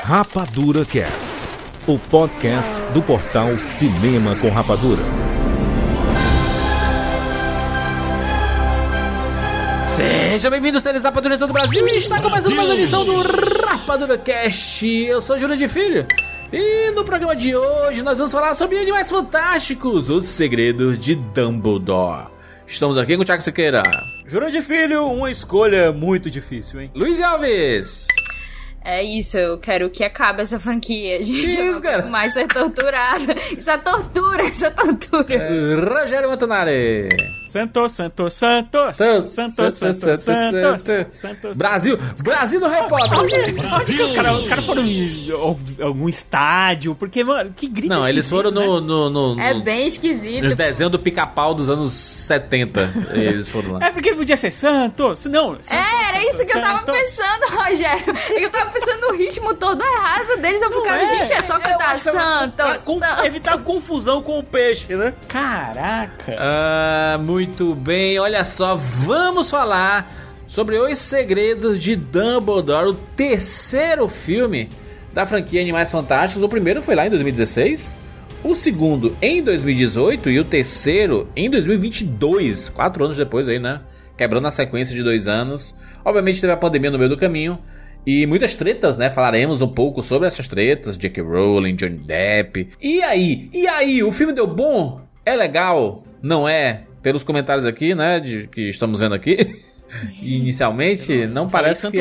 Rapadura Cast, o podcast do portal Cinema com Rapadura. Seja bem-vindo, seres Rapadura em todo o Brasil, e está começando mais uma edição do Rapadura Cast. Eu sou Júlio de Filho, e no programa de hoje nós vamos falar sobre Animais Fantásticos, os segredos de Dumbledore. Estamos aqui com o Thiago Siqueira. Júlio de Filho, uma escolha muito difícil, hein? Luiz Alves. É isso, eu quero que acabe essa franquia, gente. Que isso, cara? Mais ser torturada. Isso é tortura, isso é tortura. Rogério Montanari. Santos. Brasil no Harry Potter. Onde que os caras foram em algum estádio? Porque, mano, que grito. Não, eles foram no É bem esquisito. No desenho do Pica-Pau dos anos 70. Eles foram lá. É porque podia ser Santos. Não, Era isso que eu tava pensando, Rogério. Eu tava pensando no ritmo todo errado deles. Eu ficava, gente, é só cantar Santos. Evitar confusão com o peixe, né? Caraca. Muito bem, olha só, vamos falar sobre Os Segredos de Dumbledore, o terceiro filme da franquia Animais Fantásticos. O primeiro foi lá em 2016, o segundo em 2018 e o terceiro em 2022, 4 anos depois aí, né? Quebrando a sequência de 2 anos. Obviamente teve a pandemia no meio do caminho e muitas tretas, né? Falaremos um pouco sobre essas tretas, J.K. Rowling, Johnny Depp. E aí, o filme deu bom? É legal? Não é? Pelos comentários aqui, né, que estamos vendo aqui, inicialmente, não parece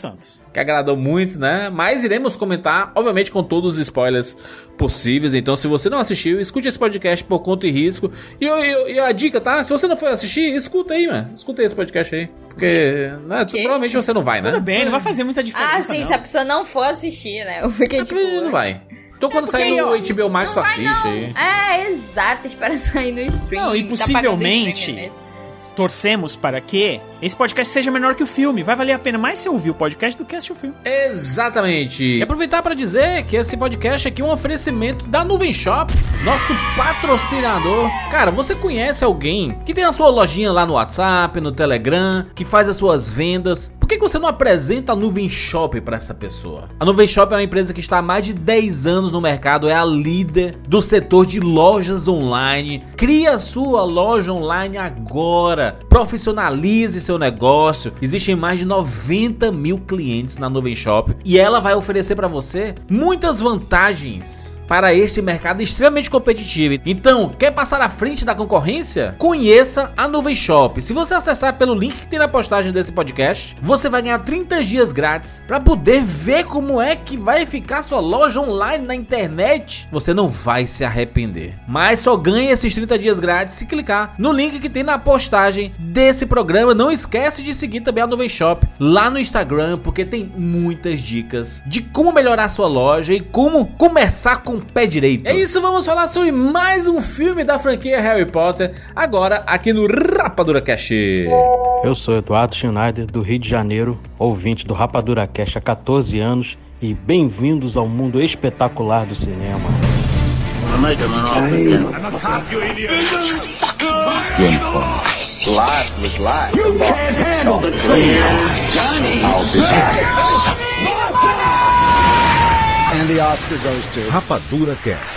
que agradou muito, né? Mas iremos comentar, obviamente, com todos os spoilers possíveis. Então, se você não assistiu, escute esse podcast por conta e risco. E a dica, tá? Se você não for assistir, escuta aí, mano. Escuta aí esse podcast aí. Porque, né, provavelmente você não vai, né? Tudo bem, não vai fazer muita diferença. Ah, sim, não. Se a pessoa não for assistir, né? Eu fiquei tipo... Não vai. Então quando sair no HBO Max, tu assiste aí. É, exato, espera sair no stream. Não, e possivelmente torcemos para que esse podcast seja menor que o filme. Vai valer a pena mais você ouvir o podcast do que assistir o filme. Exatamente. E aproveitar para dizer que esse podcast aqui é um oferecimento da Nuvem Shop, nosso patrocinador. Cara, você conhece alguém que tem a sua lojinha lá no WhatsApp, no Telegram, que faz as suas vendas? Por que você não apresenta a Nuvem Shop para essa pessoa? A Nuvem Shop é uma empresa que está há mais de 10 anos no mercado, é a líder do setor de lojas online. Crie a sua loja online agora. Profissionalize seu negócio. Existem mais de 90 mil clientes na Nuvem Shop e ela vai oferecer para você muitas vantagens para este mercado extremamente competitivo. Então, quer passar à frente da concorrência? Conheça a Nuvem Shop. Se você acessar pelo link que tem na postagem desse podcast, você vai ganhar 30 dias grátis para poder ver como é que vai ficar sua loja online na internet. Você não vai se arrepender. Mas só ganha esses 30 dias grátis se clicar no link que tem na postagem desse programa. Não esquece de seguir também a Nuvem Shop lá no Instagram, porque tem muitas dicas de como melhorar sua loja e como começar com pé direito. É isso, vamos falar sobre mais um filme da franquia Harry Potter, agora aqui no Rapadura Cast. Eu sou Eduardo Schneider, do Rio de Janeiro, ouvinte do Rapadura Cast há 14 anos e bem-vindos ao mundo espetacular do cinema. And the Oscar goes to Rapadura Cast.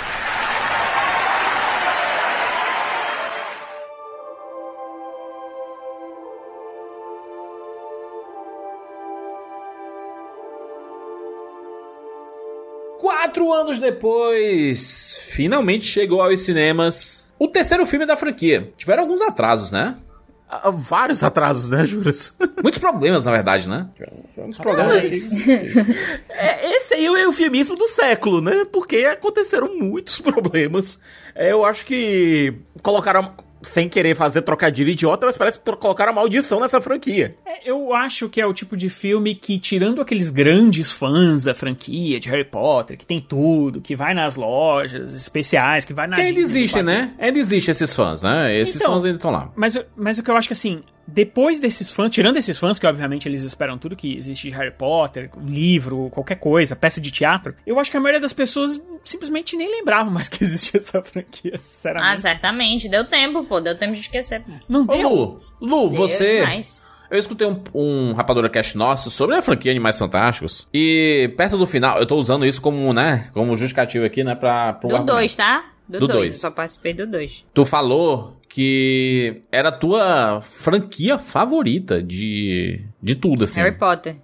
Quatro anos depois, finalmente chegou aos cinemas o terceiro filme da franquia. Tiveram alguns atrasos, né? Vários atrasos, né, Juras? Muitos problemas, na verdade, né? Muitos problemas. Esse aí é o eufemismo do século, né? Porque aconteceram muitos problemas. Eu acho que colocaram, sem querer fazer trocadilho idiota, mas parece que colocaram a maldição nessa franquia. Eu acho que é o tipo de filme que, tirando aqueles grandes fãs da franquia de Harry Potter, que tem tudo, que vai nas lojas especiais, que vai na... Que ainda existem, né? Ainda existem esses fãs, né? Esses fãs ainda estão lá. Mas o que eu acho que, assim, depois desses fãs, tirando esses fãs, que obviamente eles esperam tudo que existe de Harry Potter, livro, qualquer coisa, peça de teatro, eu acho que a maioria das pessoas simplesmente nem lembrava mais que existia essa franquia, sinceramente. Ah, certamente. Deu tempo de esquecer. Não deu? Lu, você... Demais. Eu escutei um Rapadura Cast nosso sobre a franquia Animais Fantásticos. E perto do final, eu tô usando isso como, né, como justificativo aqui, né, do 2, tá? Do 2. Eu só participei do 2. Tu falou que era a tua franquia favorita de tudo, assim. Harry Potter.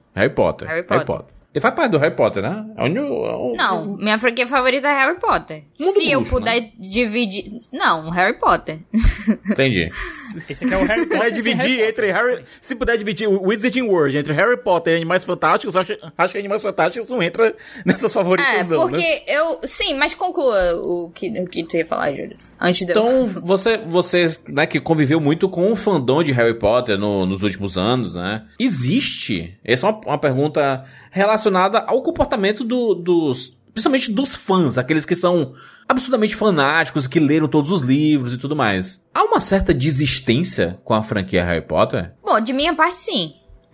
Ele faz parte do Harry Potter, né? Não, minha franquia favorita é Harry Potter. Se eu puder dividir... Não, Harry Potter. Entendi. Esse aqui é o Harry Potter. Se puder dividir o Wizarding World entre Harry Potter e Animais Fantásticos, acho que Animais Fantásticos não entra nessas favoritas não, porque né? Sim, mas conclua o que tu ia falar, Júlio. Antes de Então, você né, que conviveu muito com o fandom de Harry Potter nos últimos anos, né? Existe... Essa é uma pergunta relacionada ao comportamento principalmente dos fãs, aqueles que são absurdamente fanáticos, que leram todos os livros e tudo mais. Há uma certa desistência com a franquia Harry Potter? Bom, de minha parte, sim.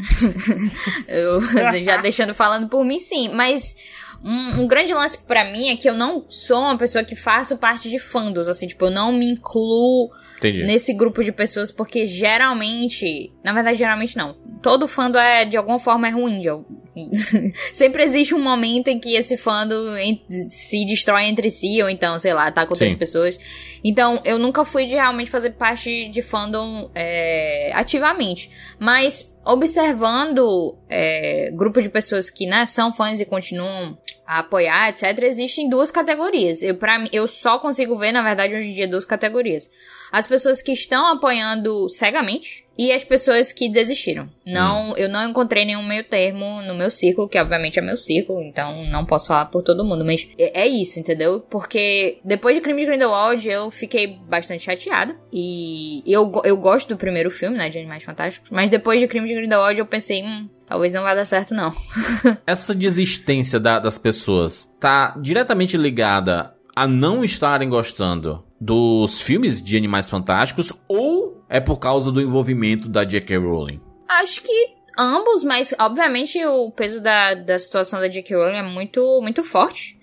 Eu já deixando falando por mim, sim. Mas um grande lance pra mim é que eu não sou uma pessoa que faço parte de fandoms, assim, tipo, eu não me incluo nesse grupo de pessoas, porque geralmente não, todo fandom de alguma forma é ruim, sempre existe um momento em que esse fandom se destrói entre si, ou então, sei lá, tá com outras pessoas. Então, eu nunca fui de realmente fazer parte de fandom ativamente, mas observando grupo de pessoas que, né, são fãs e continuam a apoiar, etc., existem duas categorias. Eu só consigo ver, na verdade, hoje em dia, duas categorias. As pessoas que estão apoiando cegamente e as pessoas que desistiram. Eu não encontrei nenhum meio termo no meu círculo, que obviamente é meu círculo, então não posso falar por todo mundo, mas é isso, entendeu? Porque depois de Crime de Grindelwald eu fiquei bastante chateada, e eu gosto do primeiro filme, né, de Animais Fantásticos, mas depois de Crime de Grindelwald eu pensei, talvez não vá dar certo, não. Essa desistência das pessoas tá diretamente ligada a não estarem gostando dos filmes de Animais Fantásticos, ou é por causa do envolvimento da J.K. Rowling? Acho que ambos, mas obviamente o peso da situação da J.K. Rowling é muito, muito forte.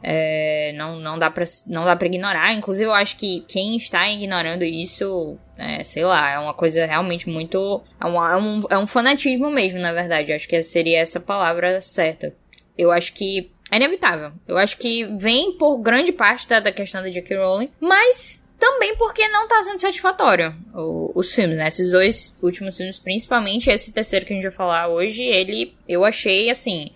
Não dá pra ignorar. Inclusive, eu acho que quem está ignorando isso, sei lá, é uma coisa realmente muito... É um fanatismo mesmo, na verdade. Acho que seria essa palavra certa. Eu acho que é inevitável. Eu acho que vem por grande parte da questão da J.K. Rowling, mas também porque não tá sendo satisfatório os filmes, né? Esses dois últimos filmes, principalmente esse terceiro que a gente vai falar hoje, eu achei, assim,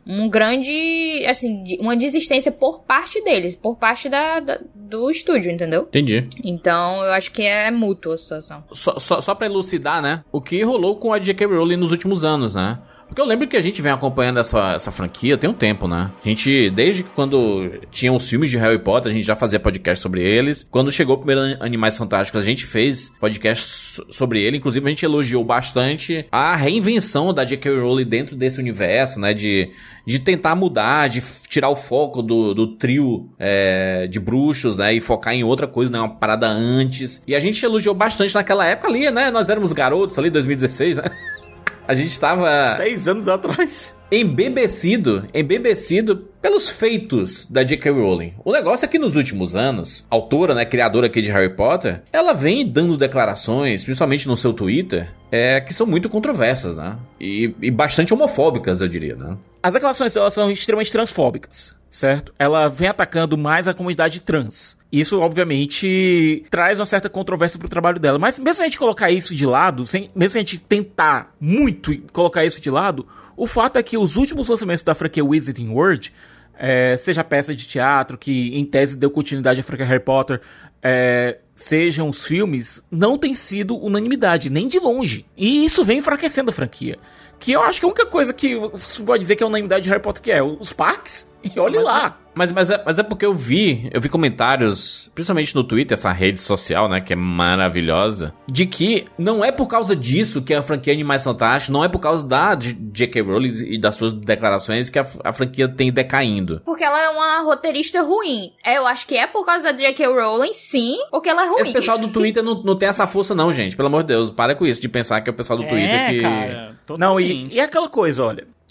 uma desistência por parte deles, por parte do estúdio, entendeu? Entendi. Então, eu acho que é mútua a situação. Só pra elucidar, né? O que rolou com a J.K. Rowling nos últimos anos, né? Porque eu lembro que a gente vem acompanhando essa franquia tem um tempo, né? A gente, desde quando tinham os filmes de Harry Potter, a gente já fazia podcast sobre eles. Quando chegou o primeiro Animais Fantásticos, a gente fez podcast sobre ele. Inclusive, a gente elogiou bastante a reinvenção da J.K. Rowling dentro desse universo, né? De tentar mudar, de tirar o foco do trio de bruxos, né? E focar em outra coisa, né? Uma parada antes. E a gente elogiou bastante naquela época ali, né? Nós éramos garotos ali, 2016, né? A gente estava 6 anos atrás embebecido pelos feitos da J.K. Rowling. O negócio é que nos últimos anos, a autora, né, criadora aqui de Harry Potter, ela vem dando declarações, principalmente no seu Twitter, que são muito controversas, né? E bastante homofóbicas, eu diria, né? As declarações dela são extremamente transfóbicas, certo? Ela vem atacando mais a comunidade trans. Isso, obviamente, traz uma certa controvérsia pro trabalho dela. Mas mesmo se a gente colocar isso de lado, mesmo se a gente tentar muito colocar isso de lado, o fato é que os últimos lançamentos da franquia Wizarding World, seja peça de teatro, que em tese deu continuidade à franquia Harry Potter, sejam os filmes, não tem sido unanimidade, nem de longe. E isso vem enfraquecendo a franquia. Que eu acho que a única coisa que você pode dizer que é unanimidade de Harry Potter que é os parques, e olhe lá. Mas é porque eu vi comentários, principalmente no Twitter, essa rede social, né, que é maravilhosa, de que não é por causa disso que a franquia Animais Fantásticos, não é por causa da J.K. Rowling e das suas declarações que a franquia tem decaindo. Porque ela é uma roteirista ruim. Eu acho que é por causa da J.K. Rowling, sim, porque ela é ruim. Esse pessoal do Twitter não tem essa força não, gente. Pelo amor de Deus, para com isso, de pensar que é o pessoal do Twitter que... Cara, não, e é aquela coisa, olha...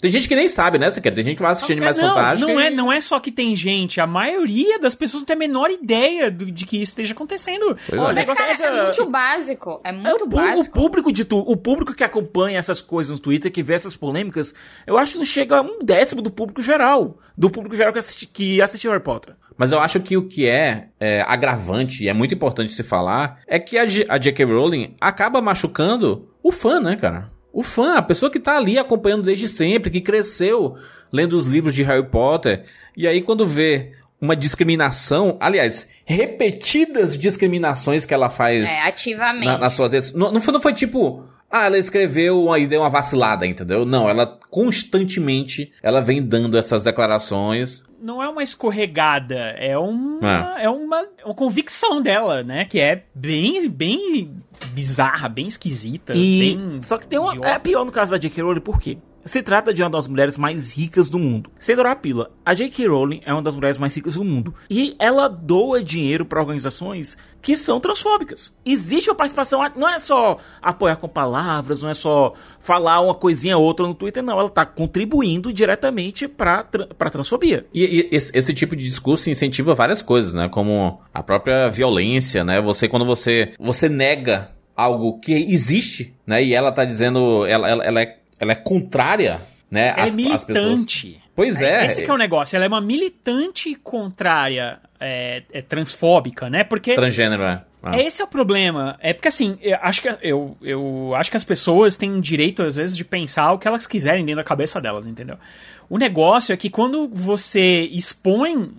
Tem gente que nem sabe, né, Siqueira? Tem gente que vai assistir Animais Fantásticos. Não é só que tem gente. A maioria das pessoas não tem a menor ideia de que isso esteja acontecendo. Mas, cara, é muito básico. É muito básico. O público que acompanha essas coisas no Twitter, que vê essas polêmicas, eu acho que não chega a 1/10 do público geral. Do público geral que assistiu Harry Potter. Mas eu acho que o que é agravante, e é muito importante se falar, é que a J.K. Rowling acaba machucando o fã, né, cara? O fã, a pessoa que tá ali acompanhando desde sempre, que cresceu lendo os livros de Harry Potter, e aí quando vê uma discriminação, aliás, repetidas discriminações que ela faz... ativamente. Nas suas vezes. Não foi tipo... ela escreveu e deu uma vacilada, entendeu? Não, ela constantemente, ela vem dando essas declarações. Não é uma escorregada, é uma convicção dela, né? Que é bem bizarra, bem esquisita. Só que tem uma... É pior no caso da J.K. Rowling, por quê? Se trata de uma das mulheres mais ricas do mundo. Sem dourar a pílula, a J.K. Rowling é uma das mulheres mais ricas do mundo. E ela doa dinheiro para organizações que são transfóbicas. Existe uma participação, não é só apoiar com palavras, não é só falar uma coisinha ou outra no Twitter, não. Ela tá contribuindo diretamente pra transfobia. E esse tipo de discurso incentiva várias coisas, né? Como a própria violência, né? Quando você nega algo que existe, né? E ela tá dizendo... Ela é contrária, né? Ela é militante. Pessoas... Pois é. Esse que é o negócio. Ela é uma militante contrária, transfóbica, né? Porque... Transgênero, Esse é o problema. É porque, assim, eu acho que as pessoas têm direito, às vezes, de pensar o que elas quiserem dentro da cabeça delas, entendeu? O negócio é que quando você expõe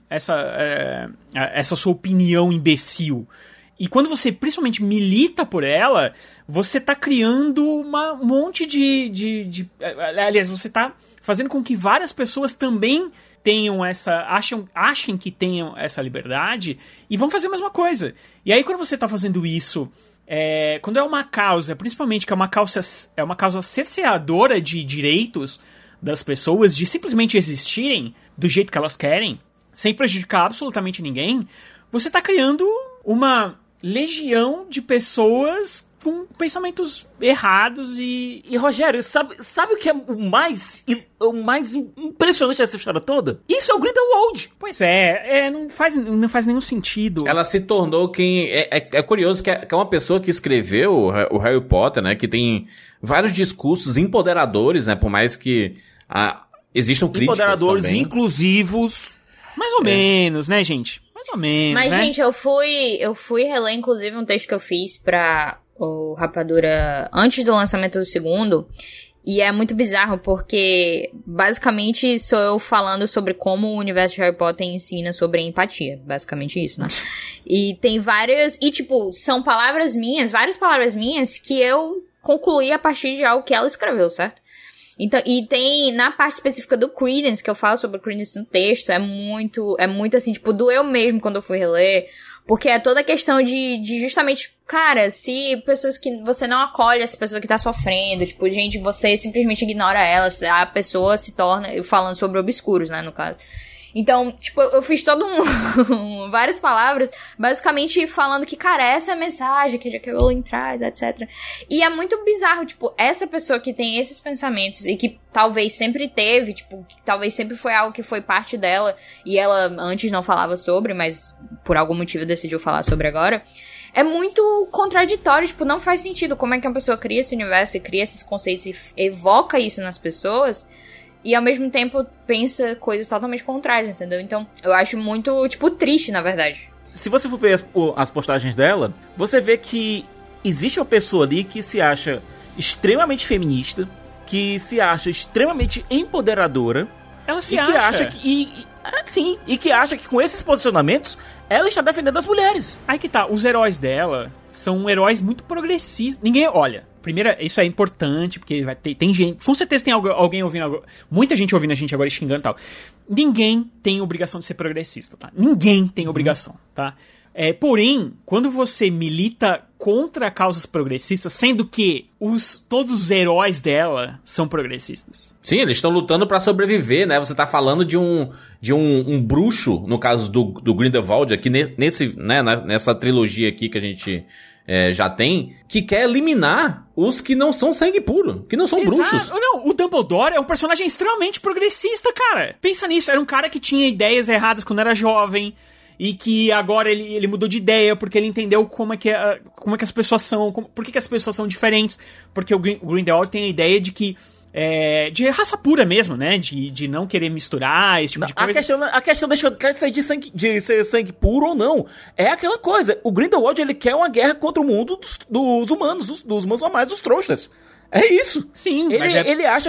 essa sua opinião imbecil, e quando você principalmente milita por ela, você tá criando um monte de... Aliás, você tá fazendo com que várias pessoas também tenham achem que tenham essa liberdade e vão fazer a mesma coisa. E aí, quando você tá fazendo isso, quando é uma causa, principalmente que é uma causa cerceadora de direitos das pessoas, de simplesmente existirem do jeito que elas querem, sem prejudicar absolutamente ninguém, você tá criando uma legião de pessoas com pensamentos errados e Rogério, sabe o que é o mais impressionante dessa história toda? Isso é o Grindelwald. Pois não faz nenhum sentido. Ela se tornou quem... É curioso que é uma pessoa que escreveu o Harry Potter, né? Que tem vários discursos empoderadores, né? Por mais que existam críticas empoderadores, também. Inclusivos. Mais ou menos, né, gente? Mais ou menos, Mas, né? gente, eu fui reler, inclusive, um texto que eu fiz pra o Rapadura antes do lançamento do segundo. E é muito bizarro, porque basicamente sou eu falando sobre como o universo de Harry Potter ensina sobre empatia. Basicamente isso, né? E tem várias... E, tipo, são várias palavras minhas que eu concluí a partir de algo que ela escreveu, certo? Então, e tem, na parte específica do Credence, que eu falo sobre o Credence no texto, é muito assim, tipo, doeu mesmo quando eu fui reler, porque é toda a questão de justamente, cara, se pessoas que você não acolhe essa pessoa que tá sofrendo, tipo, gente, você simplesmente ignora ela, a pessoa se torna, falando sobre obscuros, né, no caso. Então, tipo, eu fiz todo várias palavras, basicamente falando que, cara, essa é a mensagem que a J.K. Rowling traz, etc. E é muito bizarro, tipo, essa pessoa que tem esses pensamentos e que talvez sempre teve, tipo, que talvez sempre foi algo que foi parte dela e ela antes não falava sobre, mas por algum motivo decidiu falar sobre agora. É muito contraditório, tipo, não faz sentido como é que uma pessoa cria esse universo e cria esses conceitos e evoca isso nas pessoas... E, ao mesmo tempo, pensa coisas totalmente contrárias, entendeu? Então, eu acho muito, tipo, triste, na verdade. Se você for ver as postagens dela, você vê que existe uma pessoa ali que se acha extremamente feminista, que se acha extremamente empoderadora. Ela se acha. E que acha que com esses posicionamentos, ela está defendendo as mulheres. Aí que tá, os heróis dela são heróis muito progressistas. Ninguém, olha... Primeiro, isso é importante, porque tem gente... Com certeza tem alguém ouvindo... Muita gente ouvindo a gente agora xingando e tal. Ninguém tem obrigação de ser progressista, tá? Ninguém tem obrigação, tá? Porém, quando você milita contra causas progressistas, sendo que todos os heróis dela são progressistas. Sim, eles estão lutando pra sobreviver, né? Você tá falando de um bruxo, no caso do Grindelwald, aqui nessa trilogia aqui que a gente já tem, que quer eliminar os que não são sangue puro, que não são bruxos. Não, o Dumbledore é um personagem extremamente progressista, cara. Pensa nisso, era um cara que tinha ideias erradas quando era jovem, e que agora ele mudou de ideia, porque ele entendeu como é que as pessoas são, por que as pessoas são diferentes, porque o Grindelwald tem a ideia de que de raça pura mesmo, né? De não querer misturar esse tipo de coisa. A questão deixa de ser sangue puro ou não. É aquela coisa. O Grindelwald, ele quer uma guerra contra o mundo dos humanos, dos humanos normais, dos trouxas. É isso. Sim, ele acha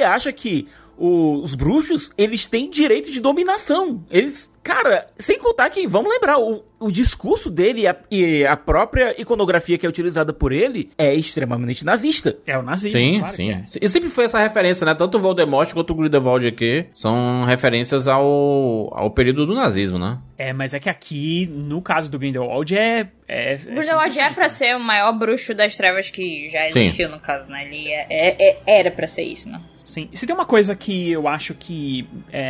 que os bruxos, eles têm direito de dominação. Eles, cara, sem contar que, vamos lembrar, o discurso dele e a própria iconografia que é utilizada por ele é extremamente nazista. É o nazismo, sim, claro sim. que é. E sempre foi essa referência, né? Tanto o Voldemort quanto o Grindelwald aqui são referências ao período do nazismo, né? Mas é que aqui, no caso do Grindelwald, o Grindelwald é pra ser o maior bruxo das trevas que já existiu, no caso, né? Ele era pra ser isso, né? Sim. Se tem uma coisa que eu acho que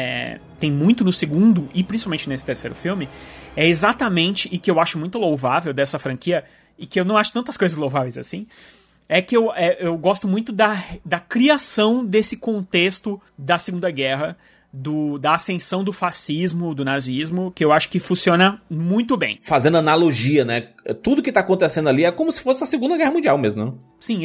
tem muito no segundo, e principalmente nesse terceiro filme, é exatamente, e que eu acho muito louvável dessa franquia, e que eu não acho tantas coisas louváveis assim, é que eu gosto muito da criação desse contexto da Segunda Guerra, da ascensão do fascismo, do nazismo, que eu acho que funciona muito bem. Fazendo analogia, né? Tudo que tá acontecendo ali é como se fosse a Segunda Guerra Mundial mesmo, né? Sim,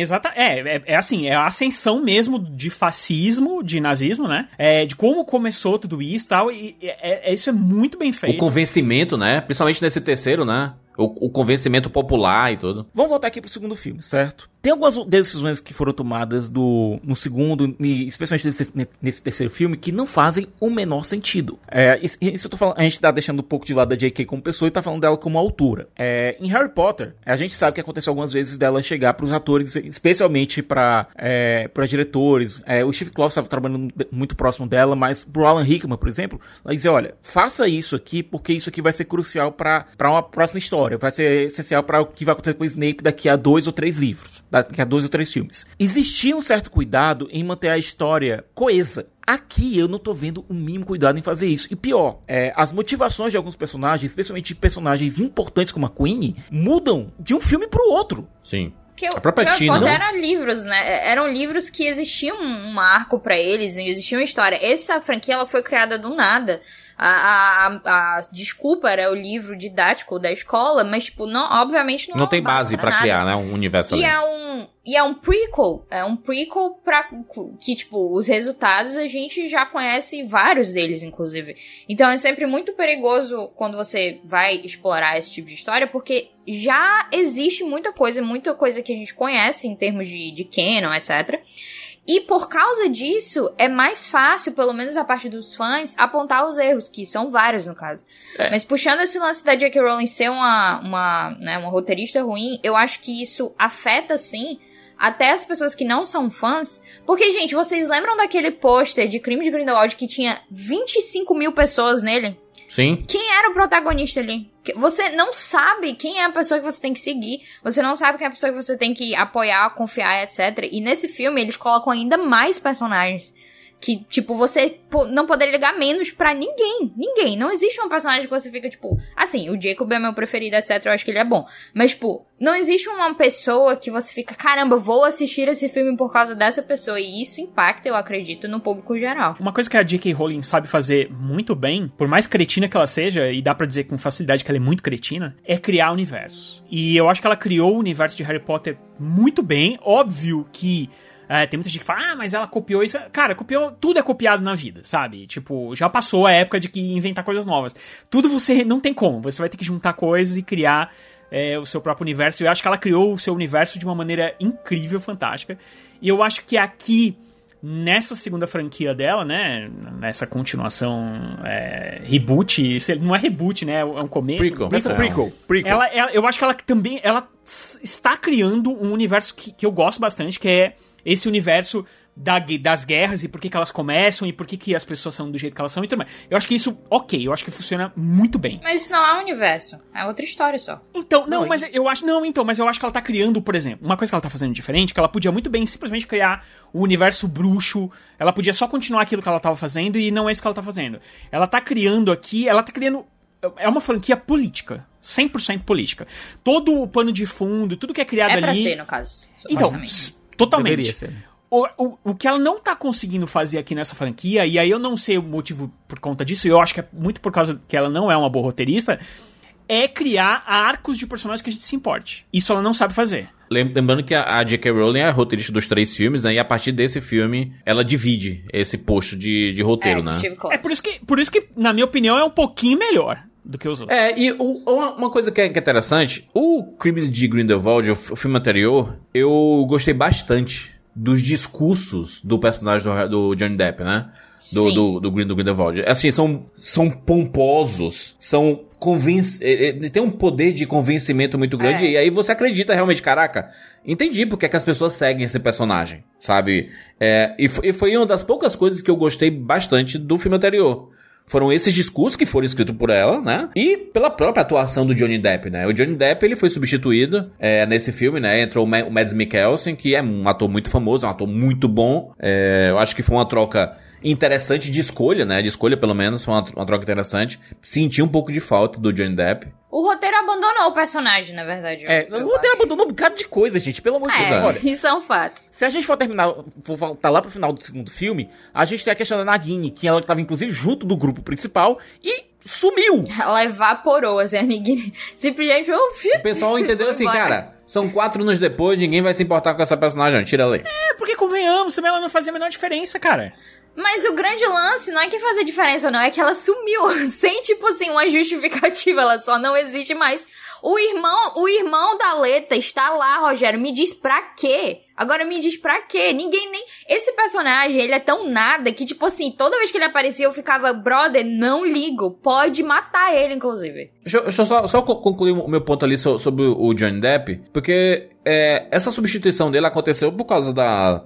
assim, é a ascensão mesmo de fascismo, de nazismo, né? De como começou tudo isso e tal, e isso é muito bem feito. O convencimento, né? Principalmente nesse terceiro, né? O convencimento popular e tudo. Vamos voltar aqui pro segundo filme, certo? Tem algumas decisões que foram tomadas no segundo, e especialmente nesse terceiro filme, que não fazem o menor sentido. Isso eu tô falando, a gente tá deixando um pouco de lado a J.K. como pessoa e tá falando dela como autora. Em Harry Potter, a gente sabe que aconteceu algumas vezes dela chegar pros atores, especialmente para diretores. O Steve Kloves estava trabalhando muito próximo dela, mas pro Alan Rickman, por exemplo, ela dizia, olha, faça isso aqui, porque isso aqui vai ser crucial para uma próxima história. Vai ser essencial para o que vai acontecer com o Snape daqui a 2 ou 3 livros. Daqui a 2 ou 3 filmes. Existia um certo cuidado em manter a história coesa. Aqui eu não tô vendo o mínimo cuidado em fazer isso. E pior, as motivações de alguns personagens, especialmente de personagens importantes como a Queen, mudam de um filme pro outro. Sim. A própria Tina, não? Eram livros, né? Eram livros que existiam um arco pra eles, existia uma história. Essa franquia, ela foi criada do nada. A desculpa era o livro didático da escola, mas, tipo, obviamente não tem base pra criar, né? Um universo ali. E é um prequel. É um prequel pra que, tipo, os resultados a gente já conhece vários deles, inclusive. Então é sempre muito perigoso quando você vai explorar esse tipo de história, porque já existe muita coisa que a gente conhece em termos de canon, etc. E por causa disso, é mais fácil, pelo menos a parte dos fãs, apontar os erros, que são vários no caso. Mas puxando esse lance da J.K. Rowling ser uma roteirista ruim, eu acho que isso afeta, sim, até as pessoas que não são fãs. Porque, gente, vocês lembram daquele pôster de Crime de Grindelwald que tinha 25 mil pessoas nele? Sim. Quem era o protagonista ali? Você não sabe quem é a pessoa que você tem que seguir. Você não sabe quem é a pessoa que você tem que apoiar, confiar, etc. E nesse filme, eles colocam ainda mais personagens. Que, tipo, você não poderia ligar menos pra ninguém. Ninguém. Não existe um personagem que você fica, tipo... Assim, o Jacob é meu preferido, etc. Eu acho que ele é bom. Mas, tipo, não existe uma pessoa que você fica... Caramba, vou assistir esse filme por causa dessa pessoa. E isso impacta, eu acredito, no público geral. Uma coisa que a J.K. Rowling sabe fazer muito bem, por mais cretina que ela seja, e dá pra dizer com facilidade que ela é muito cretina, é criar universos. E eu acho que ela criou o universo de Harry Potter muito bem. Óbvio que... tem muita gente que fala, mas ela copiou isso. Cara, tudo é copiado na vida, sabe? Tipo, já passou a época de que inventar coisas novas. Tudo você não tem como. Você vai ter que juntar coisas e criar o seu próprio universo. E eu acho que ela criou o seu universo de uma maneira incrível, fantástica. E eu acho que aqui, nessa segunda franquia dela, né? Nessa continuação reboot. Não é reboot, né? É um começo. Prequel. Eu acho que ela também... Ela está criando um universo que eu gosto bastante, que é esse universo das guerras e por que elas começam e por que as pessoas são do jeito que elas são e tudo mais. Eu acho que isso, eu acho que funciona muito bem. Mas isso não é um universo, é outra história só. Então, mas eu acho que ela tá criando, por exemplo, uma coisa que ela tá fazendo diferente, que ela podia muito bem simplesmente criar o universo bruxo, ela podia só continuar aquilo que ela tava fazendo e não é isso que ela tá fazendo. Ela tá criando aqui, é uma franquia política. 100% política. Todo o pano de fundo, tudo que é criado ali... É pra ser, no caso. Então, totalmente. Deveria ser. O que ela não tá conseguindo fazer aqui nessa franquia, e aí eu não sei o motivo por conta disso, eu acho que é muito por causa que ela não é uma boa roteirista, é criar arcos de personagens que a gente se importe. Isso ela não sabe fazer. Lembrando que a J.K. Rowling é a roteirista dos 3 filmes, né? E a partir desse filme, ela divide esse posto de roteiro, né? É por isso que, na minha opinião, é um pouquinho melhor do que os outros. E uma coisa que é interessante, o Crimes de Grindelwald, o filme anterior, eu gostei bastante dos discursos do personagem do Johnny Depp, né? Do Grindelwald. Assim, são pomposos, tem um poder de convencimento muito grande, e aí você acredita realmente, caraca, entendi porque é que as pessoas seguem esse personagem, sabe? E foi uma das poucas coisas que eu gostei bastante do filme anterior. Foram esses discursos que foram escritos por ela, né? E pela própria atuação do Johnny Depp, né? O Johnny Depp, ele foi substituído nesse filme, né? Entrou o Mads Mikkelsen, que é um ator muito famoso, é um ator muito bom. Eu acho que foi uma troca interessante de escolha, né? De escolha, pelo menos, foi uma troca interessante. Senti um pouco de falta do Johnny Depp. O roteiro abandonou o personagem, na verdade. O roteiro abandonou um bocado de coisa, gente. Pelo amor de Deus. Olha, isso é um fato. Se a gente for voltar lá pro final do segundo filme, a gente tem a questão da Nagini, que ela tava, inclusive, junto do grupo principal e sumiu. Ela evaporou, assim, a Nagini simplesmente... O pessoal entendeu assim, cara, são 4 anos depois, ninguém vai se importar com essa personagem, não. Tira ela aí. Porque convenhamos, também ela não fazia a menor diferença, cara. Mas o grande lance não é que fazer diferença ou não, é que ela sumiu, sem, tipo assim, uma justificativa, ela só não existe mais. O irmão da Leta está lá, Rogério, me diz pra quê? Agora me diz pra quê? Ninguém nem... Esse personagem, ele é tão nada que, tipo assim, toda vez que ele aparecia eu ficava, brother, não ligo, pode matar ele, inclusive. Deixa eu só concluir o meu ponto ali sobre o Johnny Depp, porque essa substituição dele aconteceu por causa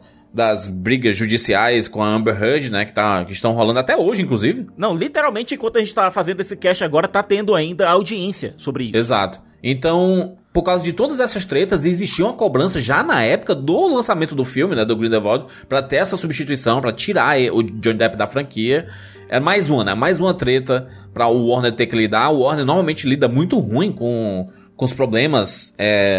das brigas judiciais com a Amber Heard, né, que estão rolando até hoje, inclusive. Não, literalmente, enquanto a gente tá fazendo esse cast agora, tá tendo ainda audiência sobre isso. Exato. Então, por causa de todas essas tretas, existia uma cobrança já na época do lançamento do filme, né, do Grindelwald, pra ter essa substituição, pra tirar o Johnny Depp da franquia. É mais uma treta pra o Warner ter que lidar. O Warner normalmente lida muito ruim com os problemas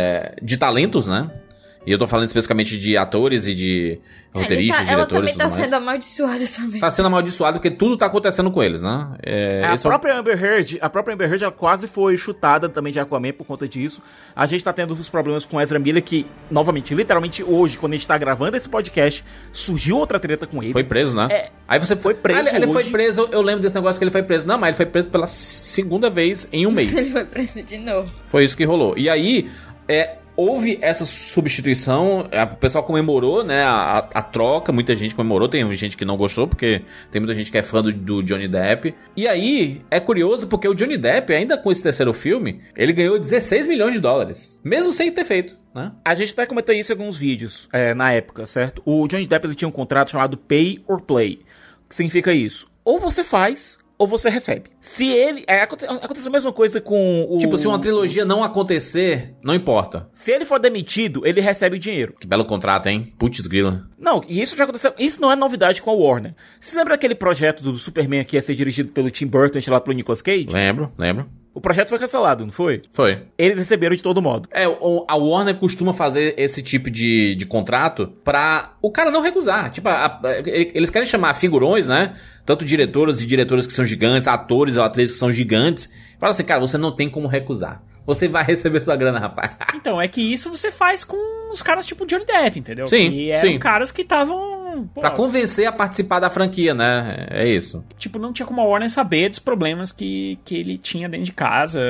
de talentos, né? E eu tô falando especificamente de atores e de roteiristas, diretores. Ela também tá mais. sendo amaldiçoada também. Tá sendo amaldiçoada porque tudo tá acontecendo com eles, né? A própria Amber Heard ela quase foi chutada também de Aquaman por conta disso. A gente tá tendo os problemas com Ezra Miller que, novamente, literalmente hoje, quando a gente tá gravando esse podcast, surgiu outra treta com ele. Foi preso, né? Aí você foi preso ele foi preso, eu lembro desse negócio que ele foi preso. Não, mas ele foi preso pela segunda vez em um mês. Ele foi preso de novo. Foi isso que rolou. E aí, houve essa substituição, o pessoal comemorou, né, a troca, muita gente comemorou, tem gente que não gostou, porque tem muita gente que é fã do Johnny Depp. E aí, é curioso, porque o Johnny Depp, ainda com esse terceiro filme, ele ganhou 16 milhões de dólares, mesmo sem ter feito, né? A gente até comentou isso em alguns vídeos, na época, certo? O Johnny Depp, ele tinha um contrato chamado Pay or Play. O que significa isso? Ou você faz... ou você recebe. Se ele... acontece a mesma coisa com o... Tipo, se uma trilogia não acontecer, não importa. Se ele for demitido, ele recebe o dinheiro. Que belo contrato, hein? Putz grila. Não, e isso já aconteceu... Isso não é novidade com a Warner. Você lembra daquele projeto do Superman que ia ser dirigido pelo Tim Burton, lá pelo Nicolas Cage? Lembro. O projeto foi cancelado, não foi? Foi. Eles receberam de todo modo. A Warner costuma fazer esse tipo de contrato pra o cara não recusar. Tipo, eles querem chamar figurões, né? Tanto diretoras e diretoras que são gigantes, atores ou atrizes que são gigantes. Fala assim, cara, você não tem como recusar. Você vai receber sua grana, rapaz. Então, é que isso você faz com os caras tipo Johnny Depp, entendeu? Sim, e eram caras que estavam... Pra convencer a participar da franquia, né? É isso. Tipo, não tinha como a Warner saber dos problemas que ele tinha dentro de casa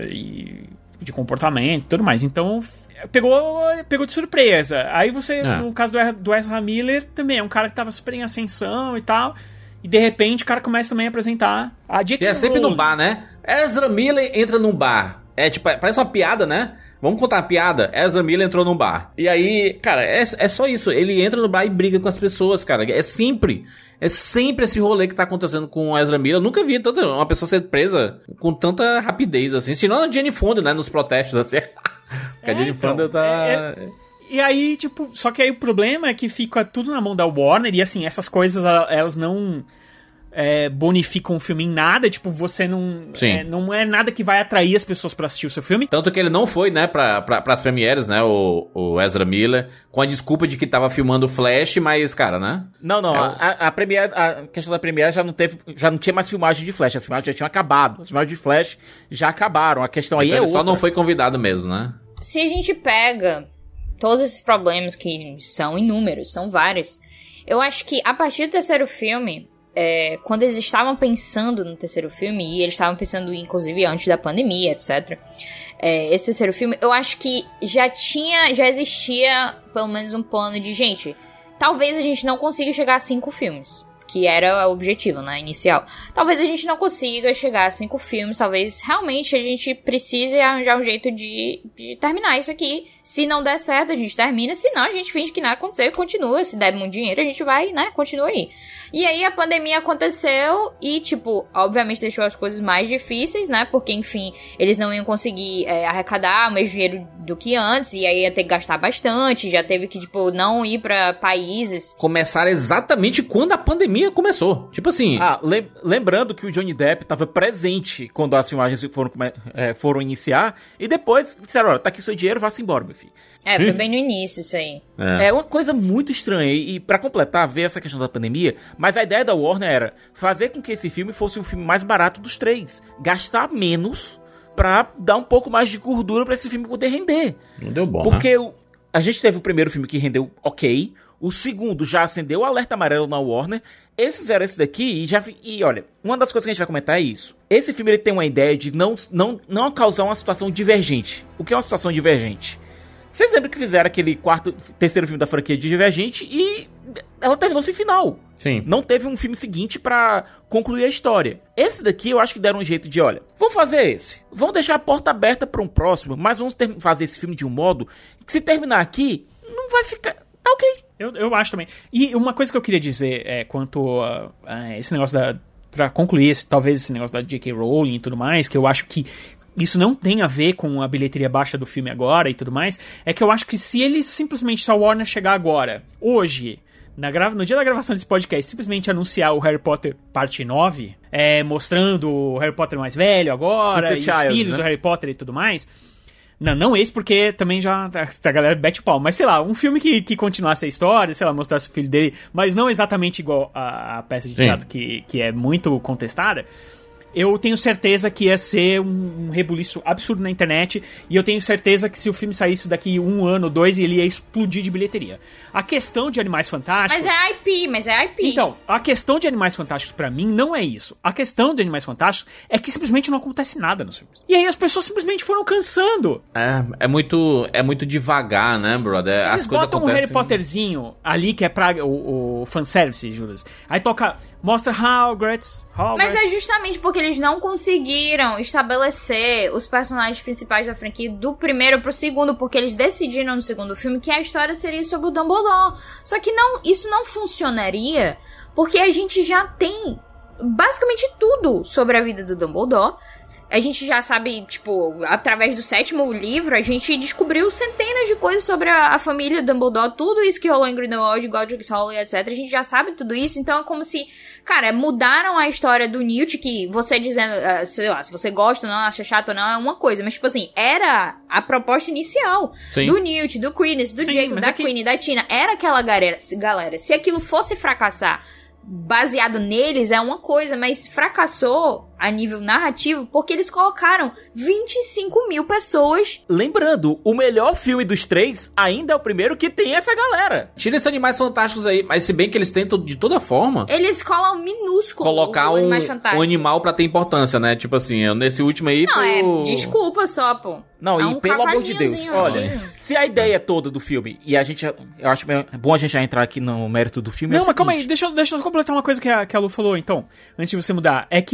e de comportamento e tudo mais. Então, pegou de surpresa. Aí você, no caso do Ezra Miller, também é um cara que tava super em ascensão e tal... E de repente o cara começa também a apresentar a J.K. E é sempre no bar, né? Ezra Miller entra num bar. tipo, parece uma piada, né? Vamos contar uma piada. Ezra Miller entrou num bar. E aí, cara, é só isso. Ele entra no bar e briga com as pessoas, cara. É sempre esse rolê que tá acontecendo com o Ezra Miller. Eu nunca vi uma pessoa ser presa com tanta rapidez, assim. Senão a Jane Fonda, né? Nos protestos, assim. Porque a Jane Fonda tá... E aí, tipo... Só que aí o problema é que fica tudo na mão da Warner. E assim, essas coisas, elas não... bonificam o filme em nada, tipo, você não... não é nada que vai atrair as pessoas pra assistir o seu filme. Tanto que ele não foi, né, pras premieres, né, o Ezra Miller, com a desculpa de que tava filmando Flash, mas, cara, né? Não, a questão da premiere já não tinha mais filmagem de Flash, as filmagens já tinham acabado, as filmagens de Flash já acabaram, a questão aí então é ele outra. Só não foi convidado mesmo, né? Se a gente pega todos esses problemas que são inúmeros, são vários, eu acho que a partir do terceiro filme... quando eles estavam pensando no terceiro filme, e eles estavam pensando, inclusive, antes da pandemia, etc. Esse terceiro filme, eu acho que já existia, pelo menos, um plano de, gente, talvez a gente não consiga chegar a 5 filmes, que era o objetivo, né, inicial. Talvez a gente não consiga chegar a 5 filmes, talvez realmente a gente precise arranjar um jeito de terminar isso aqui. Se não der certo, a gente termina, se não, a gente finge que nada aconteceu e continua. Se der muito dinheiro, a gente vai, né, continua aí. E aí a pandemia aconteceu e, tipo, obviamente deixou as coisas mais difíceis, né, porque, enfim, eles não iam conseguir arrecadar o mesmo dinheiro do que antes, e aí ia ter que gastar bastante, já teve que, tipo, não ir pra países. Começaram exatamente quando a pandemia começou. Tipo assim... Lembrando que o Johnny Depp tava presente quando as filmagens foram iniciar, e depois disseram, olha, tá aqui seu dinheiro, vá-se embora, meu filho. Foi bem no início isso aí. É uma coisa muito estranha, e pra completar, ver essa questão da pandemia, mas a ideia da Warner era fazer com que esse filme fosse o filme mais barato dos 3, gastar menos pra dar um pouco mais de gordura pra esse filme poder render. Não deu bom, porque a gente teve o primeiro filme que rendeu ok, o segundo já acendeu o alerta amarelo na Warner, eles fizeram esse daqui e olha, uma das coisas que a gente vai comentar é isso. Esse filme ele tem uma ideia de não causar uma situação divergente. O que é uma situação divergente? Vocês lembram que fizeram aquele terceiro filme da franquia de Divergente e ela terminou sem final. Sim. Não teve um filme seguinte pra concluir a história. Esse daqui eu acho que deram um jeito de, olha, vamos fazer esse. Vamos deixar a porta aberta pra um próximo, mas vamos fazer esse filme de um modo que se terminar aqui, não vai ficar... Tá ok. Eu acho também. E uma coisa que eu queria dizer quanto a esse negócio pra concluir, talvez esse negócio da J.K. Rowling e tudo mais, que eu acho que isso não tem a ver com a bilheteria baixa do filme agora e tudo mais, é que eu acho que se eles simplesmente, se a Warner chegar agora, hoje, no dia da gravação desse podcast, simplesmente anunciar o Harry Potter parte 9, mostrando o Harry Potter mais velho agora, e os filhos do Harry Potter e tudo mais... Não esse, porque também já a galera bate pau. Mas, sei lá, um filme que continuasse a história, sei lá, mostrasse o filho dele, mas não exatamente igual a peça de teatro que é muito contestada, eu tenho certeza que ia ser um rebuliço absurdo na internet, e eu tenho certeza que se o filme saísse daqui 1 ano ou 2, ele ia explodir de bilheteria. A questão de Animais Fantásticos... Mas é IP. Então, a questão de Animais Fantásticos pra mim não é isso. A questão de Animais Fantásticos é que simplesmente não acontece nada nos filmes. E aí as pessoas simplesmente foram cansando. É muito devagar, né, brother? Eles botam um Harry Potterzinho ali, que é pra o fanservice, Juras. Aí mostra Hogwarts. Mas é justamente porque eles não conseguiram estabelecer os personagens principais da franquia do primeiro pro segundo, porque eles decidiram no segundo filme que a história seria sobre o Dumbledore. Só que isso não funcionaria, porque a gente já tem basicamente tudo sobre a vida do Dumbledore. A gente já sabe, tipo, através do 7º livro, a gente descobriu centenas de coisas sobre a família Dumbledore, tudo isso que rolou em Grindelwald, Godric's Hollow, etc. A gente já sabe tudo isso, então é como se, cara, mudaram a história do Newt, que você dizendo, sei lá, se você gosta ou não, acha chato ou não, é uma coisa, mas, tipo assim, era a proposta inicial. Sim. Do Newt, do Quidditch, do Jacob, da Queen, da Tina, era aquela galera. Se aquilo fosse fracassar baseado neles é uma coisa, mas fracassou a nível narrativo porque eles colocaram 25 mil pessoas. Lembrando, o melhor filme dos 3 ainda é o primeiro que tem essa galera. Tira esses Animais Fantásticos aí, mas se bem que eles tentam de toda forma... Eles colam minúsculo colocar um animal pra ter importância, né? Tipo assim, nesse último aí... Não, desculpa só, pô. Não, e pelo amor de Deus, olha, se a ideia toda do filme, e eu acho bom a gente já entrar aqui no mérito do filme... Não, mas calma aí, deixa eu completar uma coisa que a Lu falou, então, antes de você mudar. É que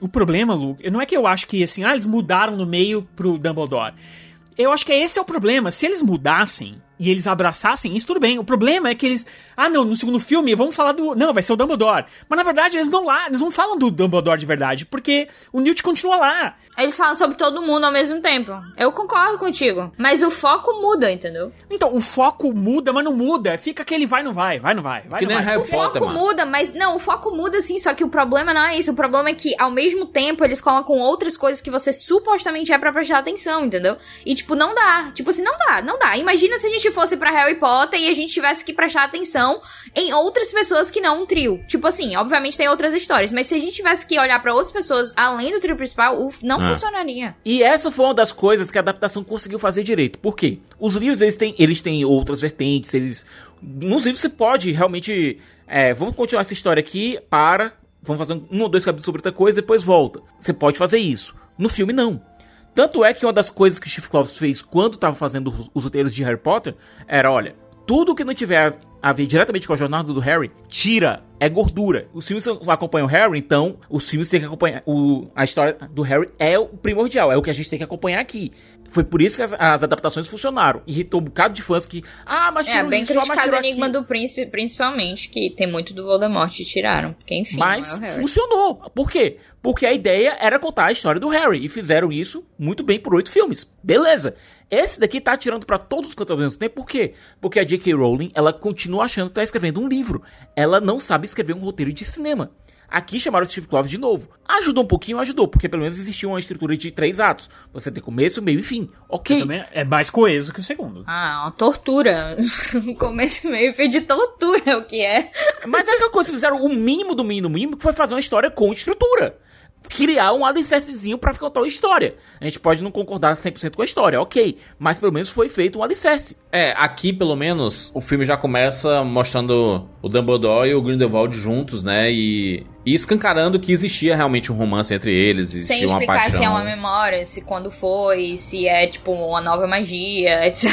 o problema, Lu, não é que eu acho que, assim, eles mudaram no meio pro Dumbledore. Eu acho que esse é o problema. Se eles mudassem e eles abraçassem isso, tudo bem. O problema é que eles... não, no segundo filme vamos falar do... Não, vai ser o Dumbledore. Mas na verdade eles não falam do Dumbledore de verdade, porque o Newt continua lá. Eles falam sobre todo mundo ao mesmo tempo. Eu concordo contigo. Mas o foco muda, entendeu? Então, o foco muda, mas não muda. Fica aquele vai, não vai. Que nem Harry Potter, mano. O foco muda, mas... Não, o foco muda sim, só que o problema não é isso. O problema é que, ao mesmo tempo, eles colocam outras coisas que você supostamente é pra prestar atenção, entendeu? E, tipo, não dá. Tipo assim, não dá. Imagina se a gente fosse pra Harry Potter e a gente tivesse que prestar atenção em outras pessoas que não um trio. Tipo assim, obviamente tem outras histórias, mas se a gente tivesse que olhar pra outras pessoas além do trio principal, não funcionaria. E essa foi uma das coisas que a adaptação conseguiu fazer direito. Por quê? Os livros, eles têm outras vertentes, nos livros você pode realmente... vamos continuar essa história aqui, vamos fazer 1 ou 2 capítulos sobre outra coisa, depois volta. Você pode fazer isso. No filme, não. Tanto é que uma das coisas que Steve Kloves fez quando estava fazendo os roteiros de Harry Potter era, olha, tudo que não tiver a ver diretamente com a jornada do Harry, tira, é gordura. Os filmes acompanham o Harry, então os filmes têm que acompanhar, a história do Harry é o primordial, é o que a gente tem que acompanhar aqui. Foi por isso que as adaptações funcionaram. Irritou um bocado de fãs que... mas bem criticado o Enigma do Príncipe, principalmente, que tem muito do Voldemort e tiraram. Porque, enfim, mas funcionou. Por quê? Porque a ideia era contar a história do Harry. E fizeram isso muito bem por 8 filmes. Beleza. Esse daqui tá atirando pra todos os cantos ao mesmo tempo. Por quê? Porque a J.K. Rowling, ela continua achando que tá escrevendo um livro. Ela não sabe escrever um roteiro de cinema. Aqui chamaram o Steve Kloves de novo. Ajudou um pouquinho, porque pelo menos existia uma estrutura de 3 atos. Você tem começo, meio e fim. Ok. Também é mais coeso que o segundo. Uma tortura. Começo, meio e fim de tortura é o que é. Mas é aquela coisa, fizeram o mínimo do mínimo, que foi fazer uma história com estrutura. Criar um alicercezinho pra contar a história. A gente pode não concordar 100% com a história, ok. Mas pelo menos foi feito um alicerce. Aqui pelo menos o filme já começa mostrando o Dumbledore e o Grindelwald juntos, né? E escancarando que existia realmente um romance entre eles. Sem uma explicar paixão. Se é uma memória, se quando foi, se é tipo uma nova magia, etc.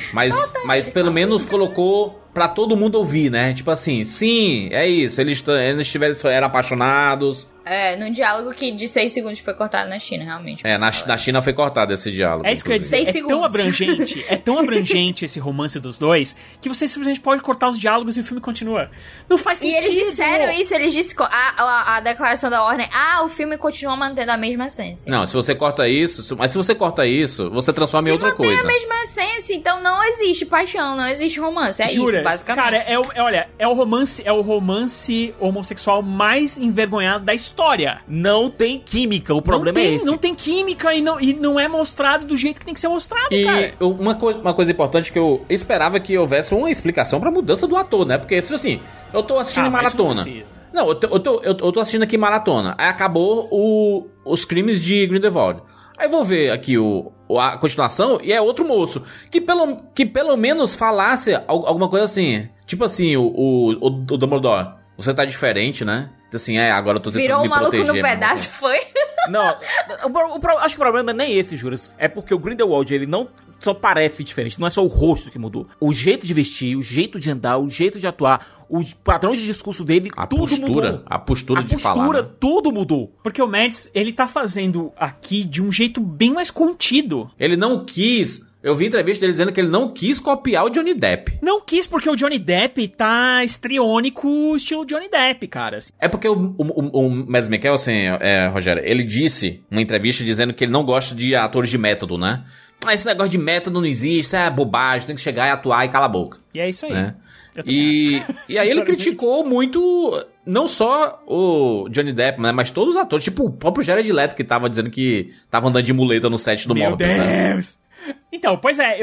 Mas pelo menos colocou pra todo mundo ouvir, né? Tipo assim, sim, é isso. Eles eram apaixonados. Num diálogo que de 6 segundos foi cortado na China, realmente. Na China foi cortado esse diálogo. É isso que eu ia dizer. É tão abrangente esse romance dos dois, que você simplesmente pode cortar os diálogos e o filme continua. Não faz sentido. E eles disseram isso, a declaração da Warner, o filme continua mantendo a mesma essência. Não, se você corta isso, mas se você corta isso, você transforma em outra coisa. Se mantém a mesma essência, então não existe paixão, não existe romance, Jura? Isso, basicamente. Cara, é o romance homossexual mais envergonhado da história. Não tem química, o problema é esse. Não tem química e não é mostrado do jeito que tem que ser mostrado, cara. E uma coisa importante que eu esperava que houvesse uma explicação pra mudança do ator, né? Porque, assim, eu tô assistindo em maratona. Não, eu tô assistindo aqui maratona. Aí acabou os crimes de Grindelwald. Aí vou ver aqui a continuação e é outro moço. Que pelo menos falasse alguma coisa assim. Tipo assim, o Dumbledore. Você tá diferente, né? Assim, agora eu tô tentando Virou me proteger. Virou um maluco no pedaço, foi? Não, acho que o problema não é nem esse, Juras. É porque o Grindelwald, ele não só parece diferente, não é só o rosto que mudou. O jeito de vestir, o jeito de andar, o jeito de atuar, o padrão de discurso dele, tudo mudou. A postura de falar. A postura, tudo mudou. Porque o Mads, ele tá fazendo aqui de um jeito bem mais contido. Ele não quis... Eu vi entrevista dele dizendo que ele não quis copiar o Johnny Depp. Não quis, porque o Johnny Depp tá estriônico, estilo Johnny Depp, cara. É porque o Mads Mikkelsen, Rogério, ele disse, numa entrevista, dizendo que ele não gosta de atores de método, né? Esse negócio de método não existe, isso é bobagem, tem que chegar e atuar e cala a boca. E é isso aí. Né? E aí ele criticou muito, não só o Johnny Depp, né, mas todos os atores, tipo o próprio Jared Leto, que tava dizendo que tava andando de muleta no set do Morbius. Meu Deus! Né? Então, pois é,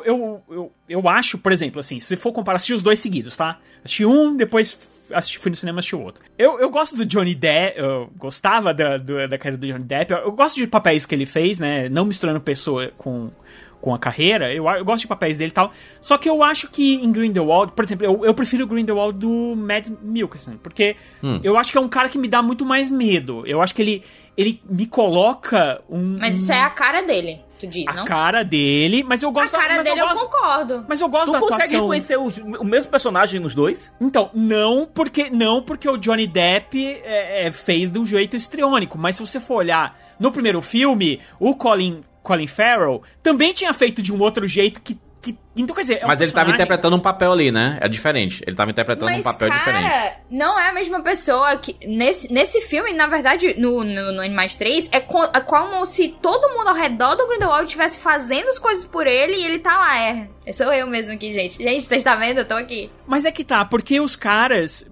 eu acho, por exemplo, assim, se for comparar, assistir os dois seguidos, tá? Assisti um, depois fui no cinema e assisti o outro. Eu gosto do Johnny Depp, eu gostava da carreira do Johnny Depp, eu gosto de papéis que ele fez, né? Não misturando pessoa com com a carreira, eu gosto de papéis dele e tal, só que eu acho que em Grindelwald, por exemplo, eu prefiro o Grindelwald do Mads Mikkelsen, porque eu acho que é um cara que me dá muito mais medo. Eu acho que ele me coloca Mas isso é a cara dele, tu diz, não? A cara dele, mas eu gosto... A cara dele eu concordo. Mas eu gosto da atuação... Tu consegue reconhecer o mesmo personagem nos dois? Então, não porque o Johnny Depp fez de um jeito histriônico, mas se você for olhar no primeiro filme, o Colin Farrell também tinha feito de um outro jeito que então, quer dizer... Mas ele tava interpretando um papel ali, né? É diferente. Ele tava interpretando um papel diferente. Mas, cara, não é a mesma pessoa que... Nesse filme, na verdade, no Animais 3, é como se todo mundo ao redor do Grindelwald estivesse fazendo as coisas por ele e ele tá lá. Sou eu mesmo aqui, gente. Gente, vocês estão vendo? Eu tô aqui. Mas é que tá, porque esses caras,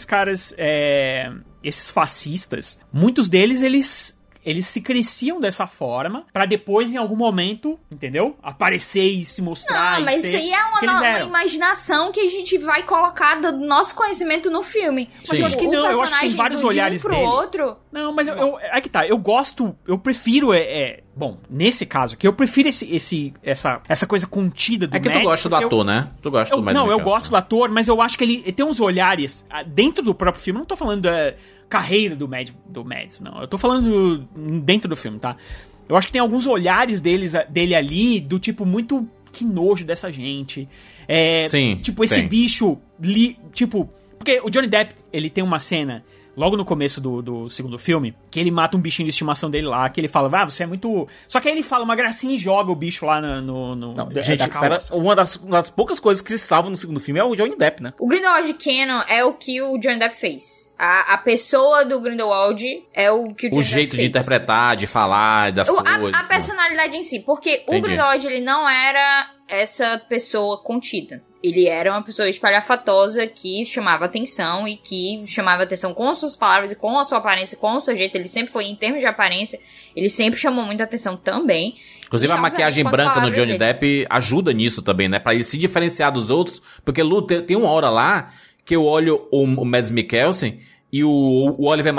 esses fascistas, muitos deles, eles se cresciam dessa forma pra depois, em algum momento, entendeu? Aparecer e se mostrar. Não, mas isso aí é uma imaginação que a gente vai colocar do nosso conhecimento no filme. Mas eu acho que não, eu acho que tem vários olhares dele. Outro. Não, mas é que tá, eu prefiro, bom, nesse caso aqui, eu prefiro essa coisa contida do Mads. É que tu gosta do ator, né? Tu gosta do Mads. Não, eu gosto do ator, mas eu acho que ele tem uns olhares dentro do próprio filme, eu não tô falando da carreira do Mads, não. Eu tô falando dentro do filme, tá? Eu acho que tem alguns olhares dele ali, do tipo, muito... Que nojo dessa gente. Sim, tipo, esse bicho... Tipo... Porque o Johnny Depp, ele tem uma cena... Logo no começo do segundo filme, que ele mata um bichinho de estimação dele lá, que ele fala, você é muito... Só que aí ele fala uma gracinha e joga o bicho lá gente, uma das poucas coisas que se salvam no segundo filme é o Johnny Depp, né? O Grindelwald Canon é o que o Johnny Depp fez. A pessoa do Grindelwald é o que o Johnny Depp fez. O jeito de interpretar, de falar, das coisas. A personalidade em si, porque o Grindelwald, ele não era essa pessoa contida. Ele era uma pessoa espalhafatosa que chamava atenção e que chamava atenção com as suas palavras e com a sua aparência, com o seu jeito. Ele sempre foi, em termos de aparência, ele sempre chamou muita atenção também. Inclusive, a maquiagem branca no Johnny Depp ajuda nisso também, né? Pra ele se diferenciar dos outros. Porque, Lu, tem uma hora lá que eu olho o Mads Mikkelsen e o Oliver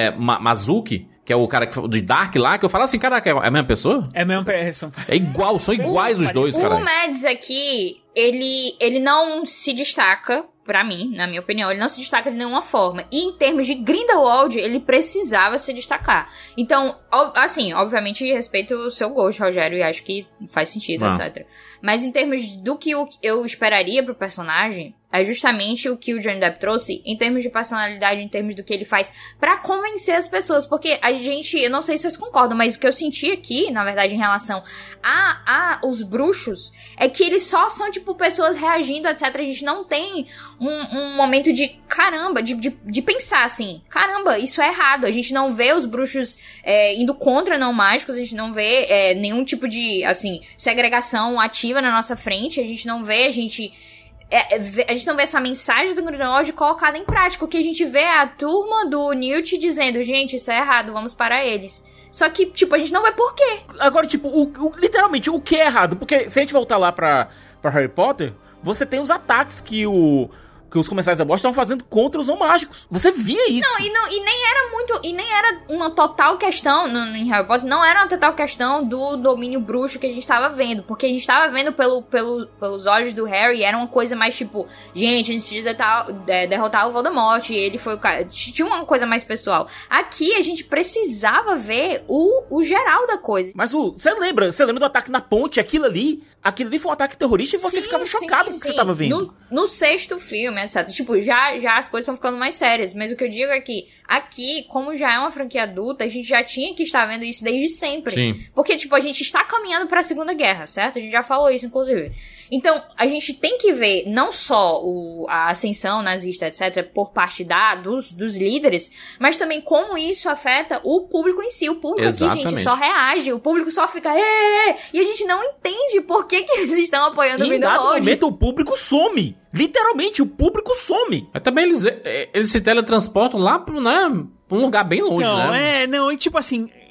Mazuki, que é o cara do Dark lá, que eu falo assim, caraca, é a mesma pessoa? É a mesma pessoa. É igual, são iguais os dois, cara. O Mads aqui, ele não se destaca, pra mim, na minha opinião, ele não se destaca de nenhuma forma. E em termos de Grindelwald, ele precisava se destacar. Então, assim, obviamente, respeito o seu gosto, Rogério, e acho que faz sentido, etc. Mas em termos do que eu esperaria pro personagem, é justamente o que o Johnny Depp trouxe em termos de personalidade, em termos do que ele faz pra convencer as pessoas. Porque a gente, eu não sei se vocês concordam, mas o que eu senti aqui, na verdade, em relação a os bruxos, é que eles só são, tipo, pessoas reagindo, etc. A gente não tem um momento de caramba, de pensar assim, caramba, isso é errado. A gente não vê os bruxos indo contra não mágicos, a gente não vê nenhum tipo de, assim, segregação ativa na nossa frente, a gente não vê, a gente não vê essa mensagem do Grindelwald colocada em prática. O que a gente vê é a turma do Newt dizendo, gente, isso é errado, vamos parar eles. Só que, tipo, a gente não vê por quê. Agora, tipo, literalmente, o que é errado? Porque se a gente voltar lá pra Harry Potter, você tem os ataques que os comensais da bosta estavam fazendo contra os não mágicos. Você via isso. E nem era uma total questão, em Harry Potter, não era uma total questão do domínio bruxo que a gente estava vendo. Porque a gente estava vendo pelos olhos do Harry, era uma coisa mais tipo, gente, a gente precisa derrotar o Voldemort, e ele foi o cara. Tinha uma coisa mais pessoal. Aqui a gente precisava ver o geral da coisa. Mas você lembra do ataque na ponte? Aquilo ali foi um ataque terrorista e você ficava chocado com o que você estava vendo. No sexto filme, etc. Tipo, já as coisas estão ficando mais sérias. Mas o que eu digo é que aqui, como já é uma franquia adulta, a gente já tinha que estar vendo isso desde sempre. Sim. Porque, tipo, a gente está caminhando para a Segunda Guerra, certo? A gente já falou isso, inclusive. Então, a gente tem que ver não só a ascensão nazista, etc., por parte dos líderes, mas também como isso afeta o público em si. O público aqui, gente, só reage. O público só fica... E a gente não entende por que eles estão apoiando o Grindelwald. Em dado momento, o público some. Literalmente, o público some. Mas também eles se teletransportam lá pra um lugar bem longe, então, né? E tipo assim...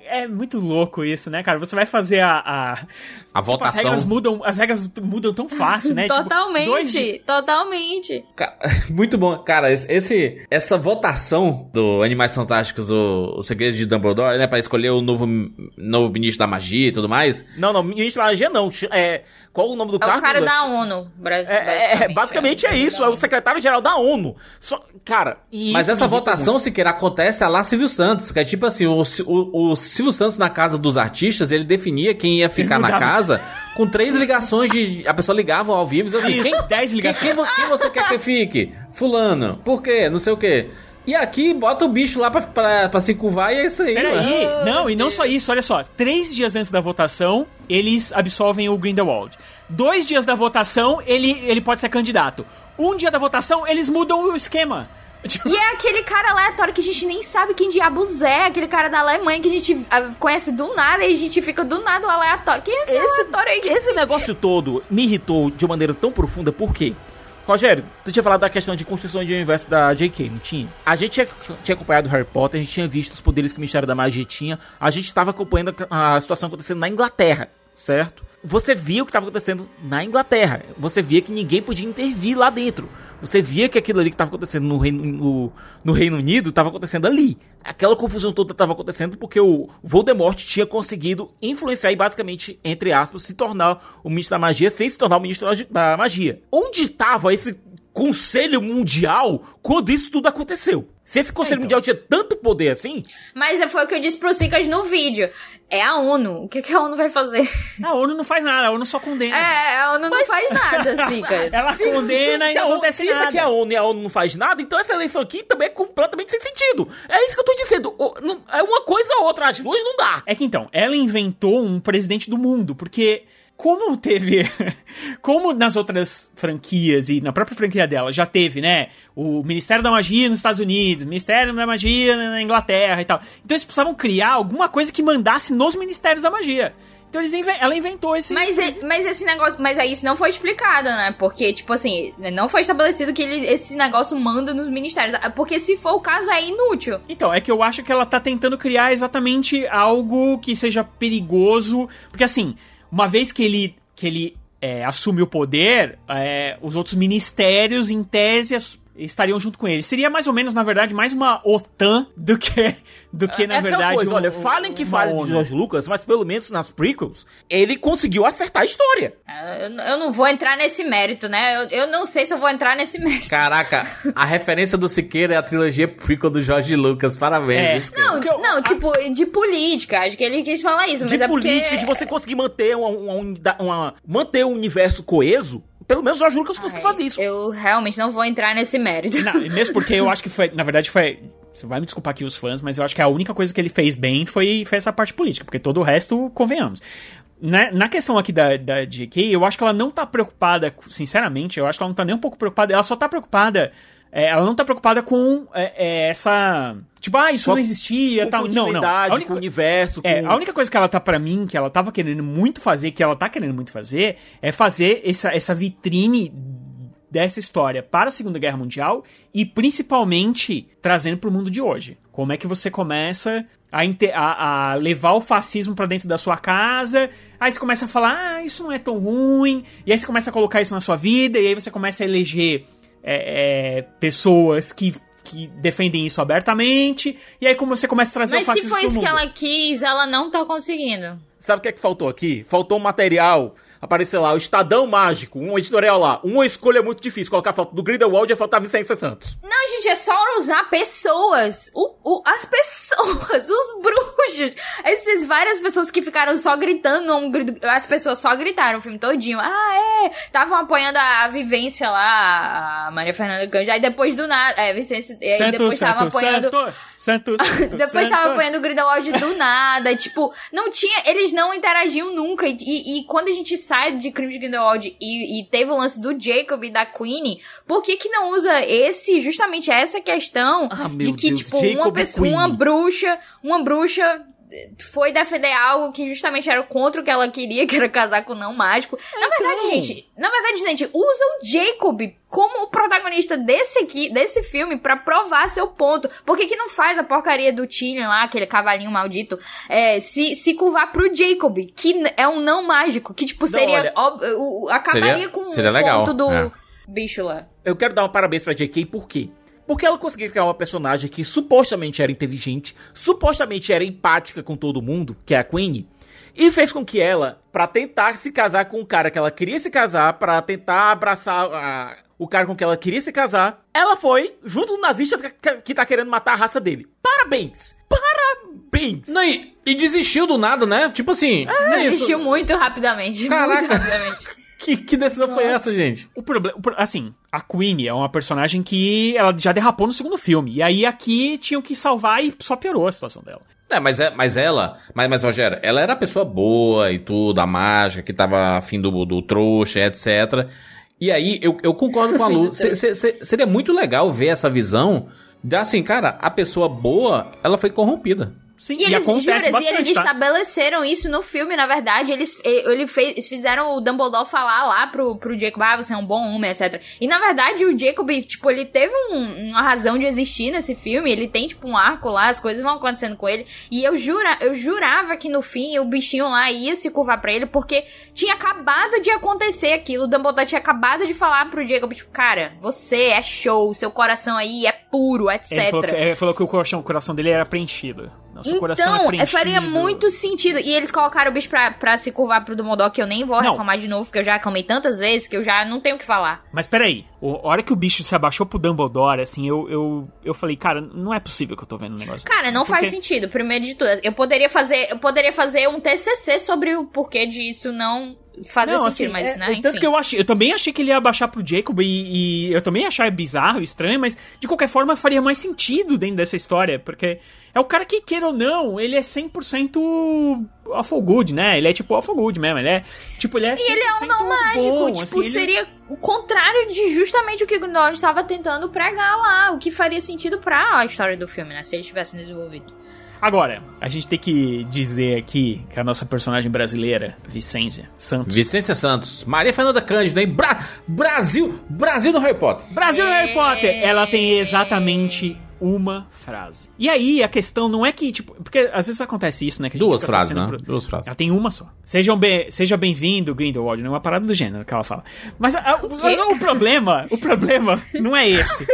É muito louco isso, né, cara? Você vai fazer a votação. As regras mudam tão fácil, né? Totalmente, totalmente. Muito bom. Cara, essa votação do Animais Fantásticos, o Segredo de Dumbledore, né? Pra escolher o novo ministro da magia e tudo mais. Não, ministro da magia não. Qual o nome do cargo? É o cara da ONU, basicamente é isso. É o secretário-geral da ONU. Cara, mas essa votação, Siqueira, acontece a lá Silvio Santos, que é tipo assim, o Silvio Santos na casa dos artistas, ele definia quem ia ficar na casa com 3 ligações a pessoa ligava ao vivo e dizia assim, 10 ligações. Quem você quer que fique? Fulano. Por quê? Não sei o quê. E aqui, bota o bicho lá pra se curvar e é isso aí. Peraí, não, e não só isso, olha só. 3 dias antes da votação, eles absolvem o Grindelwald. 2 dias da votação, ele pode ser candidato. 1 dia da votação, eles mudam o esquema. E é aquele cara aleatório que a gente nem sabe quem diabos é, aquele cara da Alemanha que a gente conhece do nada e a gente fica do nada o aleatório. Quem é esse aleatório aí? Esse negócio todo me irritou de maneira tão profunda, por quê? Rogério, tu tinha falado da questão de construção de universo da J.K., não tinha? A gente tinha acompanhado Harry Potter, a gente tinha visto os poderes que o Ministério da Magia tinha, a gente tava acompanhando a situação acontecendo na Inglaterra, certo? Você via o que estava acontecendo na Inglaterra, você via que ninguém podia intervir lá dentro, você via que aquilo ali que estava acontecendo no Reino Unido estava acontecendo ali. Aquela confusão toda estava acontecendo porque o Voldemort tinha conseguido influenciar e basicamente, entre aspas, se tornar o Ministro da Magia sem se tornar o Ministro da Magia. Onde estava esse Conselho Mundial quando isso tudo aconteceu? Se esse Conselho Mundial tinha tanto poder assim... Mas foi o que eu disse pro Sicas no vídeo. É a ONU. O que a ONU vai fazer? A ONU não faz nada, a ONU só condena. A ONU não faz nada, Sicas. Ela condena e não acontece nada. Se isso aqui é a ONU e a ONU não faz nada, então essa eleição aqui também é completamente sem sentido. É isso que eu tô dizendo. É uma coisa ou outra, as duas não dá. É que então, ela inventou um presidente do mundo, porque... Como nas outras franquias e na própria franquia dela já teve, né, o Ministério da Magia nos Estados Unidos, Ministério da Magia na Inglaterra e tal. Então eles precisavam criar alguma coisa que mandasse nos Ministérios da Magia. Então ela inventou esse... Mas esse negócio... Mas aí isso não foi explicado, né? Porque, tipo assim, não foi estabelecido que esse negócio manda nos ministérios. Porque se for o caso, é inútil. Então, é que eu acho que ela tá tentando criar exatamente algo que seja perigoso. Porque, assim... Uma vez que ele assume o poder, os outros ministérios, em tese, estariam junto com ele. Seria mais ou menos, na verdade, mais uma OTAN do que na verdade... Coisa, olha, falem de George Lucas, mas pelo menos nas prequels, ele conseguiu acertar a história. Eu não vou entrar nesse mérito, né? Eu não sei se eu vou entrar nesse mérito. Caraca, a referência do Siqueira é a trilogia prequel do George Lucas, parabéns. Não, tipo, de política, acho que ele quis falar isso, mas de política, de você conseguir manter manter um universo coeso. Pelo menos o George Lucas conseguiu fazer isso. Eu realmente não vou entrar nesse mérito. Não, mesmo porque eu acho que na verdade foi... Você vai me desculpar aqui os fãs, mas eu acho que a única coisa que ele fez bem foi essa parte política, porque todo o resto, convenhamos. Na questão aqui da J.K., eu acho que ela não tá preocupada, sinceramente, eu acho que ela não tá nem um pouco preocupada, ela só tá preocupada... ela não tá preocupada com essa... Tipo, isso não existia e tal. Não. Com o universo. A única coisa que ela tá, pra mim, que ela tava querendo muito fazer, é fazer essa vitrine dessa história para a Segunda Guerra Mundial e principalmente trazendo pro mundo de hoje. Como é que você começa a levar o fascismo pra dentro da sua casa, aí você começa a falar, isso não é tão ruim, e aí você começa a colocar isso na sua vida, e aí você começa a eleger pessoas que defendem isso abertamente, e aí como você começa a trazer o fascismo pro mundo. Mas se foi isso que ela quis, ela não tá conseguindo. Sabe o que é que faltou aqui? Faltou um material, apareceu lá, o Estadão Mágico, um editorial lá, uma escolha muito difícil, colocar a foto do Grindelwald e a foto da Vicência Santos. Não, gente, é só usar pessoas, as pessoas, os bruxos, essas várias pessoas que ficaram só gritando, as pessoas só gritaram o filme todinho, estavam apoiando a vivência lá, a Maria Fernanda Cândido, aí depois do nada, Vicência, e aí depois estavam apoiando... Santos, depois estavam apoiando o Grindelwald do nada, tipo, não tinha, eles não interagiam nunca, e quando a gente sai de Crime de Grindelwald e teve o lance do Jacob e da Queenie, por que não usa justamente essa questão de que, Deus, tipo, uma bruxa foi defender algo que justamente era contra o que ela queria, que era casar com o não mágico. Na verdade, gente, usa o Jacob como o protagonista desse filme pra provar seu ponto. Por que não faz a porcaria do Tyrion lá, aquele cavalinho maldito, se curvar pro Jacob, que é um não mágico, que tipo, seria... acabaria com seria o legal. ponto do bicho lá. Eu quero dar um parabéns pra J.K. por quê? Porque ela conseguiu criar uma personagem que supostamente era inteligente, supostamente era empática com todo mundo, que é a Queen, e fez com que ela, pra tentar se casar com o cara que ela queria se casar, pra tentar abraçar o cara com que ela queria se casar, ela foi junto do nazista que tá querendo matar a raça dele. Parabéns! Parabéns! Não, e desistiu do nada, né? Tipo assim... Desistiu muito rapidamente. Caraca. Muito rapidamente. Que decisão foi essa, gente? O problema, assim, a Queen é uma personagem que ela já derrapou no segundo filme. E aí aqui tinham que salvar e só piorou a situação dela. Mas Rogério, ela era a pessoa boa e tudo, a mágica, que tava afim do trouxa, etc. E aí, eu concordo com a Lu. Seria muito legal ver essa visão de, assim, cara, a pessoa boa, ela foi corrompida. Sim, E eles tá? estabeleceram isso no filme, na verdade. Eles fizeram o Dumbledore falar lá pro Jacob, você é um bom homem, etc. E, na verdade, o Jacob, tipo, ele teve uma razão de existir nesse filme. Ele tem, tipo, um arco lá, as coisas vão acontecendo com ele. E eu jurava que, no fim, o bichinho lá ia se curvar pra ele, porque tinha acabado de acontecer aquilo. O Dumbledore tinha acabado de falar pro Jacob, tipo, cara, você é show, seu coração aí é puro, etc. Ele falou que o coração dele era preenchido. Então, faria muito sentido. E eles colocaram o bicho pra se curvar pro Dumbledore, que eu nem vou reclamar de novo, porque eu já reclamei tantas vezes que eu já não tenho o que falar. Mas peraí, a hora que o bicho se abaixou pro Dumbledore, assim, eu falei, cara, não é possível que eu tô vendo um negócio Cara, não faz sentido, primeiro de tudo. Eu poderia fazer um TCC sobre o porquê disso não fazer sentido, assim, mas, né, enfim. Tanto que eu também achei que ele ia abaixar pro Jacob e eu também achava bizarro, estranho, mas de qualquer forma faria mais sentido dentro dessa história, porque é o cara que, queira ou não, ele é 100% awful good, né? Ele é tipo awful good mesmo, ele é 100% E ele é um não mágico, bom, tipo, assim, seria o contrário de justamente o que o Gundor estava tentando pregar lá, o que faria sentido pra história do filme, né, se ele tivesse desenvolvido. Agora, a gente tem que dizer aqui que a nossa personagem brasileira, Vicência Santos, Maria Fernanda Cândido, hein? Brasil do Harry Potter. Brasil do Harry Potter! Ela tem exatamente uma frase. E aí, a questão não é que, tipo... Porque às vezes acontece isso, né? Que a gente Duas frases, né? Duas frases. Ela tem uma só. Seja bem-vindo, Grindelwald. Não é uma parada do gênero que ela fala. Mas o problema não é esse.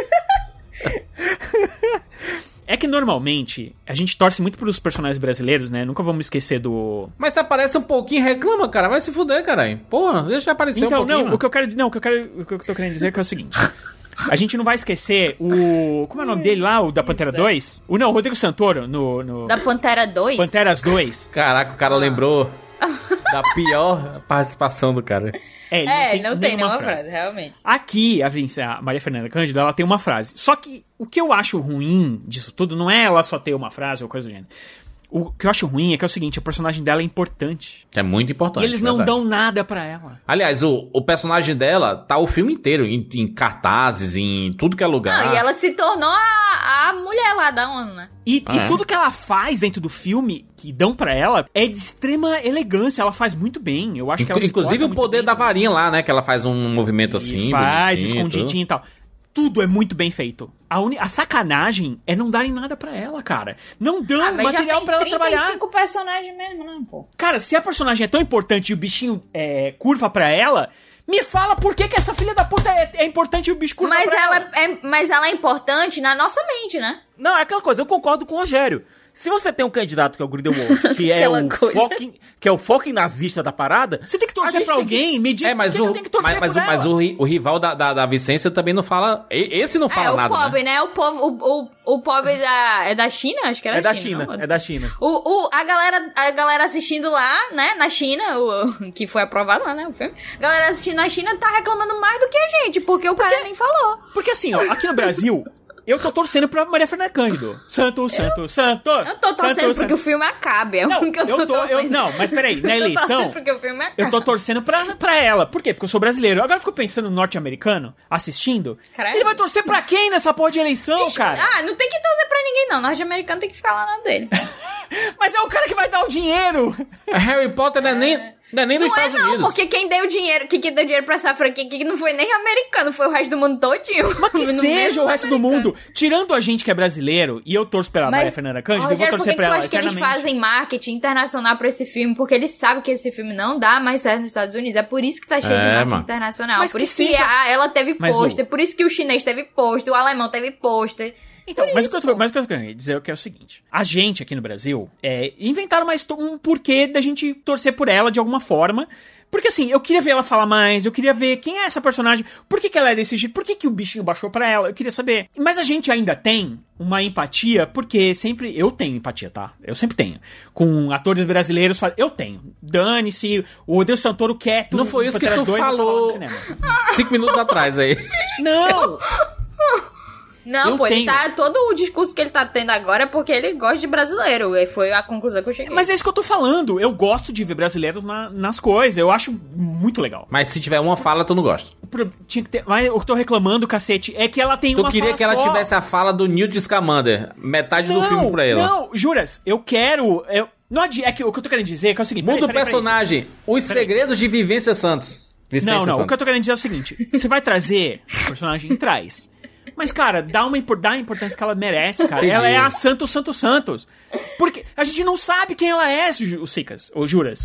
É que normalmente a gente torce muito pros personagens brasileiros, né? Nunca vamos esquecer do... Mas se aparece um pouquinho e reclama, cara. Vai se fuder, caralho. Porra, deixa aparecer então, um pouquinho. Não, o que eu tô querendo dizer é que é o seguinte. A gente não vai esquecer o... Como é o nome dele lá? O da Pantera 2? O Rodrigo Santoro no... Da Pantera 2? Panteras 2. Caraca, o cara lembrou da pior participação do cara. Não tem nenhuma frase, realmente. Aqui, a Maria Fernanda Cândido, ela tem uma frase. Só que o que eu acho ruim disso tudo não é ela só ter uma frase ou coisa do gênero. O que eu acho ruim é que é o seguinte, a personagem dela é importante. É muito importante. E eles não dão nada pra ela. Aliás, o personagem dela tá o filme inteiro, em cartazes, em tudo que é lugar. E ela se tornou a mulher lá da ONU, né? E tudo que ela faz dentro do filme, que dão pra ela, é de extrema elegância. Ela faz muito bem. Eu acho que ela inclusive o poder da varinha lá, né? Que ela faz um movimento assim. Faz, escondidinho e tal. Tudo é muito bem feito. A sacanagem é não darem nada pra ela, cara. Não dão material pra ela trabalhar. Mas já tem 35 personagens mesmo, né, pô? Cara, se a personagem é tão importante e o bichinho curva pra ela, me fala por que essa filha da puta é importante e o bicho curva pra ela. Mas ela é importante na nossa mente, né? Não, é aquela coisa, eu concordo com o Rogério. Se você tem um candidato que é o Grindelwald, que é o fucking nazista da parada... Você tem que torcer pra alguém, me diz mas eu tenho que torcer por ela. Mas o rival da Vicência também não fala... Esse não fala nada, o pobre, né? O pobre é da China? Acho que era da China. É da China. A galera assistindo lá, né? Na China, que foi aprovado lá, né? O filme. A galera assistindo na China tá reclamando mais do que a gente, porque o cara nem falou. Porque assim, ó, aqui no Brasil... Eu tô torcendo pra Maria Fernanda Cândido. Santos. Eu tô torcendo porque o filme acabe. Não, mas peraí, na eleição... porque o filme acabe. Eu tô torcendo pra ela. Por quê? Porque eu sou brasileiro. Agora eu fico pensando no norte-americano, assistindo. Caralho. Ele vai torcer pra quem nessa porra de eleição, cara? Não tem que torcer pra ninguém, não. O norte-americano tem que ficar lá na dele. Mas é o cara que vai dar o dinheiro. Harry Potter não é nem dos Estados Unidos. Porque quem deu dinheiro pra essa franquia que não foi nem americano, foi o resto do mundo todinho. Mas que seja o resto do mundo. Tirando a gente que é brasileiro, e eu torço pela Maria Fernanda Cândido, eu vou torcer pra ela eternamente. Por que eles fazem marketing internacional pra esse filme? Porque eles sabem que esse filme não dá mais certo nos Estados Unidos. É por isso que tá cheio de marketing internacional. Mas por isso que ela teve pôster, por isso que o chinês teve pôster, o alemão teve pôster. Então, mas o que eu quero dizer é o seguinte. A gente aqui no Brasil inventaram um porquê da gente torcer por ela de alguma forma. Porque assim, eu queria ver ela falar mais, eu queria ver quem é essa personagem, por que ela é desse jeito, por que o bichinho baixou pra ela, eu queria saber. Mas a gente ainda tem uma empatia, porque sempre, eu tenho empatia, tá? Eu sempre tenho. Com atores brasileiros, eu tenho. Dane-se, o Deus Santoro quieto. Não foi isso que tu falou 5 minutos atrás aí. Não! Não, pô, ele tá. Todo o discurso que ele tá tendo agora é porque ele gosta de brasileiro. E foi a conclusão que eu cheguei. Mas é isso que eu tô falando. Eu gosto de ver brasileiros nas coisas. Eu acho muito legal. Mas se tiver uma fala, tu não gosta. Tinha que ter. Mas eu tô reclamando, cacete. É que ela tem uma fala. Tu queria que ela tivesse a fala do Newt Scamander. Metade do filme pra ela. Não, juras. Eu quero. Não, é que o que eu tô querendo dizer é que é o seguinte. Muda o personagem. Os segredos de Vivência Santos. Não. O que eu tô querendo dizer é o seguinte. Você vai trazer o personagem, traz. Mas, cara, dá a importância que ela merece, cara. Ela é a Santos. Porque a gente não sabe quem ela é, o Sicas, ou Juras.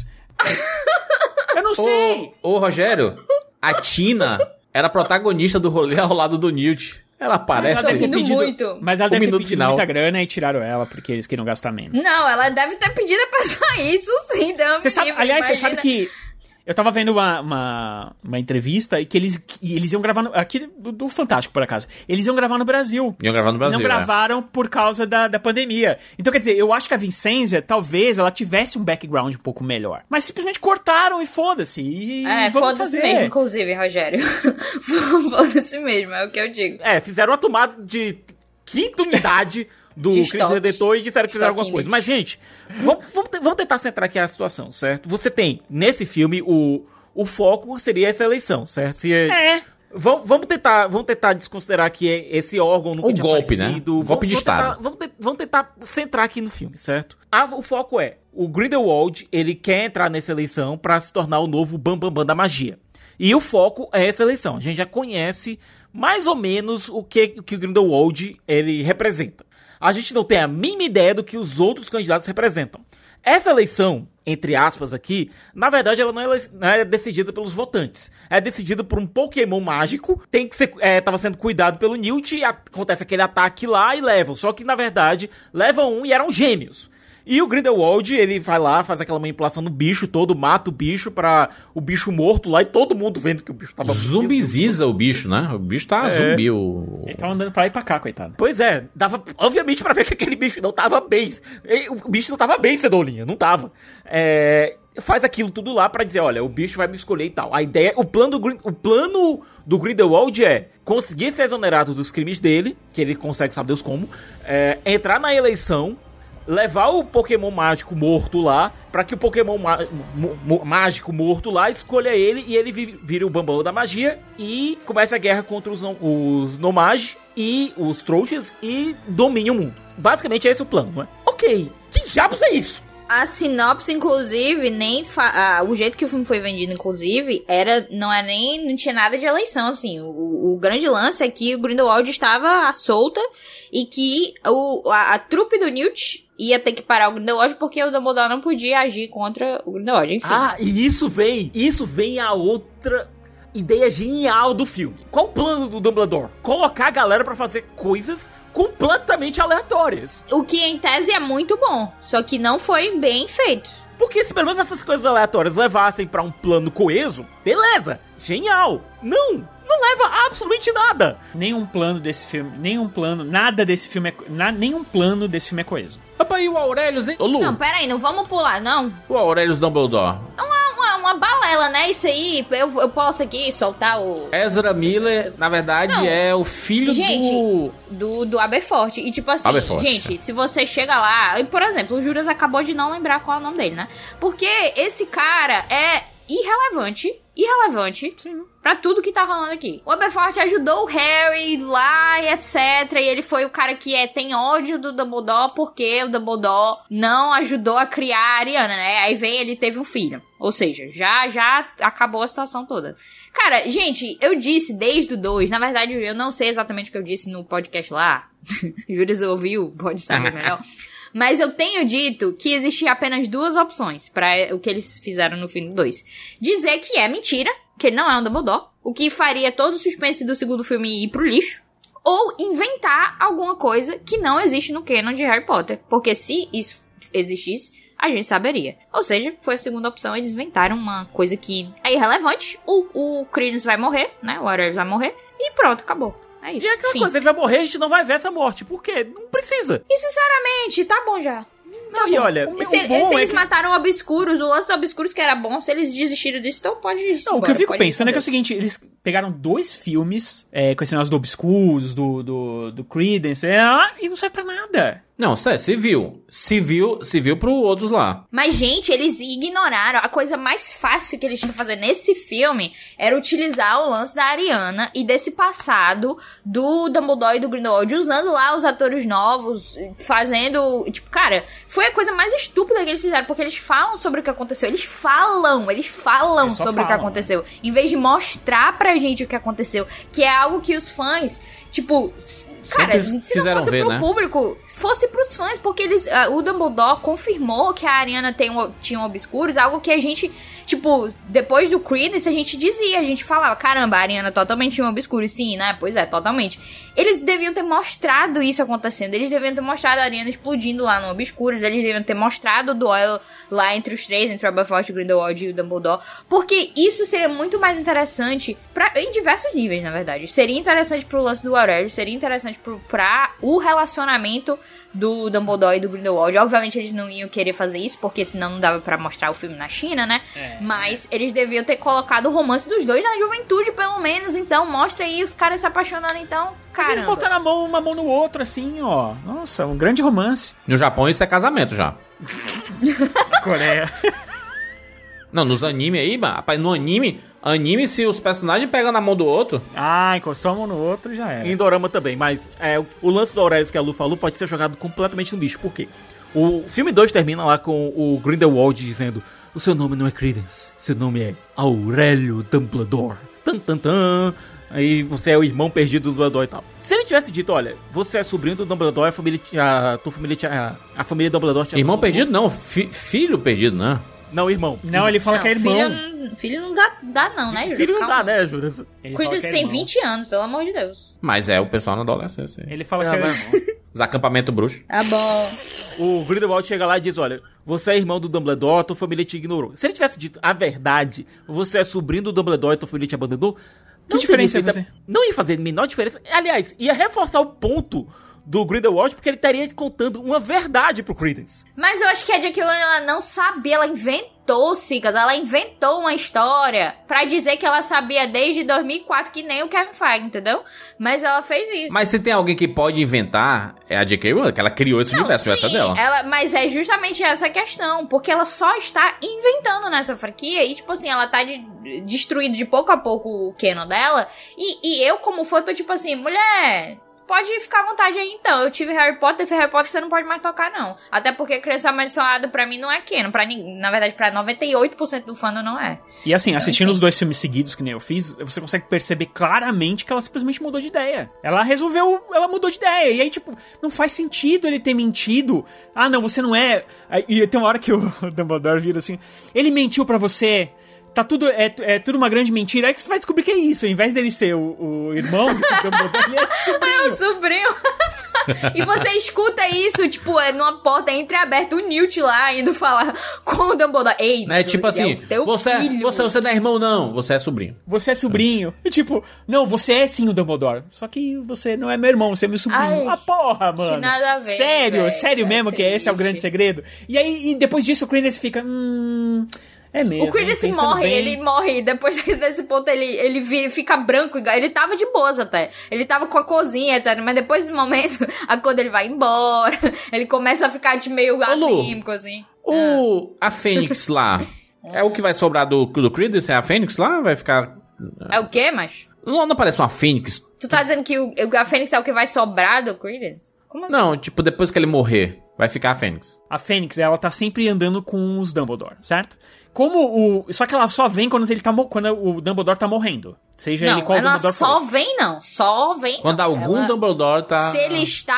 Eu não sei. Ô, Rogério, a Tina era protagonista do rolê ao lado do Newt. Ela aparece. Mas ela deve ter pedido, mas ela deve ter pedido muita grana e tiraram ela porque eles queriam gastar menos. Não, ela deve ter pedido pra sair, isso sim. Você sabe que... Eu tava vendo uma entrevista e que eles iam gravar aqui do Fantástico, por acaso. Eles iam gravar no Brasil. Não gravaram por causa da pandemia. Então, quer dizer, eu acho que a Vincenzia, talvez, ela tivesse um background um pouco melhor. Mas simplesmente cortaram e foda-se. Foda-se mesmo, inclusive, Rogério. Foda-se mesmo, é o que eu digo. Fizeram uma tomada de quinta unidade do Cristo Redentor e disseram que fizeram alguma coisa. Mas, gente, vamos tentar centrar aqui a situação, certo? Você tem, nesse filme, o foco seria essa eleição, certo? Vamos tentar desconsiderar que esse órgão nunca tinha aparecido. Né? O golpe de Estado. Vamos tentar centrar aqui no filme, certo? O foco é, o Grindelwald, ele quer entrar nessa eleição pra se tornar o novo Bambambam da magia. E o foco é essa eleição. A gente já conhece mais ou menos o que o Grindelwald ele representa. A gente não tem a mínima ideia do que os outros candidatos representam. Essa eleição, entre aspas aqui, na verdade ela não é decidida pelos votantes. É decidida por um Pokémon mágico, tem que ser, tava sendo cuidado pelo Newt, e acontece aquele ataque lá e levam. Só que, na verdade, levam um e eram gêmeos. E o Grindelwald, ele vai lá, faz aquela manipulação no bicho todo, mata o bicho pra o bicho morto lá, e todo mundo vendo que o bicho tava... Zumbiziza o bicho, né? O bicho tá zumbi. Ele tava andando pra lá e pra cá, coitado. Pois é, dava obviamente pra ver que aquele bicho não tava bem. O bicho não tava bem, Cebolinha, não tava. Faz aquilo tudo lá pra dizer, olha, o bicho vai me escolher e tal. A ideia, o plano do Grindelwald é conseguir ser exonerado dos crimes dele, que ele consegue, sabe Deus como, entrar na eleição, levar o Pokémon mágico morto lá, pra que o Pokémon mágico morto lá escolha ele e ele vire o Bambam da magia e comece a guerra contra os Nomage e os trouxas e domine o mundo. Basicamente é esse o plano, não é? Ok, que diabos é isso? A sinopse, inclusive, o jeito que o filme foi vendido, inclusive, não tinha nada de eleição, assim. O grande lance é que o Grindelwald estava à solta e que a trupe do Newt ia ter que parar o Grindelwald porque o Dumbledore não podia agir contra o Grindelwald, enfim. E isso vem a outra ideia genial do filme. Qual o plano do Dumbledore? Colocar a galera pra fazer coisas completamente aleatórias. O que, em tese, é muito bom, só que não foi bem feito. Porque se pelo menos essas coisas aleatórias levassem pra um plano coeso, beleza, genial. Não leva a absolutamente nada. Nenhum plano desse filme é coeso. Rapaz, e o Aurelius, hein? Não, peraí, não vamos pular, não. O Aurelius Dumbledore. Uma balela, né? Isso aí, eu posso aqui soltar o... Ezra Miller, na verdade, é o filho do Aberforth. E tipo assim, gente, se você chega lá... Por exemplo, o Juras acabou de não lembrar qual é o nome dele, né? Porque esse cara é irrelevante irrelevante pra tudo que tá rolando aqui. O Aberforth ajudou o Harry lá e etc. E ele foi o cara que tem ódio do Dumbledore porque o Dumbledore não ajudou a criar a Ariana, né? Aí vem ele teve um filho. Ou seja, já acabou a situação toda. Cara, gente, eu disse desde o 2, na verdade eu não sei exatamente o que eu disse no podcast lá. Júlio ouviu, pode saber melhor. Mas eu tenho dito que existia apenas 2 opções pra o que eles fizeram no filme 2. Dizer que é mentira, que ele não é um Dumbledore, o que faria todo o suspense do segundo filme ir pro lixo, ou inventar alguma coisa que não existe no canon de Harry Potter. Porque se isso existisse, a gente saberia. Ou seja, foi a segunda opção, eles inventaram uma coisa que é irrelevante, o Credence vai morrer, né, o Aurelius vai morrer, e pronto, acabou. É isso. E aquela coisa, ele vai morrer, a gente não vai ver essa morte. Por quê? Não precisa. E sinceramente, tá bom já. Não, e olha, se eles mataram Obscuros, o lance do Obscuros que era bom, se eles desistiram disso, então pode ir. Não, o que eu fico pensando é que é o seguinte, eles pegaram 2 filmes com esse negócio do Obscuros, do Credence, e não serve pra nada. Não, se viu pro outros lá. Mas, gente, eles ignoraram. A coisa mais fácil que eles tinham que fazer nesse filme era utilizar o lance da Ariana e desse passado do Dumbledore e do Grindelwald, usando lá os atores novos, fazendo... Tipo, cara, foi a coisa mais estúpida que eles fizeram, porque eles falam sobre o que aconteceu. Eles falam sobre o que aconteceu. Em vez de mostrar pra gente o que aconteceu, que é algo que os fãs... Tipo, cara, se não fosse ver, pro público, fosse pros fãs, porque eles, o Dumbledore confirmou que a Ariana tinha um Obscuros, algo que a gente, tipo, depois do Credence, a gente falava, caramba, a Ariana totalmente tinha um Obscuros, sim, né? Pois é, totalmente. Eles deviam ter mostrado isso acontecendo, eles deviam ter mostrado a Ariana explodindo lá no Obscuros, eles deviam ter mostrado o duelo lá entre os três, entre o Aberforth, o Grindelwald e o Dumbledore, porque isso seria muito mais interessante, em diversos níveis, na verdade. Seria interessante pro lance do Aurelius, seria interessante pra o relacionamento do Dumbledore e do Grindelwald. Obviamente eles não iam querer fazer isso, porque senão não dava pra mostrar o filme na China, né? Mas eles deviam ter colocado o romance dos dois na juventude, pelo menos. Então mostra aí os caras se apaixonando, então, caramba. Vocês botaram uma mão no outro, assim, ó. Nossa, um grande romance. No Japão isso é casamento já. Na Coreia. Não, nos animes aí, rapaz, no anime, se os personagens pegam na mão do outro... encostou a mão no outro, já era. Em dorama também, mas o lance do Aurelius que a Lu falou pode ser jogado completamente no lixo. Por quê? O filme 2 termina lá com o Grindelwald dizendo: o seu nome não é Credence, seu nome é Aurélio Dumbledore. Aí você é o irmão perdido do Dumbledore e tal. Se ele tivesse dito, olha, você é sobrinho do Dumbledore, a família Dumbledore tinha... Irmão perdido não, filho perdido, né? Não, irmão. Não, ele fala que é irmão. Filho não dá não, né, Júlio? Filho não dá, né, Júlio? Credence tem 20 anos, pelo amor de Deus. Mas é o pessoal na adolescência. Ele fala que é irmão. Os acampamentos bruxos. Tá bom. O Grindelwald chega lá e diz, olha, você é irmão do Dumbledore, tua família te ignorou. Se ele tivesse dito a verdade, você é sobrinho do Dumbledore e tua família te abandonou... Que diferença ia fazer? Não ia fazer a menor diferença. Aliás, ia reforçar o ponto do Grindelwald, porque ele estaria contando uma verdade pro Credence. Mas eu acho que a J.K. Rowling, ela não sabia, ela inventou, Cicas, ela inventou uma história pra dizer que ela sabia desde 2004, que nem o Kevin Feige, entendeu? Mas ela fez isso. Mas se tem alguém que pode inventar, é a J.K. Rowling, que ela criou esse universo, essa dela. Mas é justamente essa questão, porque ela só está inventando nessa franquia e, tipo assim, ela tá destruindo de pouco a pouco o canon dela, e eu, como fã, tô tipo assim, mulher... Pode ficar à vontade aí, então. Eu tive Harry Potter, você não pode mais tocar, não. Até porque Criança Amaldiçoada, pra mim, não é canon. Na verdade, pra 98% do fandom não é. E assim, assistindo os 2 filmes seguidos, que nem eu fiz, você consegue perceber claramente que ela simplesmente mudou de ideia. Ela mudou de ideia. E aí, tipo, não faz sentido ele ter mentido. Ah, não, você não é... E tem uma hora que o Dumbledore vira assim, ele mentiu pra você... Tá tudo, é tudo uma grande mentira. Aí que você vai descobrir que é isso. Ao invés dele ser o irmão do Dumbledore, ele é o sobrinho. É o sobrinho. E você escuta isso, tipo, numa porta entreaberta, o Newt lá indo falar com o Dumbledore. Ei, é tipo assim, você não é irmão, não. Você é sobrinho. Você é sobrinho. E tipo, não, você é sim o Dumbledore. Só que você não é meu irmão, você é meu sobrinho. Ai, porra, mano. Que nada a ver. Sério mesmo que esse é o grande segredo. E aí, depois disso, o Credence fica... É mesmo. O Credence morre, ele morre. Depois desse ponto, ele fica branco. Ele tava de boas até. Ele tava com a cozinha, etc. Mas depois desse momento, a cor dele vai embora. Ele começa a ficar de meio anímico, assim. A Fênix lá, É o que vai sobrar do Credence? É a Fênix lá? Vai ficar... É o quê, macho? Não aparece uma Fênix? Tu tá dizendo que a Fênix é o que vai sobrar do Credence? Como assim? Não, tipo, depois que ele morrer, vai ficar a Fênix. A Fênix, ela tá sempre andando com os Dumbledore, certo? Só que ela só vem quando o Dumbledore tá morrendo. Seja ele qual ela Dumbledore só for. vem, não. Só vem, quando não. algum Dumbledore tá... Se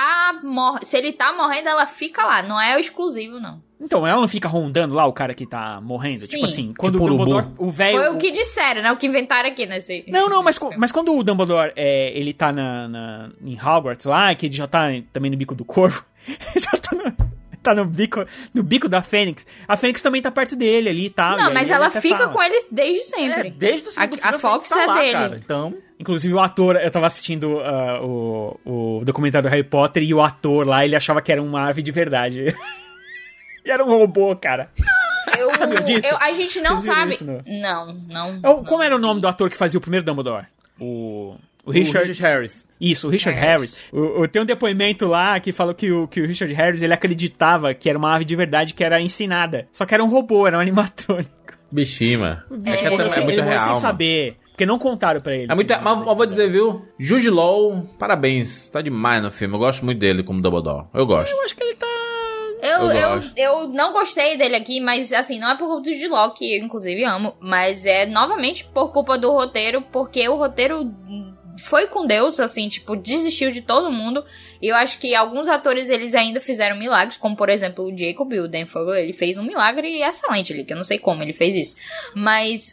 ele tá morrendo, ela fica lá. Não é o exclusivo, não. Então, ela não fica rondando lá o cara que tá morrendo? Sim. Tipo assim, quando Tipo o Dumbledore... urubu. O velho... Foi o que disseram, né? O que inventaram aqui nesse... Não, mas quando o Dumbledore, ele tá em Hogwarts lá, que ele já tá também no bico do corvo, já tá no bico da Fênix, a Fênix também tá perto dele ali e tal. Não, mas ela fica com eles desde sempre. Desde o segundo filme a Fox tá é lá, dele. cara. Então... Inclusive o ator, eu tava assistindo o documentário do Harry Potter e o ator lá, ele achava que era uma árvore de verdade. E era um robô, cara. Sabia disso? A gente não Vocês viram sabe. isso, Não. Como era o nome do ator que fazia o primeiro Dumbledore? O Richard Harris. Isso, o Richard Harris. Tem um depoimento lá que falou que o Richard Harris, ele acreditava que era uma ave de verdade que era ensinada. Só que era um robô, era um animatrônico. Bichinho, mano. Ele muito real, sem mano. saber, porque não contaram pra ele. Mas vou dizer, viu? Jude Law, parabéns. Tá demais no filme. Eu gosto muito dele como Dumbledore. Eu gosto. Eu acho que ele tá... Eu não gostei dele aqui, mas assim, não é por culpa do Jude Law, que eu inclusive amo, mas é novamente por culpa do roteiro, porque o roteiro foi com Deus, assim, tipo, desistiu de todo mundo, e eu acho que alguns atores, eles ainda fizeram milagres, como por exemplo o Jacob, o Dan Fogler, ele fez um milagre excelente ali, que eu não sei como ele fez isso, mas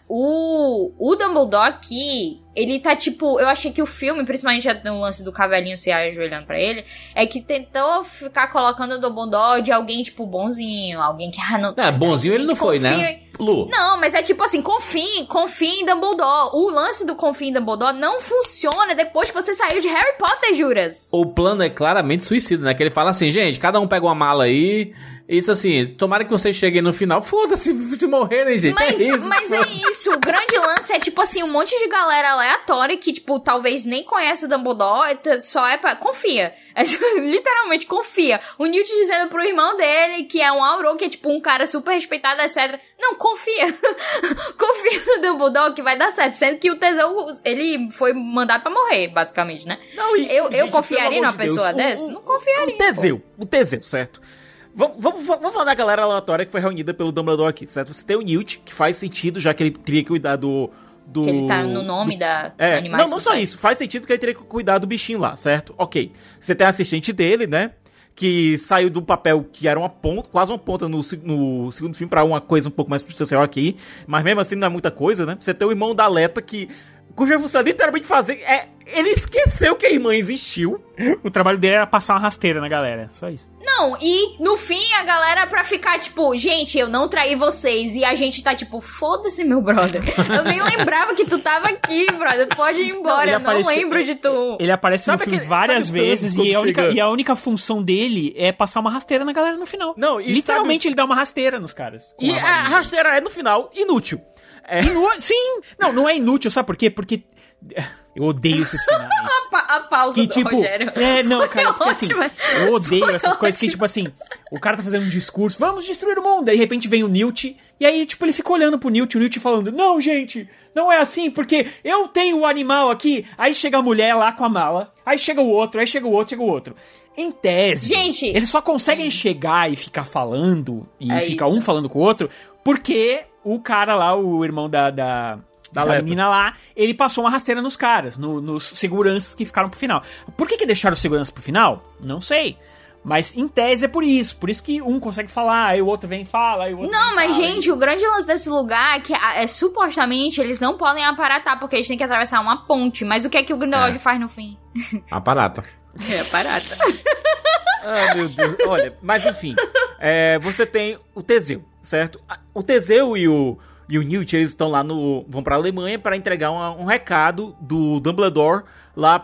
o Dumbledore aqui... Ele tá tipo... Eu achei que o filme, principalmente no lance do cavelinho se ajoelhando pra ele, é que tentou ficar colocando o Dumbledore de alguém, tipo, bonzinho. Alguém que... não, bonzinho ele não foi, né? Lu. Não, mas é tipo assim, confie em Dumbledore. O lance do confie em Dumbledore não funciona depois que você saiu de Harry Potter, Juras. O plano é claramente suicida, né? Que ele fala assim, gente, cada um pega uma mala aí... Isso assim, tomara que vocês cheguem no final. Foda-se de morrerem, gente. Mas é isso. O grande lance é, tipo assim, um monte de galera aleatória que, tipo, talvez nem conhece o Dumbledore. Só é pra... Confia. É, literalmente, confia. O Newt dizendo pro irmão dele, que é um Auror, que é, tipo, um cara super respeitado, etc. Não, confia. Confia no Dumbledore que vai dar certo. Sendo que o Teseu, ele foi mandado pra morrer, basicamente, né? Não, eu confiaria numa pessoa dessa? Não confiaria. O Teseu, certo? Vamos falar da galera aleatória que foi reunida pelo Dumbledore aqui, certo? Você tem o Newt, que faz sentido, já que ele teria que cuidar do... Que ele tá no nome da animais. Não só isso. Faz sentido que ele teria que cuidar do bichinho lá, certo? Ok. Você tem a assistente dele, né? Que saiu do papel que era uma ponta, quase uma ponta no segundo filme pra uma coisa um pouco mais substancial aqui. Mas mesmo assim não é muita coisa, né? Você tem o irmão da Leta cuja função é literalmente fazer... Ele esqueceu que a irmã existiu. O trabalho dele era passar uma rasteira na galera, só isso. Não, e no fim a galera pra ficar tipo, gente, eu não traí vocês. E a gente tá tipo, foda-se, meu brother. Eu nem lembrava que tu tava aqui, brother. Pode ir embora, eu não lembro de tu. Ele aparece no filme várias vezes e a única função dele é passar uma rasteira na galera no final. Não, literalmente ele dá uma rasteira nos caras. E a rasteira é no final inútil. Sim, não é inútil, sabe por quê? Porque eu odeio esses finais. A pausa que, do tipo, Rogério. Não, cara, porque ótima. assim, eu odeio essas coisas que, tipo assim, o cara tá fazendo um discurso, vamos destruir o mundo, aí de repente vem o Newt, e aí, tipo, ele fica olhando pro Newt, o Newt falando, não, gente, não é assim, porque eu tenho o animal aqui, aí chega a mulher lá com a mala, aí chega o outro, chega o outro. Em tese, gente, eles só conseguem chegar e ficar falando, e fica isso. Um falando com o outro, porque o cara lá, o irmão da menina lá, ele passou uma rasteira nos caras, nos seguranças que ficaram pro final. Por que deixaram os seguranças pro final? Não sei. Mas em tese é por isso que um consegue falar, aí o outro vem e fala, aí o outro Não, mas fala, gente, o grande lance desse lugar é que supostamente eles não podem aparatar, porque eles têm que atravessar uma ponte. Mas o que é que o Grindelwald faz no fim? Aparata. Aparata. Ah, meu Deus. Olha, mas enfim, você tem o Teseu, certo? O Teseu e o Newt, eles estão lá vão pra Alemanha para entregar um recado do Dumbledore lá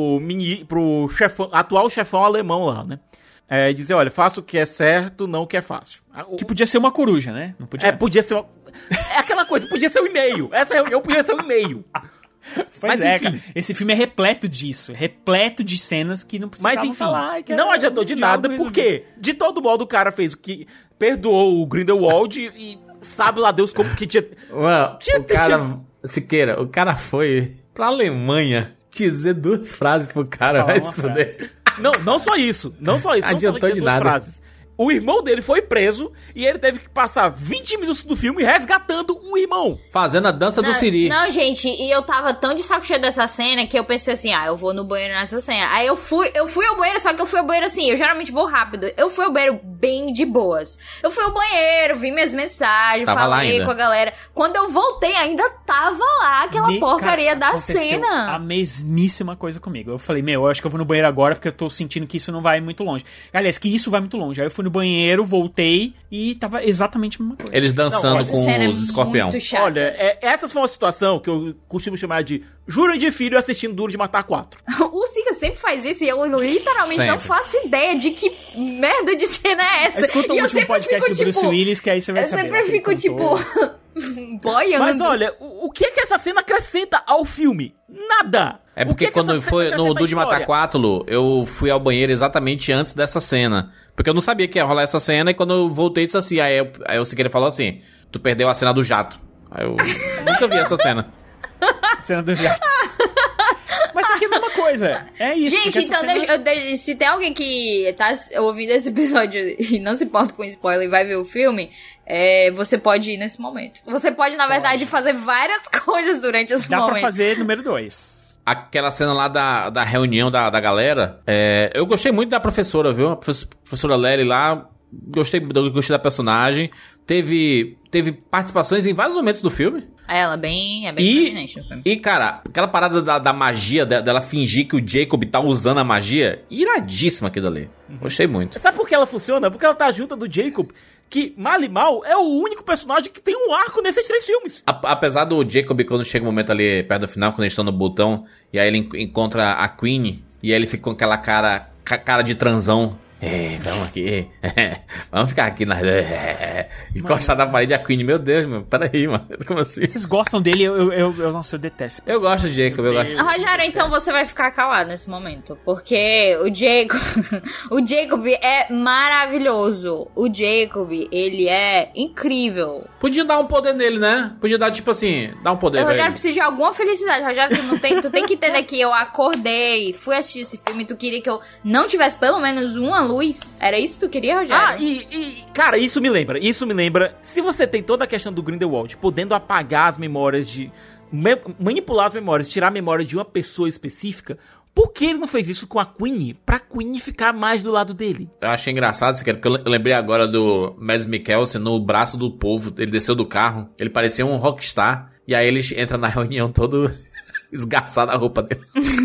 pro atual chefão alemão lá, né? Dizer, olha, faça o que é certo, não o que é fácil. Que podia ser uma coruja, né? Não podia. Podia ser aquela coisa, podia ser um e-mail. Essa reunião podia ser um e-mail. Mas cara, esse filme é repleto disso, repleto de cenas que não precisavam. Mas enfim, não adiantou de nada, porque de todo modo o cara fez o que perdoou o Grindelwald e sabe lá Deus como que tinha... Mano, Siqueira, o cara foi pra Alemanha dizer 2 frases pro cara, vai se fuder. Não só isso. Adiantou de nada. Frases. O irmão dele foi preso e ele teve que passar 20 minutos do filme resgatando o irmão. Fazendo a dança do Siri. Não, gente, e eu tava tão de saco cheio dessa cena que eu pensei assim, eu vou no banheiro nessa cena. Aí eu fui ao banheiro, só que eu fui ao banheiro assim, eu geralmente vou rápido. Eu fui ao banheiro bem de boas. Eu fui ao banheiro, vi minhas mensagens, falei com a galera. Quando eu voltei, ainda tava lá aquela porcaria da cena. A mesmíssima coisa comigo. Eu falei, eu acho que eu vou no banheiro agora porque eu tô sentindo que isso não vai muito longe. Aliás, que isso vai muito longe. Aí eu fui no banheiro, voltei e tava exatamente a mesma coisa. Eles dançando com os escorpião. Olha, essa foi uma situação que eu costumo chamar de Jurandir Filho assistindo Duro de Matar 4. O Sica sempre faz isso e eu literalmente não faço ideia de que merda de cena é essa. Escuta o último podcast do Bruce Willis, que aí você vai saber. Eu sempre fico, boiando. Mas olha, o que é que essa cena acrescenta ao filme? Nada! É porque quando foi no Duro de Matar 4, Lu, eu fui ao banheiro exatamente antes dessa cena. Porque eu não sabia que ia rolar essa cena, e quando eu voltei, disse assim, aí o Siqueira falou assim, tu perdeu a cena do jato. Aí eu nunca vi essa cena. Cena do jato. Mas isso aqui é a mesma coisa. É isso. Gente, então cena... se tem alguém que tá ouvindo esse episódio e não se importa com spoiler e vai ver o filme, você pode ir nesse momento. Você pode, na verdade, fazer várias coisas durante esse momento. Dá pra fazer número 2. Aquela cena lá da reunião da galera, eu gostei muito da professora, viu? A professora Lely lá, gostei da personagem. Teve participações em vários momentos do filme. Ela é bem proeminente no filme. E, cara, aquela parada da magia, dela fingir que o Jacob tá usando a magia, iradíssima aquilo ali. Gostei muito. Sabe por que ela funciona? Porque ela tá junto do Jacob, que, mal e mal, é o único personagem que tem um arco nesses 3 filmes. Apesar do Jacob, quando chega o momento ali, perto do final, quando eles estão no botão, e aí ele encontra a Queen, e aí ele fica com aquela cara de transão. Vamos aqui. Vamos ficar aqui encostado na parede a Queen. Meu Deus, meu. Peraí, mano. Como assim? Vocês gostam dele? Nossa, eu detesto. Eu gosto do Jacob, eu gosto. Rogério, então você vai ficar calado nesse momento. Porque o Jacob é maravilhoso. O Jacob, ele é incrível. Podia dar um poder nele, né? Podia dar, tipo assim, dar um poder. O Rogério precisa de alguma felicidade. Rogério, tu tem que entender que eu acordei, fui assistir esse filme e tu queria que eu não tivesse pelo menos uma luz. Era isso que tu queria, Rogério? Cara, isso me lembra, se você tem toda a questão do Grindelwald, podendo apagar as memórias manipular as memórias, tirar a memória de uma pessoa específica, por que ele não fez isso com a Queen? Pra Queen ficar mais do lado dele. Eu achei engraçado, porque eu lembrei agora do Mads Mikkelsen no braço do povo. Ele desceu do carro, ele parecia um rockstar, e aí ele entra na reunião todo esgarçado a roupa dele.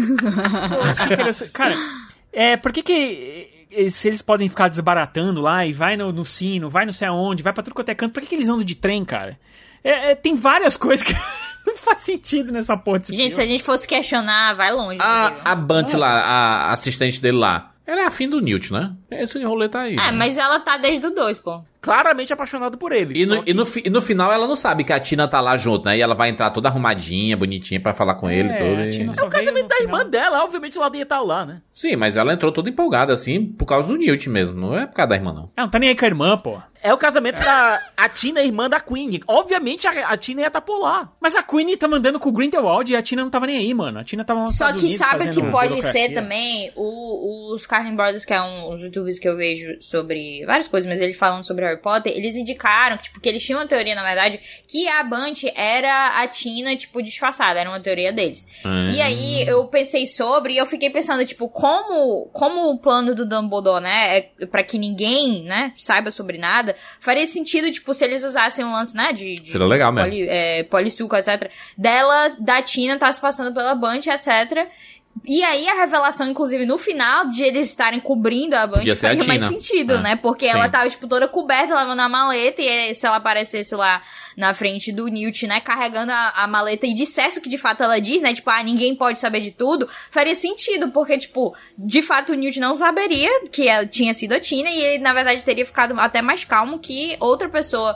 Cara, por que se eles podem ficar desbaratando lá e vai no sino, vai não sei aonde, vai pra tudo quanto é canto, por que eles andam de trem, cara? Tem várias coisas que não faz sentido nessa porra desse filme. Se a gente fosse questionar, vai longe. A Bunty lá, a assistente dele lá, ela é afim do Newt, né? Esse rolê tá aí. Mas ela tá desde o 2, pô. Claramente apaixonado por ele. E no final ela não sabe que a Tina tá lá junto, né? E ela vai entrar toda arrumadinha, bonitinha pra falar com ele e tudo. É o casamento da irmã dela, obviamente ela ia estar lá, né? Sim, mas ela entrou toda empolgada, assim, por causa do Newt mesmo. Não é por causa da irmã, não. Não tá nem aí com a irmã, pô. É o casamento da... A Tina é irmã da Queen. Obviamente a Tina ia estar por lá. Mas a Queen tá mandando com o Grindelwald e a Tina não tava nem aí, mano. A Tina tava nos Só Estados que Unidos sabe que pode burocracia. ser também os Carlin Brothers, que é uns youtubers que eu vejo sobre várias coisas, mas eles falando sobre Harry Potter, eles indicaram que eles tinham uma teoria, na verdade, que a Bunty era a Tina, disfarçada. Era uma teoria deles. E aí eu pensei sobre e eu fiquei pensando, como o plano do Dumbledore, né, é pra que ninguém, né, saiba sobre nada, faria sentido, se eles usassem um lance, né, seria legal mesmo. Polissuco, etc. Da Tina tá se passando pela Bunty, etc. E aí a revelação, inclusive, no final, de eles estarem cobrindo a Bunty, faria mais sentido, né? Porque ela tava, toda coberta, levando a maleta, e se ela aparecesse lá na frente do Newt, né, carregando a maleta e dissesse o que de fato ela diz, né? Ninguém pode saber de tudo, faria sentido, porque, de fato o Newt não saberia que ela tinha sido a Tina, e ele, na verdade, teria ficado até mais calmo que outra pessoa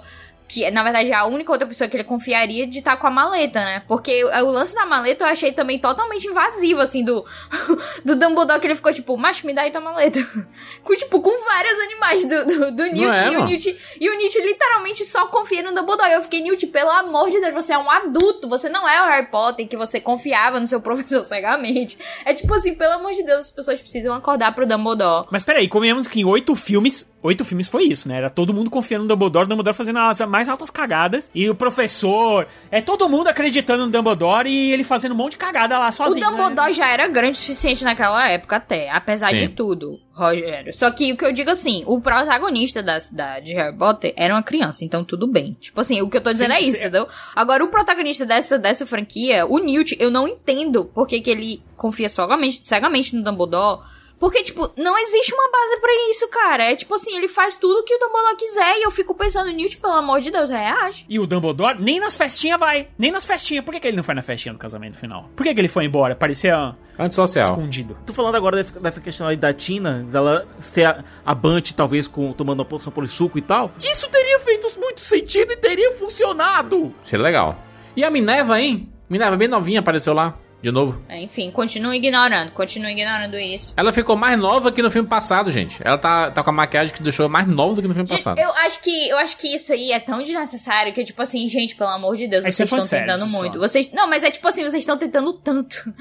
que na verdade é a única outra pessoa que ele confiaria de estar com a maleta, né? Porque o lance da maleta eu achei também totalmente invasivo, assim, do Dumbledore, que ele ficou tipo, macho, me dá aí tua maleta. com vários animais do Newt, e o Newt literalmente só confia no Dumbledore. Eu fiquei, Newt, pelo amor de Deus, você é um adulto, você não é o Harry Potter, que você confiava no seu professor cegamente. É tipo assim, pelo amor de Deus, as pessoas precisam acordar pro Dumbledore. Mas peraí, convenhamos que em 8 filmes foi isso, né? Era todo mundo confiando no Dumbledore fazendo as mais altas cagadas, e o professor, todo mundo acreditando no Dumbledore e ele fazendo um monte de cagada lá sozinho. O Dumbledore, né? já era grande o suficiente naquela época até, apesar de tudo, Rogério. Só que o que eu digo assim, o protagonista de Harry Potter era uma criança, então tudo bem. Tipo assim, o que eu tô dizendo é isso, entendeu? Agora, o protagonista dessa franquia, o Newt, eu não entendo por que ele confia cegamente no Dumbledore. Porque, tipo, não existe uma base pra isso, cara. É tipo assim, ele faz tudo que o Dumbledore quiser e eu fico pensando, Newt, pelo amor de Deus, reage. E o Dumbledore nem nas festinhas vai. Nem nas festinhas. Por que ele não foi na festinha do casamento final? Por que ele foi embora? Parecia antissocial. Escondido. Tô falando agora dessa questão aí da Tina, dela ser a Bunty, talvez, tomando a poção polissuco e tal. Isso teria feito muito sentido e teria funcionado. Seria legal. E a Minerva, hein? Minerva bem novinha, apareceu lá. De novo. Enfim, continua ignorando isso. Ela ficou mais nova que no filme passado, gente. Ela tá com a maquiagem que deixou mais nova do que no filme passado. Eu acho que isso aí é tão desnecessário que, tipo assim, gente, pelo amor de Deus, vocês estão tentando muito. Não, mas é tipo assim, vocês estão tentando tanto.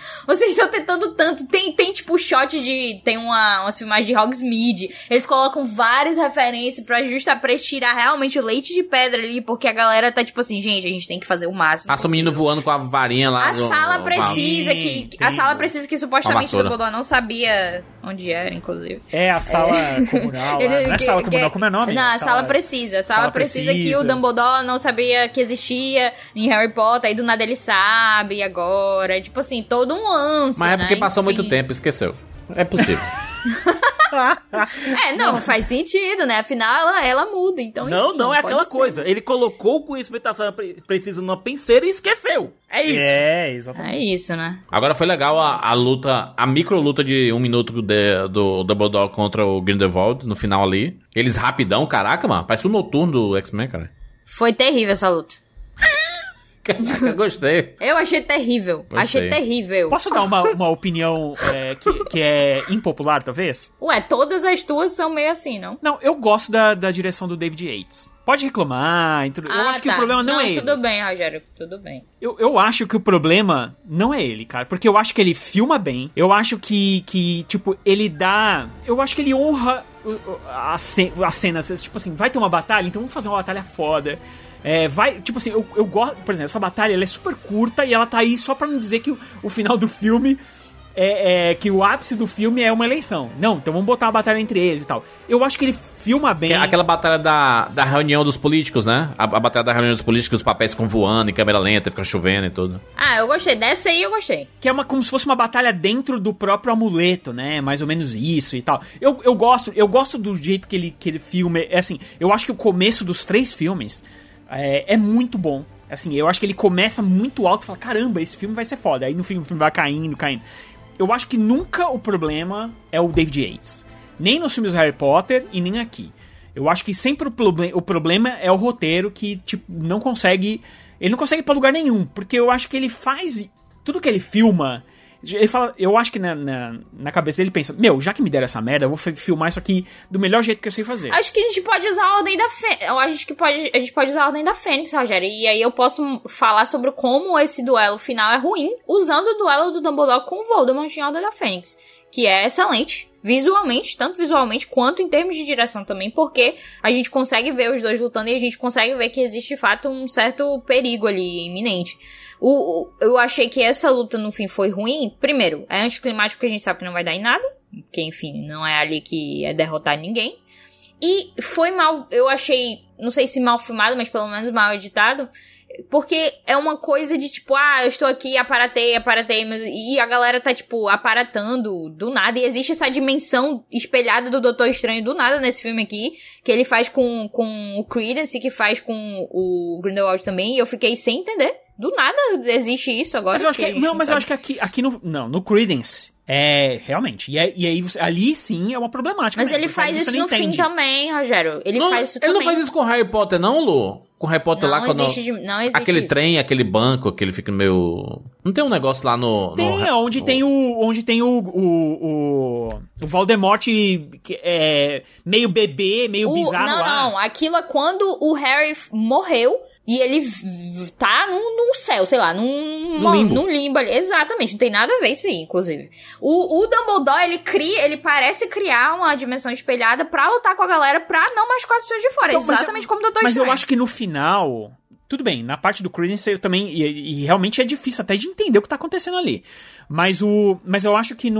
Tem tipo, shot de... Tem umas filmagens de Hogsmeade. Eles colocam várias referências pra tirar realmente o leite de pedra ali, porque a galera tá tipo assim, gente, a gente tem que fazer o máximo. Passa o menino voando com a varinha lá. A sala precisa que supostamente o Dumbledore não sabia onde era, inclusive. É a sala comunal. Não é sala comunal, como é o nome? Não, a sala precisa que o Dumbledore não sabia que existia em Harry Potter, aí do nada ele sabe agora. Tipo assim, todo um lance. Mas é porque passou muito tempo, esqueceu. É possível. Não, faz sentido, né? Afinal, ela muda, então enfim, não é aquela coisa. Ele colocou o conhecimento da sala precisa numa penseira e esqueceu. É isso. É, exatamente. É isso, né? Agora foi legal a luta, a micro luta de 1 minuto do Dumbledore contra o Grindelwald no final ali. Eles rapidão, caraca, mano. Parece o Noturno do X-Men, cara. Foi terrível essa luta. Caraca, gostei. Eu achei terrível. Achei terrível. Posso dar uma opinião que é impopular, talvez? Ué, todas as tuas são meio assim, não? Não, eu gosto da direção do David Yates. Pode reclamar. Eu acho que o problema não é ele. Tudo bem, Rogério, tudo bem. Eu acho que o problema não é ele, cara. Porque eu acho que ele filma bem. Eu acho que tipo, ele dá... Eu acho que ele honra as cenas. Tipo assim, vai ter uma batalha, então vamos fazer uma batalha foda. Tipo assim, eu gosto... Por exemplo, essa batalha, ela é super curta e ela tá aí só pra não dizer que o final do filme... que o ápice do filme é uma eleição. Não, então vamos botar uma batalha entre eles e tal. Eu acho que ele filma bem. Aquela batalha da reunião dos políticos, né? A batalha da reunião dos políticos, os papéis ficam voando em câmera lenta, fica chovendo e tudo. Eu gostei. Dessa aí eu gostei. Que é como se fosse uma batalha dentro do próprio amuleto, né? Mais ou menos isso e tal. Eu gosto do jeito que ele filma. Assim, eu acho que o começo dos 3 filmes é muito bom. Assim, eu acho que ele começa muito alto e fala, caramba, esse filme vai ser foda. Aí no filme o filme vai caindo. Eu acho que nunca o problema é o David Yates. Nem nos filmes do Harry Potter e nem aqui. Eu acho que sempre o problema é o roteiro que, tipo, não consegue... Ele não consegue ir pra lugar nenhum. Porque eu acho que ele faz... Tudo que ele filma... Ele fala... Eu acho que na cabeça dele pensa... já que me deram essa merda, eu vou filmar isso aqui do melhor jeito que eu sei fazer. Acho que a gente pode usar a Ordem da Fênix. Eu acho que a gente pode usar a Ordem da Fênix, Rogério. E aí eu posso falar sobre como esse duelo final é ruim, usando o duelo do Dumbledore com o Voldemort em Ordem da Fênix. Que é excelente. Visualmente, tanto visualmente quanto em termos de direção também, porque a gente consegue ver os dois lutando e a gente consegue ver que existe de fato um certo perigo ali iminente. Eu achei que essa luta no fim foi ruim. Primeiro, é anticlimático porque a gente sabe que não vai dar em nada, porque enfim, não é ali que é derrotar ninguém. E foi mal, eu achei, não sei se mal filmado, mas pelo menos mal editado, porque é uma coisa de tipo, eu estou aqui, aparatei, e a galera tá tipo, aparatando do nada, e existe essa dimensão espelhada do Doutor Estranho do nada nesse filme aqui, que ele faz com o Credence e que faz com o Grindelwald também, e eu fiquei sem entender. Do nada existe isso agora. Mas eu acho que, eu acho que aqui no Credence Realmente. E aí, ali sim é uma problemática. Mas ele faz isso no fim também, Rogério. Ele faz isso também. Ele não faz isso com Harry Potter, não, Lu? Com Harry Potter lá, quando... Não existe aquele isso. trem, aquele banco, que ele fica meio... Não tem um negócio lá no... Tem, onde tem o Voldemort meio bebê, meio bizarro lá. Não. Aquilo é quando o Harry morreu e ele tá num céu, sei lá, num limbo ali. Exatamente, não tem nada a ver isso aí, inclusive. O Dumbledore, ele parece criar uma dimensão espelhada pra lutar com a galera, pra não machucar as pessoas de fora. Então, exatamente como o Doutor Estranho. Mas eu acho que no final... Tudo bem, na parte do Credence eu também... E realmente é difícil até de entender o que tá acontecendo ali. Mas eu acho que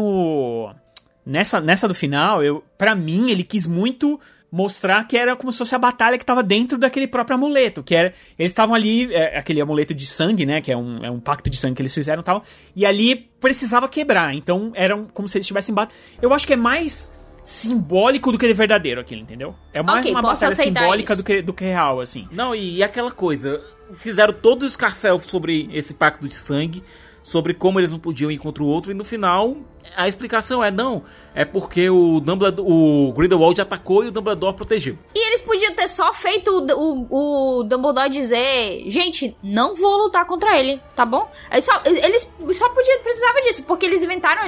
nessa do final, pra mim, ele quis muito mostrar que era como se fosse a batalha que tava dentro daquele próprio amuleto. Que era... Eles estavam ali... aquele amuleto de sangue, né? Que é um pacto de sangue que eles fizeram e tal. E ali precisava quebrar. Então, era como se eles estivessem... Eu acho que é mais... simbólico do que verdadeiro aquilo, entendeu? É mais uma batalha simbólica do que real, assim. Não, e aquela coisa, fizeram todo o escarcéu sobre esse pacto de sangue, sobre como eles não podiam ir contra o outro, e no final a explicação é porque o Grindelwald atacou e o Dumbledore protegeu. E eles podiam ter só feito o Dumbledore dizer, gente, não vou lutar contra ele, tá bom? Eles só precisavam disso, porque eles inventaram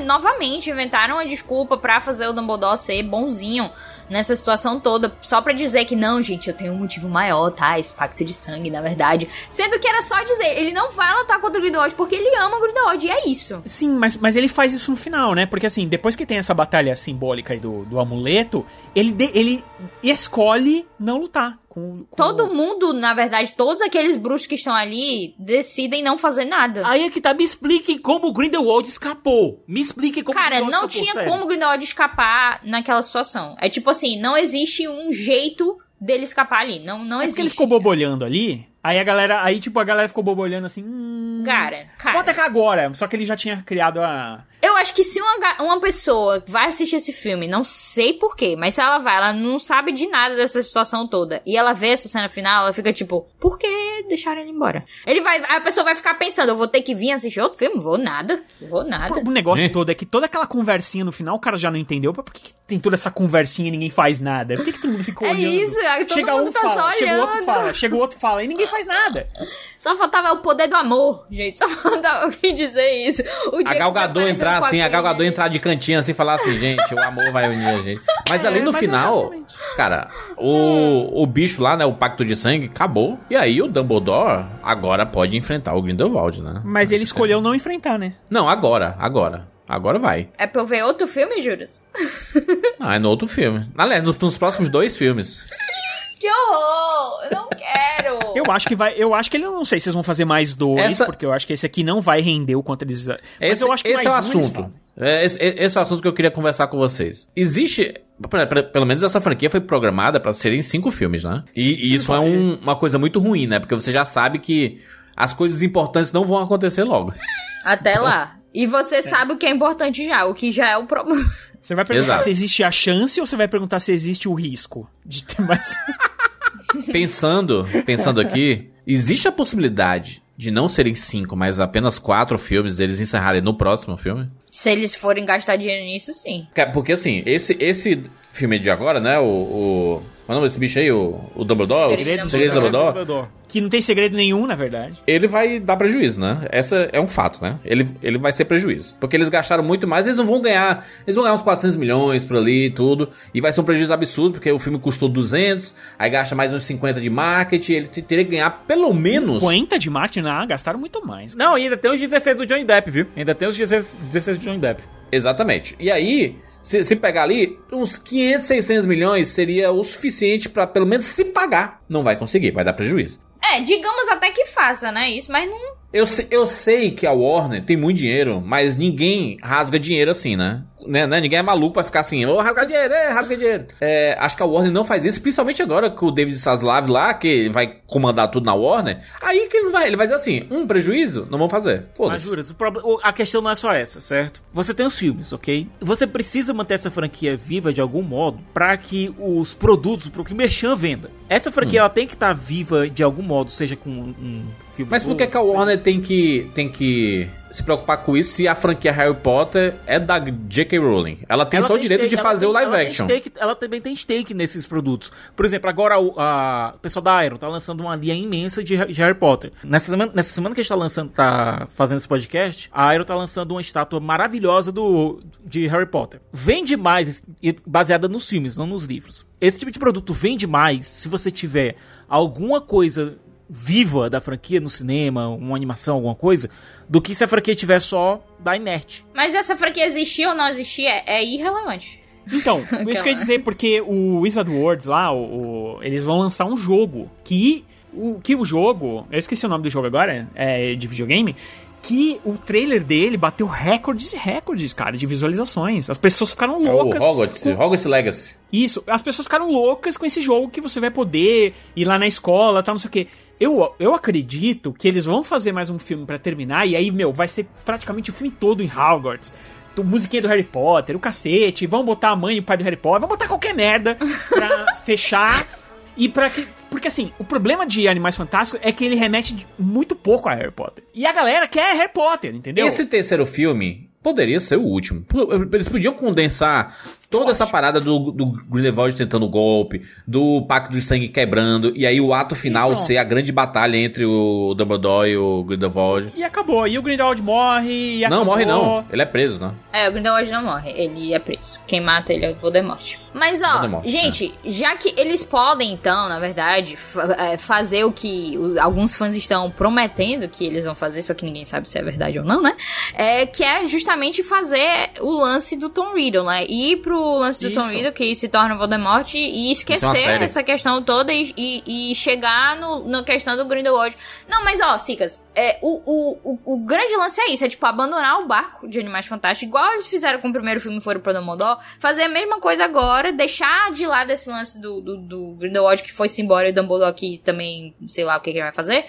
uma desculpa pra fazer o Dumbledore ser bonzinho nessa situação toda, só pra dizer que não, gente, eu tenho um motivo maior, tá? Esse pacto de sangue, na verdade. Sendo que era só dizer, ele não vai lutar contra o Grindelwald porque ele ama o Grindelwald, e é isso. Sim, mas ele faz isso no final, né? Porque assim, depois que tem essa batalha simbólica aí do amuleto, ele escolhe não lutar. Todo mundo, na verdade, todos aqueles bruxos que estão ali decidem não fazer nada. Aí é que tá, me expliquem como o Grindelwald escapou. Me expliquem como o Grindelwald escapou. Cara, não tinha como o Grindelwald escapar naquela situação. É tipo assim, não existe um jeito dele escapar ali. Não existe. Porque ele ficou bobolhando ali, aí a galera ficou bobolhando assim... Cara... Vou atacar agora, só que ele já tinha criado a... Eu acho que se uma pessoa vai assistir esse filme, não sei porquê, mas se ela não sabe de nada dessa situação toda, e ela vê essa cena final, ela fica tipo, por que deixaram ele embora? A pessoa vai ficar pensando, eu vou ter que vir assistir outro filme? Vou nada. O negócio todo é que toda aquela conversinha no final, o cara já não entendeu, por que tem toda essa conversinha e ninguém faz nada? Por que todo mundo ficou olhando? É isso, todo mundo tá só olhando. Chega o outro fala, e ninguém faz nada. Só faltava o poder do amor, gente, só faltava alguém dizer isso. A Gal Gadot entrar de cantinho assim e falar assim, gente, o amor vai unir a gente. Mas ali no final, cara, o bicho lá, né, o pacto de sangue, acabou. E aí o Dumbledore agora pode enfrentar o Grindelwald, né? Mas ele escolheu não enfrentar, né? Não, agora vai. É pra eu ver outro filme, Juras? Não, é no outro filme. Aliás, nos próximos 2 filmes. Que horror! Eu não quero! Eu acho que ele não sei se vocês vão fazer mais 2, porque eu acho que esse aqui não vai render o quanto eles... Esse é o assunto. Esse é o assunto que eu queria conversar com vocês. Existe... Pelo menos essa franquia foi programada pra serem 5 filmes, né? E isso é uma coisa muito ruim, né? Porque você já sabe que as coisas importantes não vão acontecer logo. Até lá. E você sabe o que é importante já, o que já é o problema. Você vai perguntar se existe a chance ou você vai perguntar se existe o risco de ter mais... Pensando aqui, existe a possibilidade de não serem 5, mas apenas 4 filmes, eles encerrarem no próximo filme? Se eles forem gastar dinheiro nisso, sim. Porque assim, esse filme de agora, né, qual é o nome desse bicho aí? O Dumbledore? O Segredo do Dumbledore? Que não tem segredo nenhum, na verdade. Ele vai dar prejuízo, né? Essa é um fato, né? Ele vai ser prejuízo. Porque eles gastaram muito mais, eles vão ganhar uns 400 milhões por ali e tudo. E vai ser um prejuízo absurdo, porque o filme custou 200, aí gasta mais uns 50 de marketing, ele teria que ganhar pelo menos... 50 de marketing? Não, gastaram muito mais. Não, e ainda tem os 16 do Johnny Depp, viu? Ainda tem os 16 do Johnny Depp. Exatamente. E aí... Se pegar ali, uns 500, 600 milhões seria o suficiente pra pelo menos se pagar. Não vai conseguir, vai dar prejuízo. Digamos até que faça, né? Isso, mas não... Eu sei que a Warner tem muito dinheiro, mas ninguém rasga dinheiro assim, né? né, ninguém é maluco pra ficar assim, rasga dinheiro. Acho que a Warner não faz isso, principalmente agora com o David Zaslav lá, que vai comandar tudo na Warner. Aí que ele vai dizer assim, prejuízo? Não vão fazer. Foda-se. Mas, Juras, a questão não é só essa, certo? Você tem os filmes, ok? Você precisa manter essa franquia viva de algum modo pra que os produtos, pro que merchan venda. Essa franquia, ela tem que estar viva de algum modo, seja com um filme... Mas por que a Warner tem que se preocupar com isso se a franquia Harry Potter é da J.K. Rowling? Ela tem só o direito de fazer o live action. Ela também tem stake nesses produtos. Por exemplo, agora o pessoal da Iron tá lançando uma linha imensa de Harry Potter. Nessa semana que a gente tá fazendo esse podcast, a Iron tá lançando uma estátua maravilhosa de Harry Potter. Vende mais, baseada nos filmes, não nos livros. Esse tipo de produto vende mais se você tiver alguma coisa viva da franquia no cinema, uma animação, alguma coisa, do que se a franquia tiver só da inerte. Mas essa franquia existir ou não existir é irrelevante. Então, isso que eu ia dizer, porque o Wizard Words lá, eles vão lançar um jogo o jogo, eu esqueci o nome do jogo agora, de videogame, que o trailer dele bateu recordes, cara, de visualizações. As pessoas ficaram loucas. O Hogwarts Legacy. Isso, as pessoas ficaram loucas com esse jogo que você vai poder ir lá na escola, tal, não sei o quê. Eu acredito que eles vão fazer mais um filme pra terminar, e aí, vai ser praticamente o filme todo em Hogwarts. Musiquinha do Harry Potter, o cacete, vão botar a mãe e o pai do Harry Potter, vão botar qualquer merda pra fechar. E pra que... Porque assim, o problema de Animais Fantásticos é que ele remete muito pouco a Harry Potter. E a galera quer Harry Potter, entendeu? Esse terceiro filme poderia ser o último. Eles podiam condensar toda essa parada do Grindelwald tentando o golpe, do Pacto de Sangue quebrando, e aí o ato final ser a grande batalha entre o Dumbledore e o Grindelwald. E acabou. E o Grindelwald morre, e acabou. Não, morre não. Ele é preso, né? O Grindelwald não morre. Ele é preso. Quem mata ele é o Voldemort. Mas, gente, já que eles podem, então, na verdade, fazer o que alguns fãs estão prometendo que eles vão fazer, só que ninguém sabe se é verdade ou não, né? Que é justamente fazer o lance do Tom Riddle, né? Ir pro lance do Tom Riddle, que se torna o Voldemort, e esquecer essa questão toda e chegar na questão do Grindelwald. Não, mas, Cicas, o grande lance é isso, tipo, abandonar o barco de Animais Fantásticos, igual eles fizeram com o primeiro filme Foram pra Dumbledore, fazer a mesma coisa agora, deixar de lado esse lance do Grindelwald que foi-se embora e o Dumbledore que também, sei lá o que ele vai fazer,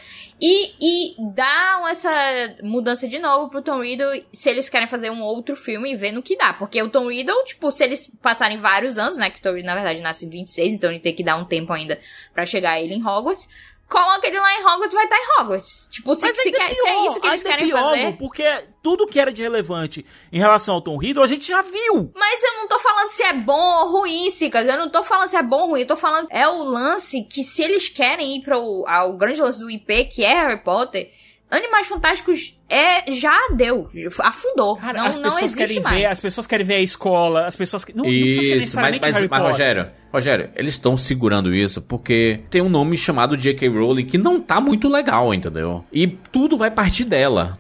e dar essa mudança de novo pro Tom Riddle, se eles querem fazer um outro filme e ver no que dá, porque o Tom Riddle, tipo, se eles passarem vários anos, né, que o Tom Riddle na verdade nasce em 26, então ele tem que dar um tempo ainda pra chegar ele em Hogwarts, coloca ele lá em Hogwarts, vai estar em Hogwarts. Tipo, se é isso que eles querem fazer. Porque tudo que era de relevante em relação ao Tom Riddle, a gente já viu. Mas eu não tô falando se é bom ou ruim, Cicas. Eu não tô falando se é bom ou ruim. Eu tô falando, é o lance que se eles querem ir ao grande lance do IP, que é Harry Potter, Animais Fantásticos já deu, afundou. Cara, não existe mais. As pessoas querem ver a escola, as pessoas... Não precisa ser necessariamente Harry Potter. Rogério, eles estão segurando isso porque tem um nome chamado J.K. Rowling que não tá muito legal, entendeu? E tudo vai partir dela.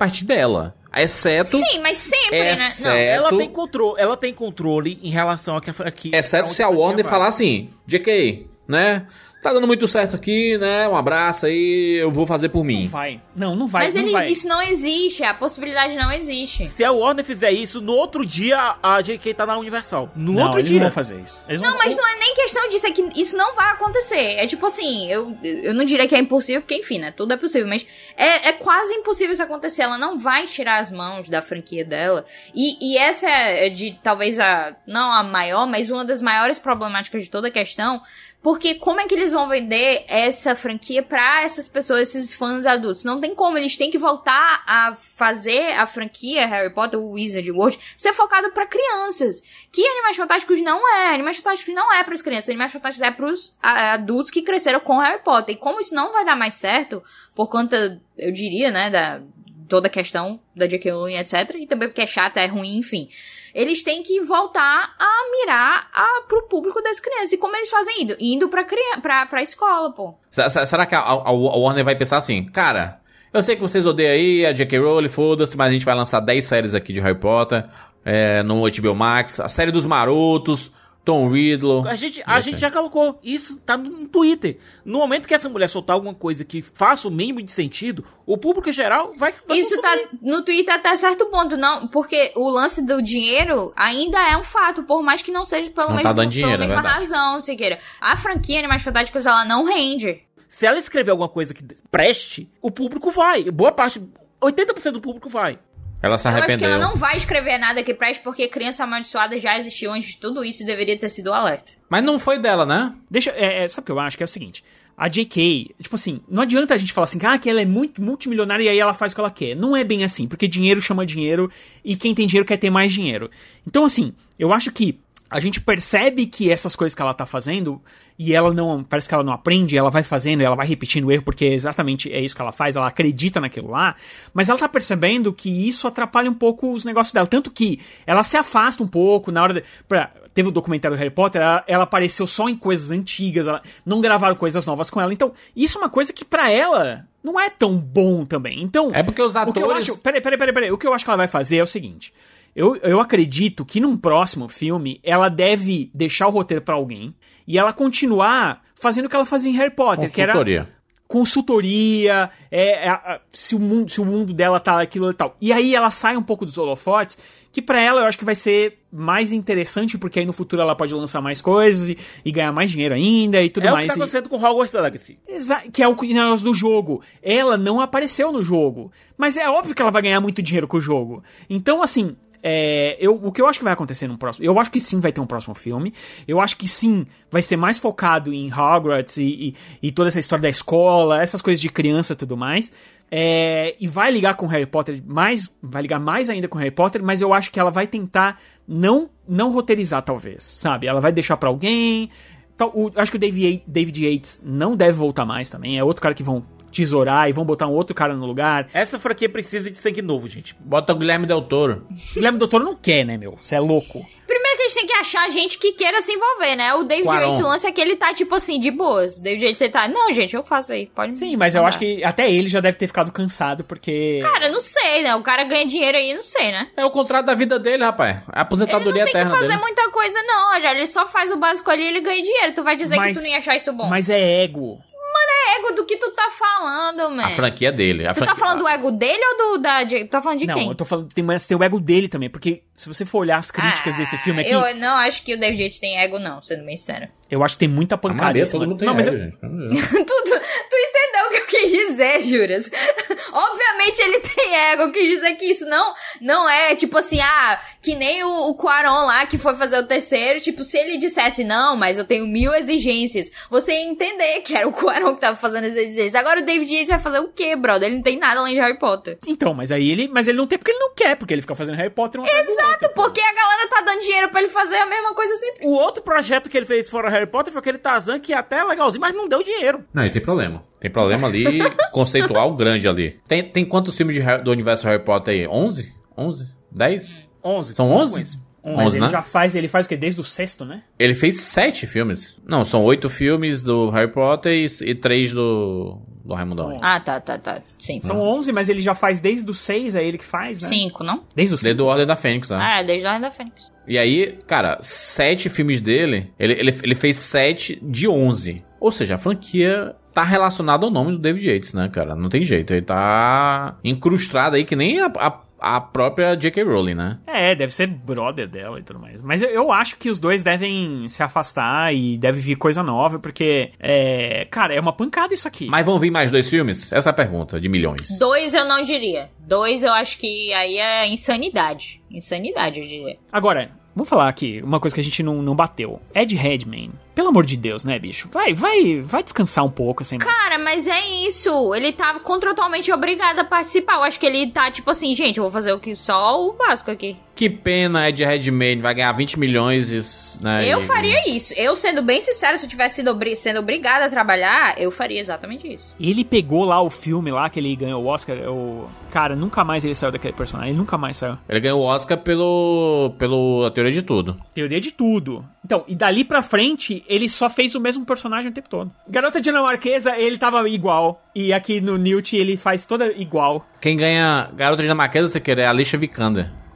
Exceto... Sim, mas sempre, né? Não, ela tem controle em relação a que a franquia... Exceto se a Warner falar assim, J.K., né... Tá dando muito certo aqui, né? Um abraço aí, eu vou fazer por mim. Não vai. Mas isso não existe, a possibilidade não existe. Se a Warner fizer isso, no outro dia a J.K. tá na Universal. Eles não vão fazer isso. Mas não é nem questão disso, é que isso não vai acontecer. É tipo assim, eu não diria que é impossível, porque enfim, né? Tudo é possível, mas é quase impossível isso acontecer. Ela não vai tirar as mãos da franquia dela. E essa é talvez não a maior, mas uma das maiores problemáticas de toda a questão. Porque como é que eles vão vender essa franquia pra essas pessoas, esses fãs adultos? Não tem como, eles têm que voltar a fazer a franquia Harry Potter, o Wizard World, ser focado pra crianças. Que Animais Fantásticos não é. Animais Fantásticos não é pras crianças. Animais Fantásticos é pros adultos que cresceram com Harry Potter. E como isso não vai dar mais certo, por conta, eu diria, né, da toda a questão da J.K. Rowling, etc. E também porque é chato, é ruim, enfim. Eles têm que voltar a mirar pro público das crianças. E como eles fazem indo pra escola, pô. Será que a Warner vai pensar assim, cara, eu sei que vocês odeiam aí a J.K. Rowling, foda-se, mas a gente vai lançar 10 séries aqui de Harry Potter no HBO Max, a série dos Marotos, Tom Riddle. A gente já colocou isso, tá no Twitter. No momento que essa mulher soltar alguma coisa que faça o mínimo de sentido, o público geral vai isso consumir. tá no Twitter até certo ponto, não, porque o lance do dinheiro ainda é um fato, por mais que não seja pela mesma razão, se queira. A franquia Animais Fantásticos, ela não rende. Se ela escrever alguma coisa que preste, o público vai. Boa parte, 80% do público vai. Ela se arrependeu. Eu acho que ela não vai escrever nada que preste, porque Criança Amaldiçoada já existiu antes de tudo isso e deveria ter sido o alerta. Mas não foi dela, né? Sabe o que eu acho? Que é o seguinte, a J.K., tipo assim, não adianta a gente falar assim, que ela é muito multimilionária e aí ela faz o que ela quer. Não é bem assim, porque dinheiro chama dinheiro e quem tem dinheiro quer ter mais dinheiro. Então, assim, eu acho que a gente percebe que essas coisas que ela tá fazendo, e ela não, parece que ela não aprende, ela vai fazendo, ela vai repetindo o erro, porque exatamente é isso que ela faz, ela acredita naquilo lá, mas ela tá percebendo que isso atrapalha um pouco os negócios dela, tanto que ela se afasta um pouco na hora teve o documentário do Harry Potter, ela apareceu só em coisas antigas, não gravaram coisas novas com ela, então isso é uma coisa que pra ela não é tão bom também, então... É porque os atores... Peraí, o que eu acho que ela vai fazer é o seguinte... Eu acredito que num próximo filme ela deve deixar o roteiro pra alguém e ela continuar fazendo o que ela fazia em Harry Potter, que era consultoria, se o mundo dela tá aquilo e tal. E aí ela sai um pouco dos holofotes, que pra ela eu acho que vai ser mais interessante, porque aí no futuro ela pode lançar mais coisas e ganhar mais dinheiro ainda e tudo mais. É o que tá acontecendo com Hogwarts Legacy. Que é o negócio do jogo. Ela não apareceu no jogo, mas é óbvio que ela vai ganhar muito dinheiro com o jogo. Então, assim... o que eu acho que vai acontecer no próximo... Eu acho que sim vai ter um próximo filme. Eu acho que sim vai ser mais focado em Hogwarts e toda essa história da escola, essas coisas de criança e tudo mais. E vai ligar com Harry Potter vai ligar mais ainda com Harry Potter, mas eu acho que ela vai tentar não roteirizar, talvez, sabe? Ela vai deixar pra alguém... Acho que o David Yates não deve voltar mais também. É outro cara que vão tesourar e vão botar um outro cara no lugar. Essa franquia precisa de sangue novo, gente. Bota o Guilherme Del Toro. Guilherme Del Toro não quer, né, meu? Você é louco. Primeiro que a gente tem que achar gente que queira se envolver, né? O David Yates, o lance é que ele tá, tipo assim, de boas. O David Yates, ele tá... Não, gente, eu faço aí. Pode. Sim, mas eu acho que até ele já deve ter ficado cansado, porque... Cara, não sei, né? O cara ganha dinheiro aí, não sei, né? É o contrato da vida dele, rapaz. A aposentadoria eterna dele. Ele não tem que fazer muita coisa, não, já. Ele só faz o básico ali e ele ganha dinheiro. Tu vai dizer que tu não ia achar isso bom. Mas é ego. Ego do que tu tá falando, man. A franquia dele. Tu tá falando do ego dele ou tu tá falando de quem? Não, eu tô falando, tem o ego dele também, porque se você for olhar as críticas desse filme aqui... Eu não acho que o David Yates tem ego, não, sendo bem sério. Eu acho que tem muita pancada. Todo mundo tem ego, gente. Tu entendeu o que eu quis dizer, Juras? Obviamente ele tem ego, eu quis dizer que isso não é, tipo assim, que nem o Cuarón lá, que foi fazer o terceiro, tipo, se ele dissesse, não, mas eu tenho 1000 exigências, você ia entender que era o Cuarón que tava fazendo as exigências. Agora o David Yates vai fazer o quê, brother? Ele não tem nada além de Harry Potter. Então, mas ele não tem porque ele não quer, porque ele fica fazendo Harry Potter Exato, porque a galera tá dando dinheiro pra ele fazer a mesma coisa sempre. O outro projeto que ele fez fora Harry Potter foi aquele Tarzan que até é legalzinho, mas não deu dinheiro. Não, e tem problema. Tem problema ali, conceitual grande ali. Tem quantos filmes do universo Harry Potter aí? 11? 11? 10? 11. São 11? Mas ele já faz o quê? Desde o 6º, né? Ele fez 7 filmes. Não, são 8 filmes do Harry Potter e 3 do Raimundão. Tá. Sim. São 11, mas ele já faz desde o 6, é ele que faz, né? 5, não? Desde o 5. Desde o Ordem da Fênix, né? Desde a Ordem da Fênix. E aí, cara, 7 filmes dele, ele fez 7 de 11. Ou seja, a franquia tá relacionada ao nome do David Yates, né, cara? Não tem jeito, ele tá incrustado aí que nem a própria J.K. Rowling, né? Deve ser brother dela e tudo mais. Mas eu acho que os dois devem se afastar e deve vir coisa nova, porque, cara, é uma pancada isso aqui. Mas vão vir mais 2 filmes? Essa é a pergunta, de milhões. 2 eu não diria. 2 eu acho que aí é insanidade. Insanidade, eu diria. Agora, vamos falar aqui uma coisa que a gente não bateu. Ed Redmayne. Pelo amor de Deus, né, bicho? Vai descansar um pouco, assim. Cara, mas é isso. Ele tá contratualmente obrigado a participar. Eu acho que ele tá, tipo assim, gente, eu vou fazer só o básico aqui. Que pena, Ed Redmayne vai ganhar 20 milhões, né? Eu faria isso. Eu, sendo bem sincero, se eu tivesse sendo obrigado a trabalhar, eu faria exatamente isso. Ele pegou lá o filme lá, que ele ganhou o Oscar, cara, nunca mais ele saiu daquele personagem, ele nunca mais saiu. Ele ganhou o Oscar pelo Teoria de Tudo. Teoria de Tudo. Então, e dali pra frente, ele só fez o mesmo personagem o tempo todo. Garota Dinamarquesa, ele tava igual. E aqui no Newt, ele faz toda igual. Quem ganha Garota Dinamarquesa, você quer, é a Alicia Vikander.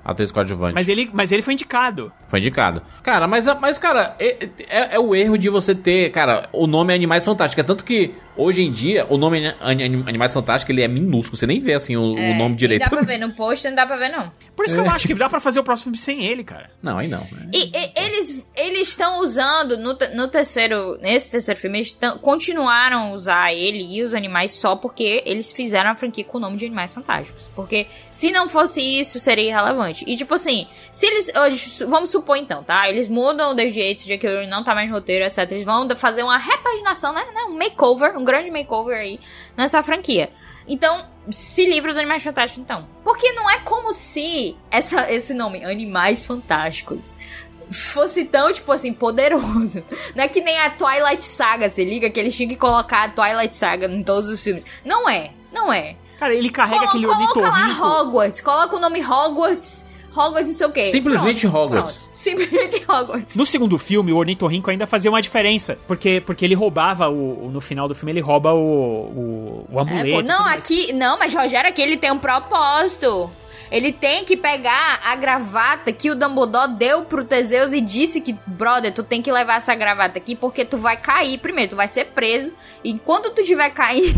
Atriz coadjuvante. Mas ele foi indicado. Foi indicado. Cara, mas cara, é o erro de você ter, cara, o nome Animais Fantásticos. É tanto que, hoje em dia, o nome Animais Fantásticos, ele é minúsculo. Você nem vê, assim, o nome direito. Não dá pra ver no post, não dá pra ver, não. Por isso que eu acho que dá pra fazer o próximo filme sem ele, cara. Não, aí não. E eles estão usando, nesse terceiro filme, eles continuaram a usar ele e os animais só porque eles fizeram a franquia com o nome de Animais Fantásticos. Porque se não fosse isso, seria irrelevante. E tipo assim, se eles, vamos supor então, tá? Eles mudam o David Yates, J.K. Rowling não tá mais no roteiro, etc. Eles vão fazer uma repaginação, né? Um makeover, um grande makeover aí nessa franquia. Então, se livra dos Animais Fantásticos, então. Porque não é como se esse nome, Animais Fantásticos, fosse tão, tipo assim, poderoso. Não é que nem a Twilight Saga, se liga, que eles tinham que colocar a Twilight Saga em todos os filmes. Não é. Cara, ele carrega aquele ornitorrinco. Coloca lá Hogwarts, coloca o nome Hogwarts não sei o quê. Simplesmente Hogwarts. Pronto. Simplesmente Hogwarts. No segundo filme, o ornitorrinco ainda fazia uma diferença. Porque ele roubava, no final do filme, ele rouba o amuleto. Mas Rogério, aqui ele tem um propósito. Ele tem que pegar a gravata que o Dumbledore deu pro Teseus e disse que, brother, tu tem que levar essa gravata aqui porque tu vai cair primeiro, tu vai ser preso. E enquanto tu estiver caindo,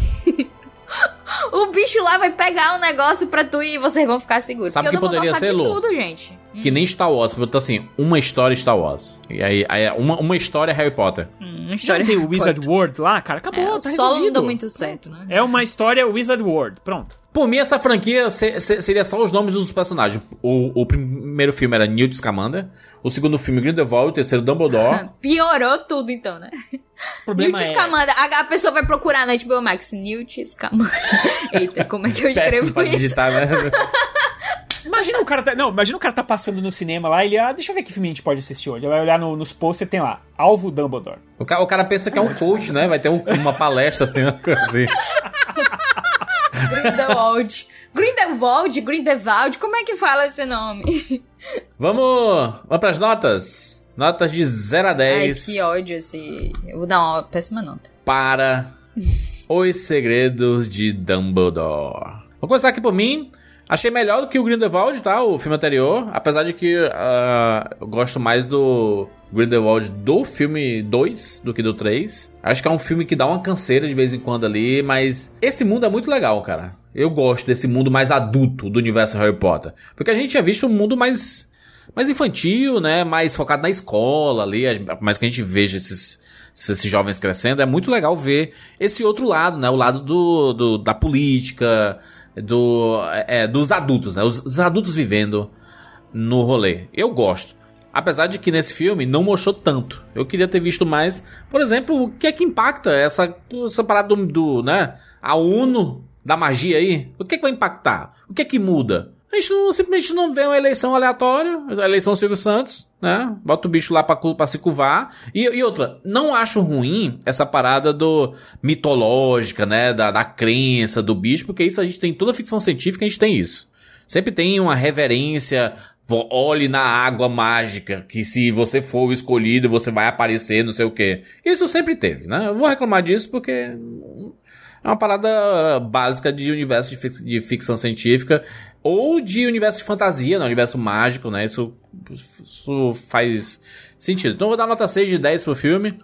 o bicho lá vai pegar um negócio pra tu e vocês vão ficar seguros. Sabe que poderia ser, Lô? Tudo, gente. Que nem Star Wars, botar assim, uma história Star Wars. E aí uma história Harry Potter. Uma história não tem o Wizard World lá, cara? Acabou, tá só resolvido. Não deu muito certo, né? É uma história Wizard World, pronto. Por mim, essa franquia seria só os nomes dos personagens. O primeiro filme era Newt Scamander, o segundo filme Grindelwald, o terceiro Dumbledore. Piorou tudo, então, né? Newt Scamander, a pessoa vai procurar na HBO Max, Newt Scamander. Eita, como é que eu escrevo pra isso? digitar, né? Imagina o cara tá passando no cinema lá, ele, deixa eu ver que filme a gente pode assistir hoje. Ele vai olhar nos posters, tem lá, Alvo Dumbledore. O cara pensa que é um coach, né? Vai ter uma palestra, assim, uma coisa assim. Grindelwald, como é que fala esse nome? Vamos pras notas? Notas de 0 a 10. Ai, que ódio eu vou dar uma péssima nota. Para Os Segredos de Dumbledore. Vou começar aqui por mim. Achei melhor do que o Grindelwald, tá? O filme anterior. Apesar de que eu gosto mais do Grindelwald do filme 2 do que do 3. Acho que é um filme que dá uma canseira de vez em quando ali, mas esse mundo é muito legal, cara. Eu gosto desse mundo mais adulto do universo Harry Potter. Porque a gente tinha visto um mundo mais infantil, né? Mais focado na escola ali. Mais que a gente veja esses jovens crescendo. É muito legal ver esse outro lado, né? O lado da política, dos adultos, né? Os adultos vivendo no rolê. Eu gosto. Apesar de que nesse filme não mostrou tanto. Eu queria ter visto mais, por exemplo, o que é que impacta essa parada né? A ONU da magia aí. O que é que vai impactar? O que é que muda? A gente simplesmente não vê uma eleição aleatória, a eleição Silvio Santos, né? Bota o bicho lá pra se curvar. E outra, não acho ruim essa parada mitológica, né? Da crença do bicho, porque isso a gente tem, toda a ficção científica a gente tem isso. Sempre tem uma reverência, olhe na água mágica, que se você for o escolhido, você vai aparecer, não sei o quê. Isso sempre teve, né? Eu vou reclamar disso porque é uma parada básica de universo de ficção científica ou de universo de fantasia, né? Universo mágico, né? Isso faz sentido. Então eu vou dar nota 6 de 10 pro filme.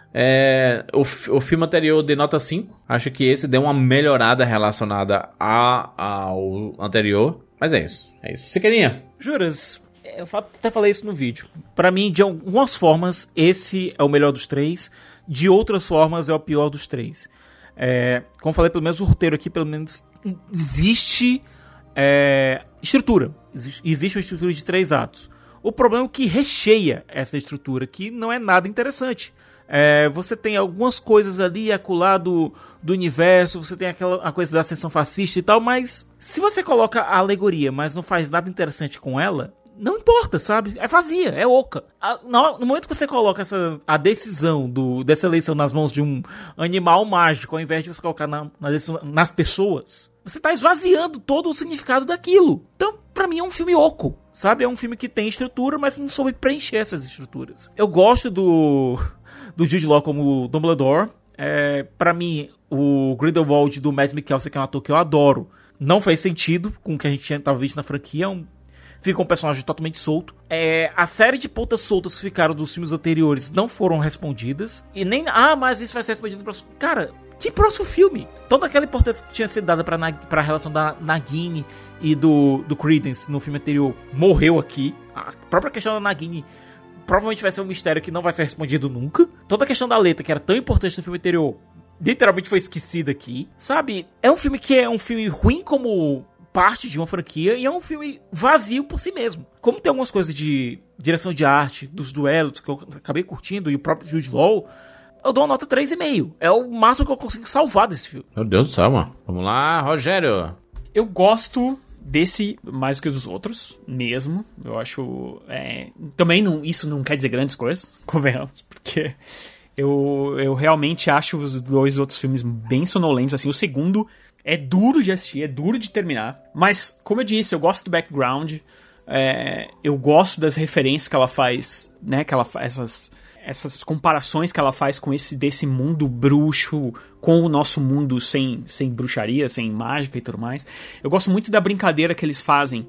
O filme anterior de nota 5. Acho que esse deu uma melhorada relacionada ao anterior. Mas é isso. Siqueirinha. Juras, eu até falei isso no vídeo. Pra mim, de algumas formas, esse é o melhor dos três. De outras formas, é o pior dos três. Como falei, pelo menos o roteiro aqui, pelo menos existe estrutura. Existe uma estrutura de 3 atos. O problema é que recheia essa estrutura, que não é nada interessante. Você tem algumas coisas ali, acolá do universo, você tem a coisa da ascensão fascista e tal, mas se você coloca a alegoria, mas não faz nada interessante com ela, não importa, sabe? É vazia, é oca. No momento que você coloca a decisão dessa eleição nas mãos de um animal mágico, ao invés de você colocar nas pessoas, você tá esvaziando todo o significado daquilo. Então, pra mim é um filme oco, sabe? É um filme que tem estrutura, mas não soube preencher essas estruturas. Eu gosto do Jude Law como Dumbledore. Pra mim, o Grindelwald do Mads Mikkelsen, que é um ator que eu adoro, não faz sentido com o que a gente tava vendo na franquia. fica um personagem totalmente solto. A série de pontas soltas que ficaram dos filmes anteriores não foram respondidas. E nem, mas isso vai ser respondido no próximo. Cara, que próximo filme? Toda aquela importância que tinha sido dada pra relação da Nagini e do Credence no filme anterior morreu aqui. A própria questão da Nagini provavelmente vai ser um mistério que não vai ser respondido nunca. Toda a questão da letra, que era tão importante no filme anterior, literalmente foi esquecida aqui. Sabe? É um filme que é um filme ruim como parte de uma franquia e é um filme vazio por si mesmo. Como tem algumas coisas de direção de arte, dos duelos que eu acabei curtindo, e o próprio Jude Law, eu dou uma nota 3,5. É o máximo que eu consigo salvar desse filme. Meu Deus do céu, mano. Vamos lá, Rogério. Eu gosto desse mais do que dos outros, mesmo. Eu acho... também isso não quer dizer grandes coisas, convenhamos, porque eu realmente acho os dois outros filmes bem sonolentos, assim. O segundo é duro de assistir, é duro de terminar, mas, como eu disse, eu gosto do background, eu gosto das referências que ela faz, né, que ela faz essas comparações que ela faz com desse mundo bruxo com o nosso mundo sem bruxaria, sem mágica e tudo mais. Eu gosto muito da brincadeira que eles fazem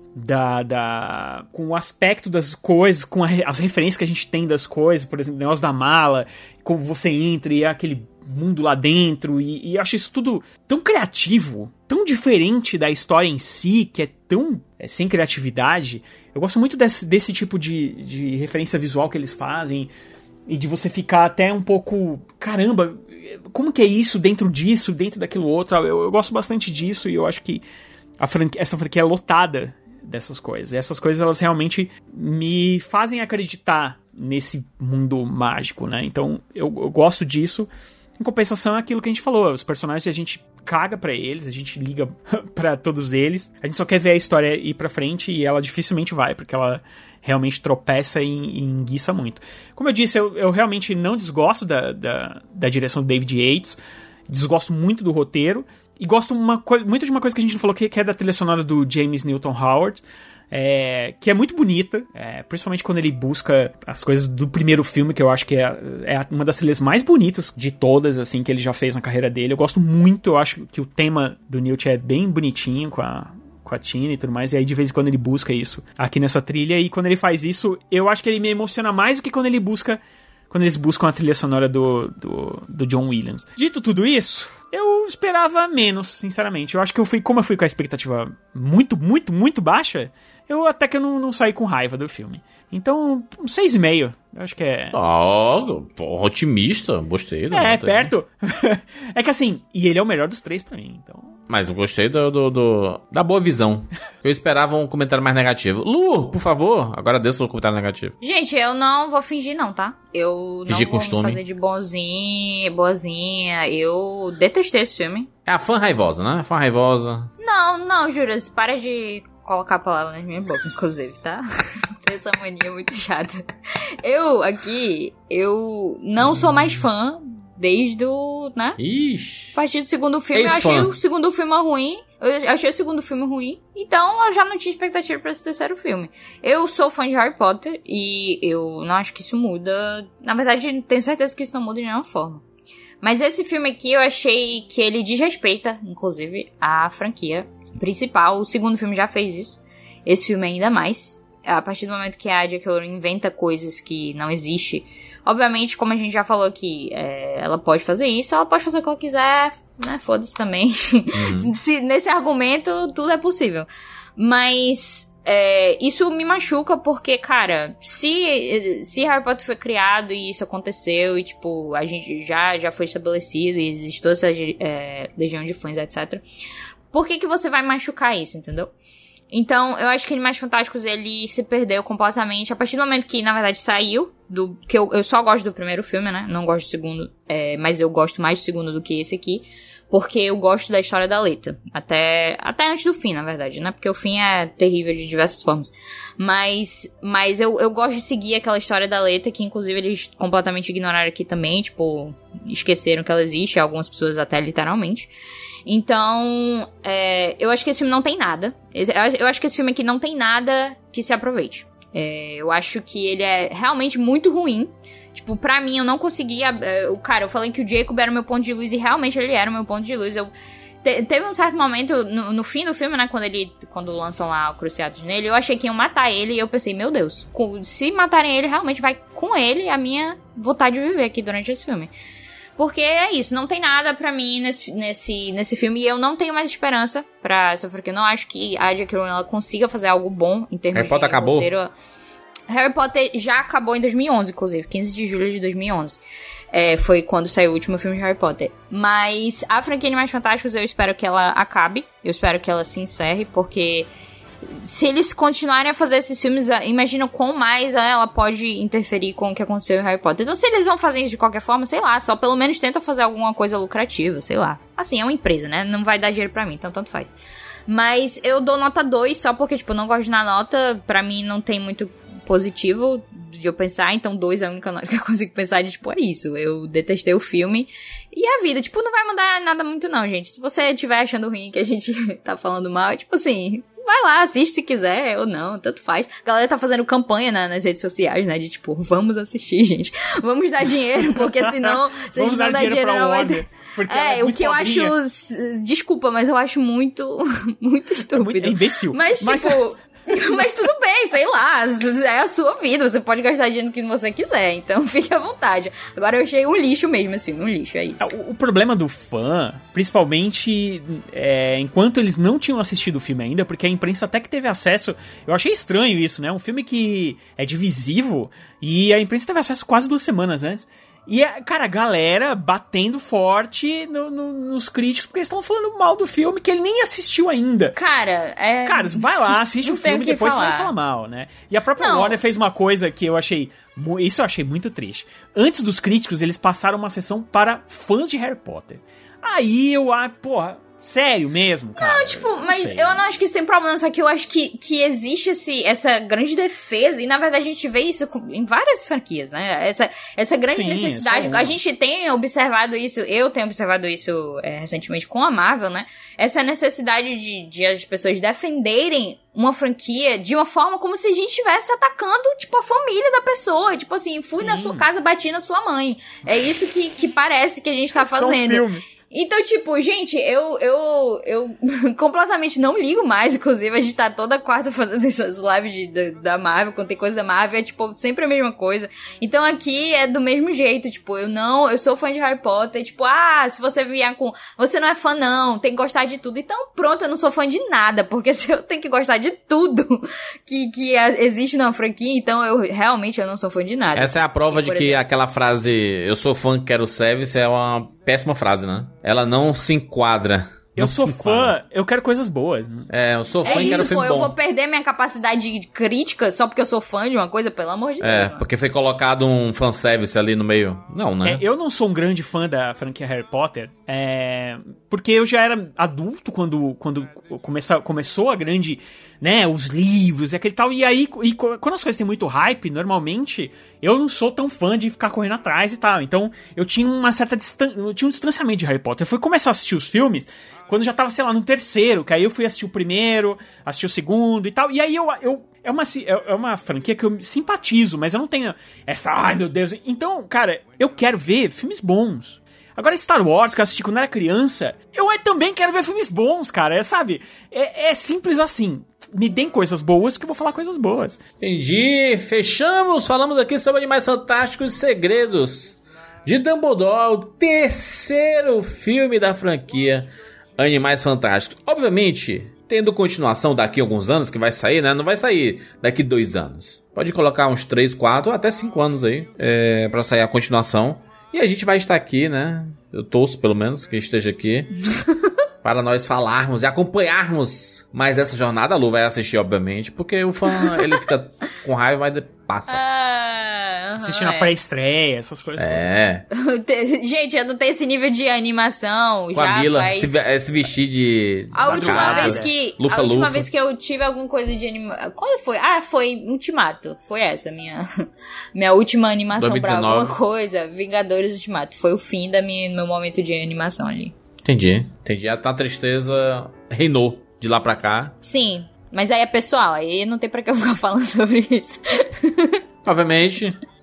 com o aspecto das coisas, com as referências que a gente tem das coisas, por exemplo, o negócio da mala, como você entra e é aquele mundo lá dentro, e eu acho isso tudo tão criativo, tão diferente da história em si, que é tão sem criatividade. Eu gosto muito desse tipo de referência visual que eles fazem, e de você ficar até um pouco, caramba, como que é isso dentro disso, dentro daquilo outro. Eu gosto bastante disso, e eu acho que essa franquia é lotada dessas coisas. E essas coisas, elas realmente me fazem acreditar nesse mundo mágico, né? Então, eu gosto disso. Em compensação, é aquilo que a gente falou, os personagens a gente caga pra eles, a gente liga pra todos eles, a gente só quer ver a história ir pra frente, e ela dificilmente vai, porque ela realmente tropeça e enguiça muito. Como eu disse, eu realmente não desgosto da direção do David Yates, desgosto muito do roteiro, e gosto muito de uma coisa que a gente não falou, que é da trilha sonora do James Newton Howard, que é muito bonita, principalmente quando ele busca as coisas do primeiro filme, que eu acho que é uma das trilhas mais bonitas de todas, assim, que ele já fez na carreira dele. Eu gosto muito, eu acho que o tema do Newt é bem bonitinho, com a Tina e tudo mais, e aí de vez em quando ele busca isso aqui nessa trilha, e quando ele faz isso, eu acho que ele me emociona mais do que quando eles buscam a trilha sonora do John Williams. Dito tudo isso, eu esperava menos, sinceramente. Eu acho que como eu fui com a expectativa muito, muito, muito baixa, até que eu não saí com raiva do filme. Então, 6,5. Eu acho que é... Otimista. Gostei. Perto. É que assim, e ele é o melhor dos três pra mim, então... Mas eu gostei da boa visão. Eu esperava um comentário mais negativo. Lu, por favor, agora desça o comentário negativo. Gente, eu não vou fingir não, tá? Eu fingir não vou costume. Fazer de boazinha. Eu detestei esse filme. É a fã raivosa, né? Fã raivosa. Não, Juras, para de colocar a palavra na minha boca, inclusive, tá? Tem essa mania muito chata. Eu não sou mais fã desde o, né? Ixi. A partir do segundo filme, eu achei o segundo filme ruim. Eu achei o segundo filme ruim. Então, eu já não tinha expectativa pra esse terceiro filme. Eu sou fã de Harry Potter e eu não acho que isso muda. Na verdade, tenho certeza que isso não muda de nenhuma forma. Mas esse filme aqui, eu achei que ele desrespeita, inclusive, a franquia principal. O segundo filme já fez isso. Esse filme ainda mais. A partir do momento que a J.K. Rowling inventa coisas que não existem. Obviamente, como a gente já falou aqui, ela pode fazer isso, ela pode fazer o que ela quiser, né? Foda-se também. Nesse argumento, tudo é possível. Mas isso me machuca porque, cara, se Harry Potter foi criado e isso aconteceu e, tipo, a gente já foi estabelecido e existe toda essa legião de fãs, etc., por que você vai machucar isso, entendeu? Então, eu acho que Animais Fantásticos, ele se perdeu completamente a partir do momento que, na verdade, saiu que eu só gosto do primeiro filme, né? Não gosto do segundo, mas eu gosto mais do segundo do que esse aqui, porque eu gosto da história da Leta. Até antes do fim, na verdade, né? Porque o fim é terrível de diversas formas. Mas eu gosto de seguir aquela história da Leta, que inclusive eles completamente ignoraram aqui também, tipo, esqueceram que ela existe, algumas pessoas até literalmente. Então, eu acho que esse filme não tem nada. Eu acho que esse filme aqui não tem nada que se aproveite. Eu acho que ele é realmente muito ruim. Tipo, pra mim, eu não conseguia... Cara, eu falei que o Jacob era o meu ponto de luz e realmente ele era o meu ponto de luz. Teve um certo momento, no fim do filme, né, quando lançam lá o Cruciados nele, eu achei que iam matar ele e eu pensei, meu Deus, se matarem ele, realmente vai com ele a minha vontade de viver aqui durante esse filme. Porque é isso, não tem nada pra mim nesse filme e eu não tenho mais esperança pra essa franquia. Eu não acho que a J.K. Rowling ela consiga fazer algo bom em termos Harry Potter acabou? roteiro. Harry Potter já acabou em 2011, inclusive, 15 de julho de 2011. Foi quando saiu o último filme de Harry Potter. Mas a franquia Animais Fantásticos eu espero que ela acabe, eu espero que ela se encerre, porque se eles continuarem a fazer esses filmes, imagina quão mais ela pode interferir com o que aconteceu em Harry Potter. Então se eles vão fazer isso de qualquer forma, sei lá, só pelo menos tenta fazer alguma coisa lucrativa, sei lá. Assim, é uma empresa, né? Não vai dar dinheiro pra mim, então tanto faz. Mas eu dou nota 2 só porque, tipo, eu não gosto de dar nota, pra mim não tem muito positivo de eu pensar, então 2 é a única nota que eu consigo pensar de, tipo, é isso, eu detestei o filme e a vida, tipo, não vai mudar nada muito não, gente, se você estiver achando ruim que a gente tá falando mal, é tipo assim, vai lá, assiste se quiser ou não, tanto faz. A galera tá fazendo campanha nas redes sociais, né, de tipo, vamos assistir, gente, vamos dar dinheiro, porque senão, se a gente não dar dinheiro não vai ter... o que eu acho, desculpa, mas eu acho muito estúpido. É imbecil. Mas tipo... Mas tudo bem, sei lá, é a sua vida, você pode gastar dinheiro no que você quiser, então fique à vontade. Agora eu achei um lixo mesmo esse filme, um lixo, é isso. O problema do fã, principalmente enquanto eles não tinham assistido o filme ainda, porque a imprensa até que teve acesso, eu achei estranho isso, né? Um filme que é divisivo e a imprensa teve acesso quase 2 semanas antes. E, cara, a galera batendo forte nos críticos, porque eles estão falando mal do filme que ele nem assistiu ainda. Cara, vai lá, assiste o filme e depois você vai falar mal, né? E a própria Warner fez uma coisa que eu achei... Isso eu achei muito triste. Antes dos críticos, eles passaram uma sessão para fãs de Harry Potter. Aí eu... porra... Sério mesmo, cara? Não, tipo, mas eu não acho que isso tem problema, só que eu acho que existe essa grande defesa, e na verdade a gente vê isso em várias franquias, né? Essa grande necessidade, a gente tem observado isso, eu tenho observado isso recentemente com a Marvel, né? Essa necessidade de as pessoas defenderem uma franquia de uma forma como se a gente estivesse atacando, tipo, a família da pessoa. Tipo assim, fui na sua casa, bati na sua mãe. É isso que parece que a gente tá fazendo. Só um filme. Então, tipo, gente, eu completamente não ligo mais, inclusive, a gente tá toda quarta fazendo essas lives da Marvel, quando tem coisa da Marvel, é, tipo, sempre a mesma coisa. Então, aqui é do mesmo jeito, tipo, eu sou fã de Harry Potter, tipo, se você vier com... Você não é fã, não, tem que gostar de tudo. Então, pronto, eu não sou fã de nada, porque se eu tenho que gostar de tudo que existe na franquia, então eu não sou fã de nada. Essa é a prova de que aquela frase, eu sou fã, quero service, é uma péssima frase, né? Ela não se enquadra. Eu sou fã, eu quero coisas boas. Né? Eu sou fã e quero filme bom. Eu vou perder minha capacidade de crítica só porque eu sou fã de uma coisa, pelo amor de Deus. Né? Porque foi colocado um fanservice ali no meio. Não, né? Eu não sou um grande fã da franquia Harry Potter, porque eu já era adulto quando começou a grande, né, os livros e aquele tal, e aí, quando as coisas têm muito hype, normalmente, eu não sou tão fã de ficar correndo atrás e tal, então eu tinha um distanciamento de Harry Potter. Eu fui começar a assistir os filmes quando já tava, sei lá, no 3º, que aí eu fui assistir o primeiro, assistir o 2º e tal, e aí é uma franquia que eu simpatizo, mas eu não tenho essa, ai meu Deus, então, cara, eu quero ver filmes bons. Agora Star Wars, que eu assisti quando era criança, eu também quero ver filmes bons, cara, sabe? É simples assim. Me deem coisas boas que eu vou falar coisas boas. Entendi. Falamos aqui sobre Animais Fantásticos e Segredos de Dumbledore, o 3º filme da franquia Animais Fantásticos. Obviamente, tendo continuação daqui a alguns anos, que vai sair, né? Não vai sair daqui 2 anos. Pode colocar uns 3, 4, até 5 anos aí, pra sair a continuação. E a gente vai estar aqui, né? Eu torço, pelo menos, que esteja aqui. Para nós falarmos e acompanharmos mais essa jornada. A Lu vai assistir, obviamente, porque o fã, ele fica com raiva, mas passa. Assistindo a pré-estreia, essas coisas todas. Gente, eu não tenho esse nível de animação. Com já a Mila, faz... se vestir de... A última vez que eu tive alguma coisa de animação... Quando foi? Foi Ultimato. Foi essa minha última animação 2019. Pra alguma coisa. Vingadores Ultimato. Foi o fim do meu momento de animação ali. Entendi. A tristeza reinou de lá pra cá. Sim, mas aí é pessoal. Aí não tem pra que eu ficar falando sobre isso. Obviamente...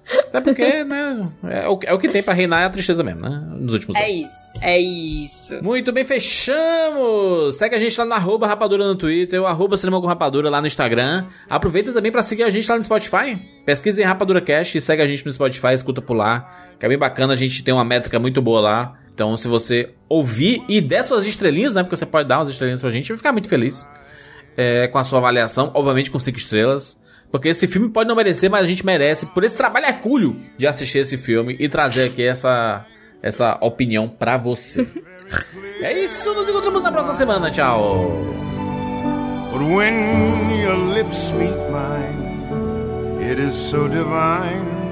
Até porque, né, é o que tem pra reinar é a tristeza mesmo, né, nos últimos anos. É isso. Muito bem, fechamos! Segue a gente lá no @rapadura no Twitter, o @cinema com rapadura lá no Instagram. Aproveita também pra seguir a gente lá no Spotify. Pesquisa em Rapadura Cast e segue a gente no Spotify, escuta por lá. Que é bem bacana, a gente tem uma métrica muito boa lá. Então, se você ouvir e der suas estrelinhas, né, porque você pode dar umas estrelinhas pra gente, eu vou ficar muito feliz com a sua avaliação, obviamente com 5 estrelas. Porque esse filme pode não merecer, mas a gente merece por esse trabalho hercúleo de assistir esse filme e trazer aqui essa opinião pra você. É isso, nos encontramos na próxima semana. Tchau. But when your lips meet mine, it is so divine.